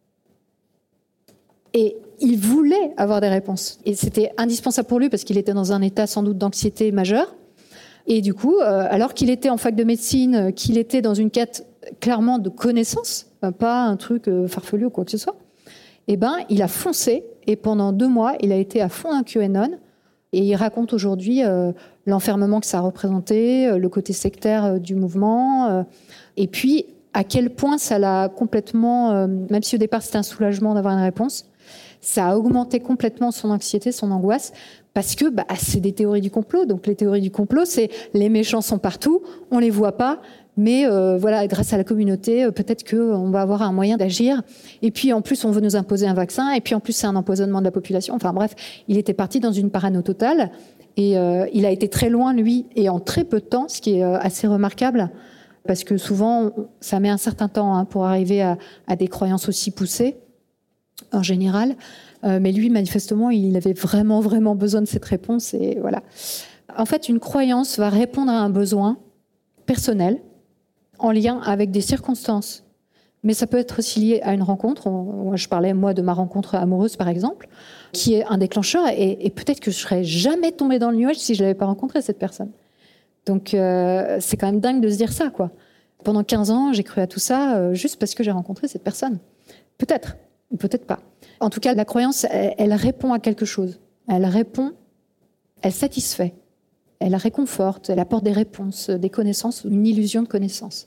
S5: Et il voulait avoir des réponses. Et c'était indispensable pour lui, parce qu'il était dans un état sans doute d'anxiété majeure. Et du coup, euh, alors qu'il était en fac de médecine, qu'il était dans une quête clairement de connaissances, pas un truc farfelu ou quoi que ce soit, eh ben, il a foncé et pendant deux mois, il a été à fond dans QAnon et il raconte aujourd'hui euh, l'enfermement que ça a représenté, le côté sectaire euh, du mouvement euh, et puis à quel point ça l'a complètement, euh, même si au départ c'était un soulagement d'avoir une réponse, ça a augmenté complètement son anxiété, son angoisse parce que bah, c'est des théories du complot. Donc les théories du complot, c'est les méchants sont partout, on les voit pas. Mais euh, voilà, grâce à la communauté, euh, peut-être qu'on va avoir un moyen d'agir. Et puis, en plus, on veut nous imposer un vaccin. Et puis, en plus, c'est un empoisonnement de la population. Enfin bref, il était parti dans une parano totale. Et euh, il a été très loin, lui, et en très peu de temps, ce qui est euh, assez remarquable. Parce que souvent, ça met un certain temps hein, pour arriver à, à des croyances aussi poussées, en général. Euh, mais lui, manifestement, il avait vraiment, vraiment besoin de cette réponse. Et voilà. En fait, une croyance va répondre à un besoin personnel, en lien avec des circonstances. Mais ça peut être aussi lié à une rencontre. On, je parlais, moi, de ma rencontre amoureuse, par exemple, qui est un déclencheur. Et, et peut-être que je ne serais jamais tombée dans le nuage si je ne l'avais pas rencontré, cette personne. Donc, euh, c'est quand même dingue de se dire ça, quoi. Pendant quinze ans, j'ai cru à tout ça euh, juste parce que j'ai rencontré cette personne. Peut-être, ou peut-être pas. En tout cas, la croyance, elle, elle répond à quelque chose. Elle répond, elle satisfait. Elle réconforte, elle apporte des réponses, des connaissances, une illusion de connaissance.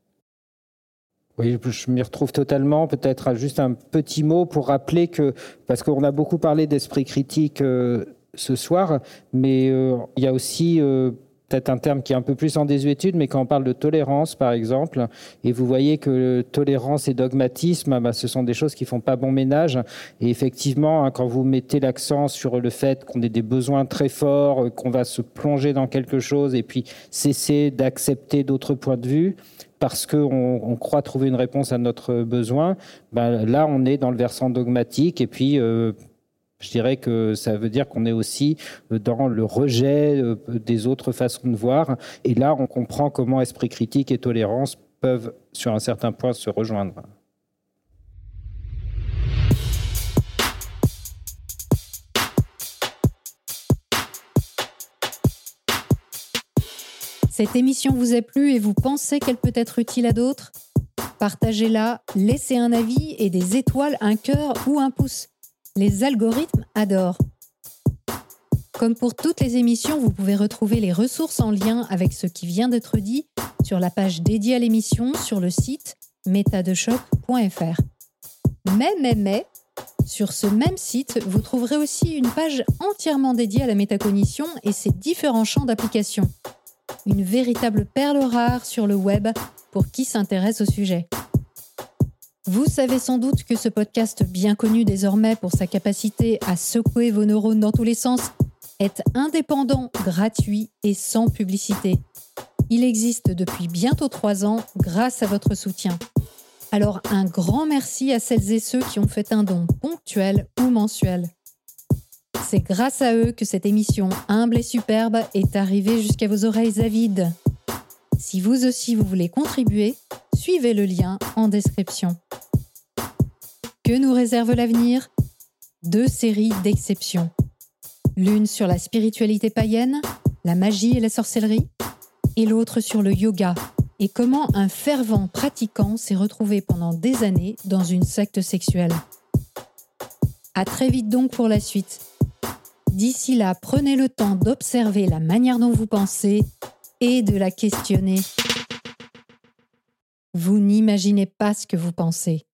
S4: Oui, je m'y retrouve totalement. Peut-être juste un petit mot pour rappeler que, parce qu'on a beaucoup parlé d'esprit critique euh, ce soir, mais euh, il y a aussi euh, peut-être un terme qui est un peu plus en désuétude, mais quand on parle de tolérance, par exemple, et vous voyez que tolérance et dogmatisme, bah, ce sont des choses qui font pas bon ménage. Et effectivement, hein, quand vous mettez l'accent sur le fait qu'on ait des besoins très forts, qu'on va se plonger dans quelque chose et puis cesser d'accepter d'autres points de vue, parce qu'on on croit trouver une réponse à notre besoin, ben là, on est dans le versant dogmatique. Et puis, euh, je dirais que ça veut dire qu'on est aussi dans le rejet des autres façons de voir. Et là, on comprend comment esprit critique et tolérance peuvent, sur un certain point, se rejoindre.
S2: Cette émission vous a plu et vous pensez qu'elle peut être utile à d'autres ? Partagez-la, laissez un avis et des étoiles, un cœur ou un pouce. Les algorithmes adorent. Comme pour toutes les émissions, vous pouvez retrouver les ressources en lien avec ce qui vient d'être dit sur la page dédiée à l'émission sur le site métadechoc point f r. Mais, mais, mais, sur ce même site, vous trouverez aussi une page entièrement dédiée à la métacognition et ses différents champs d'application. Une véritable perle rare sur le web pour qui s'intéresse au sujet. Vous savez sans doute que ce podcast, bien connu désormais pour sa capacité à secouer vos neurones dans tous les sens, est indépendant, gratuit et sans publicité. Il existe depuis bientôt trois ans grâce à votre soutien. Alors un grand merci à celles et ceux qui ont fait un don ponctuel ou mensuel. C'est grâce à eux que cette émission humble et superbe est arrivée jusqu'à vos oreilles avides. Si vous aussi vous voulez contribuer, suivez le lien en description. Que nous réserve l'avenir ? Deux séries d'exception. L'une sur la spiritualité païenne, la magie et la sorcellerie, et l'autre sur le yoga, et comment un fervent pratiquant s'est retrouvé pendant des années dans une secte sexuelle. À très vite donc pour la suite. D'ici là, prenez le temps d'observer la manière dont vous pensez et de la questionner. Vous n'imaginez pas ce que vous pensez.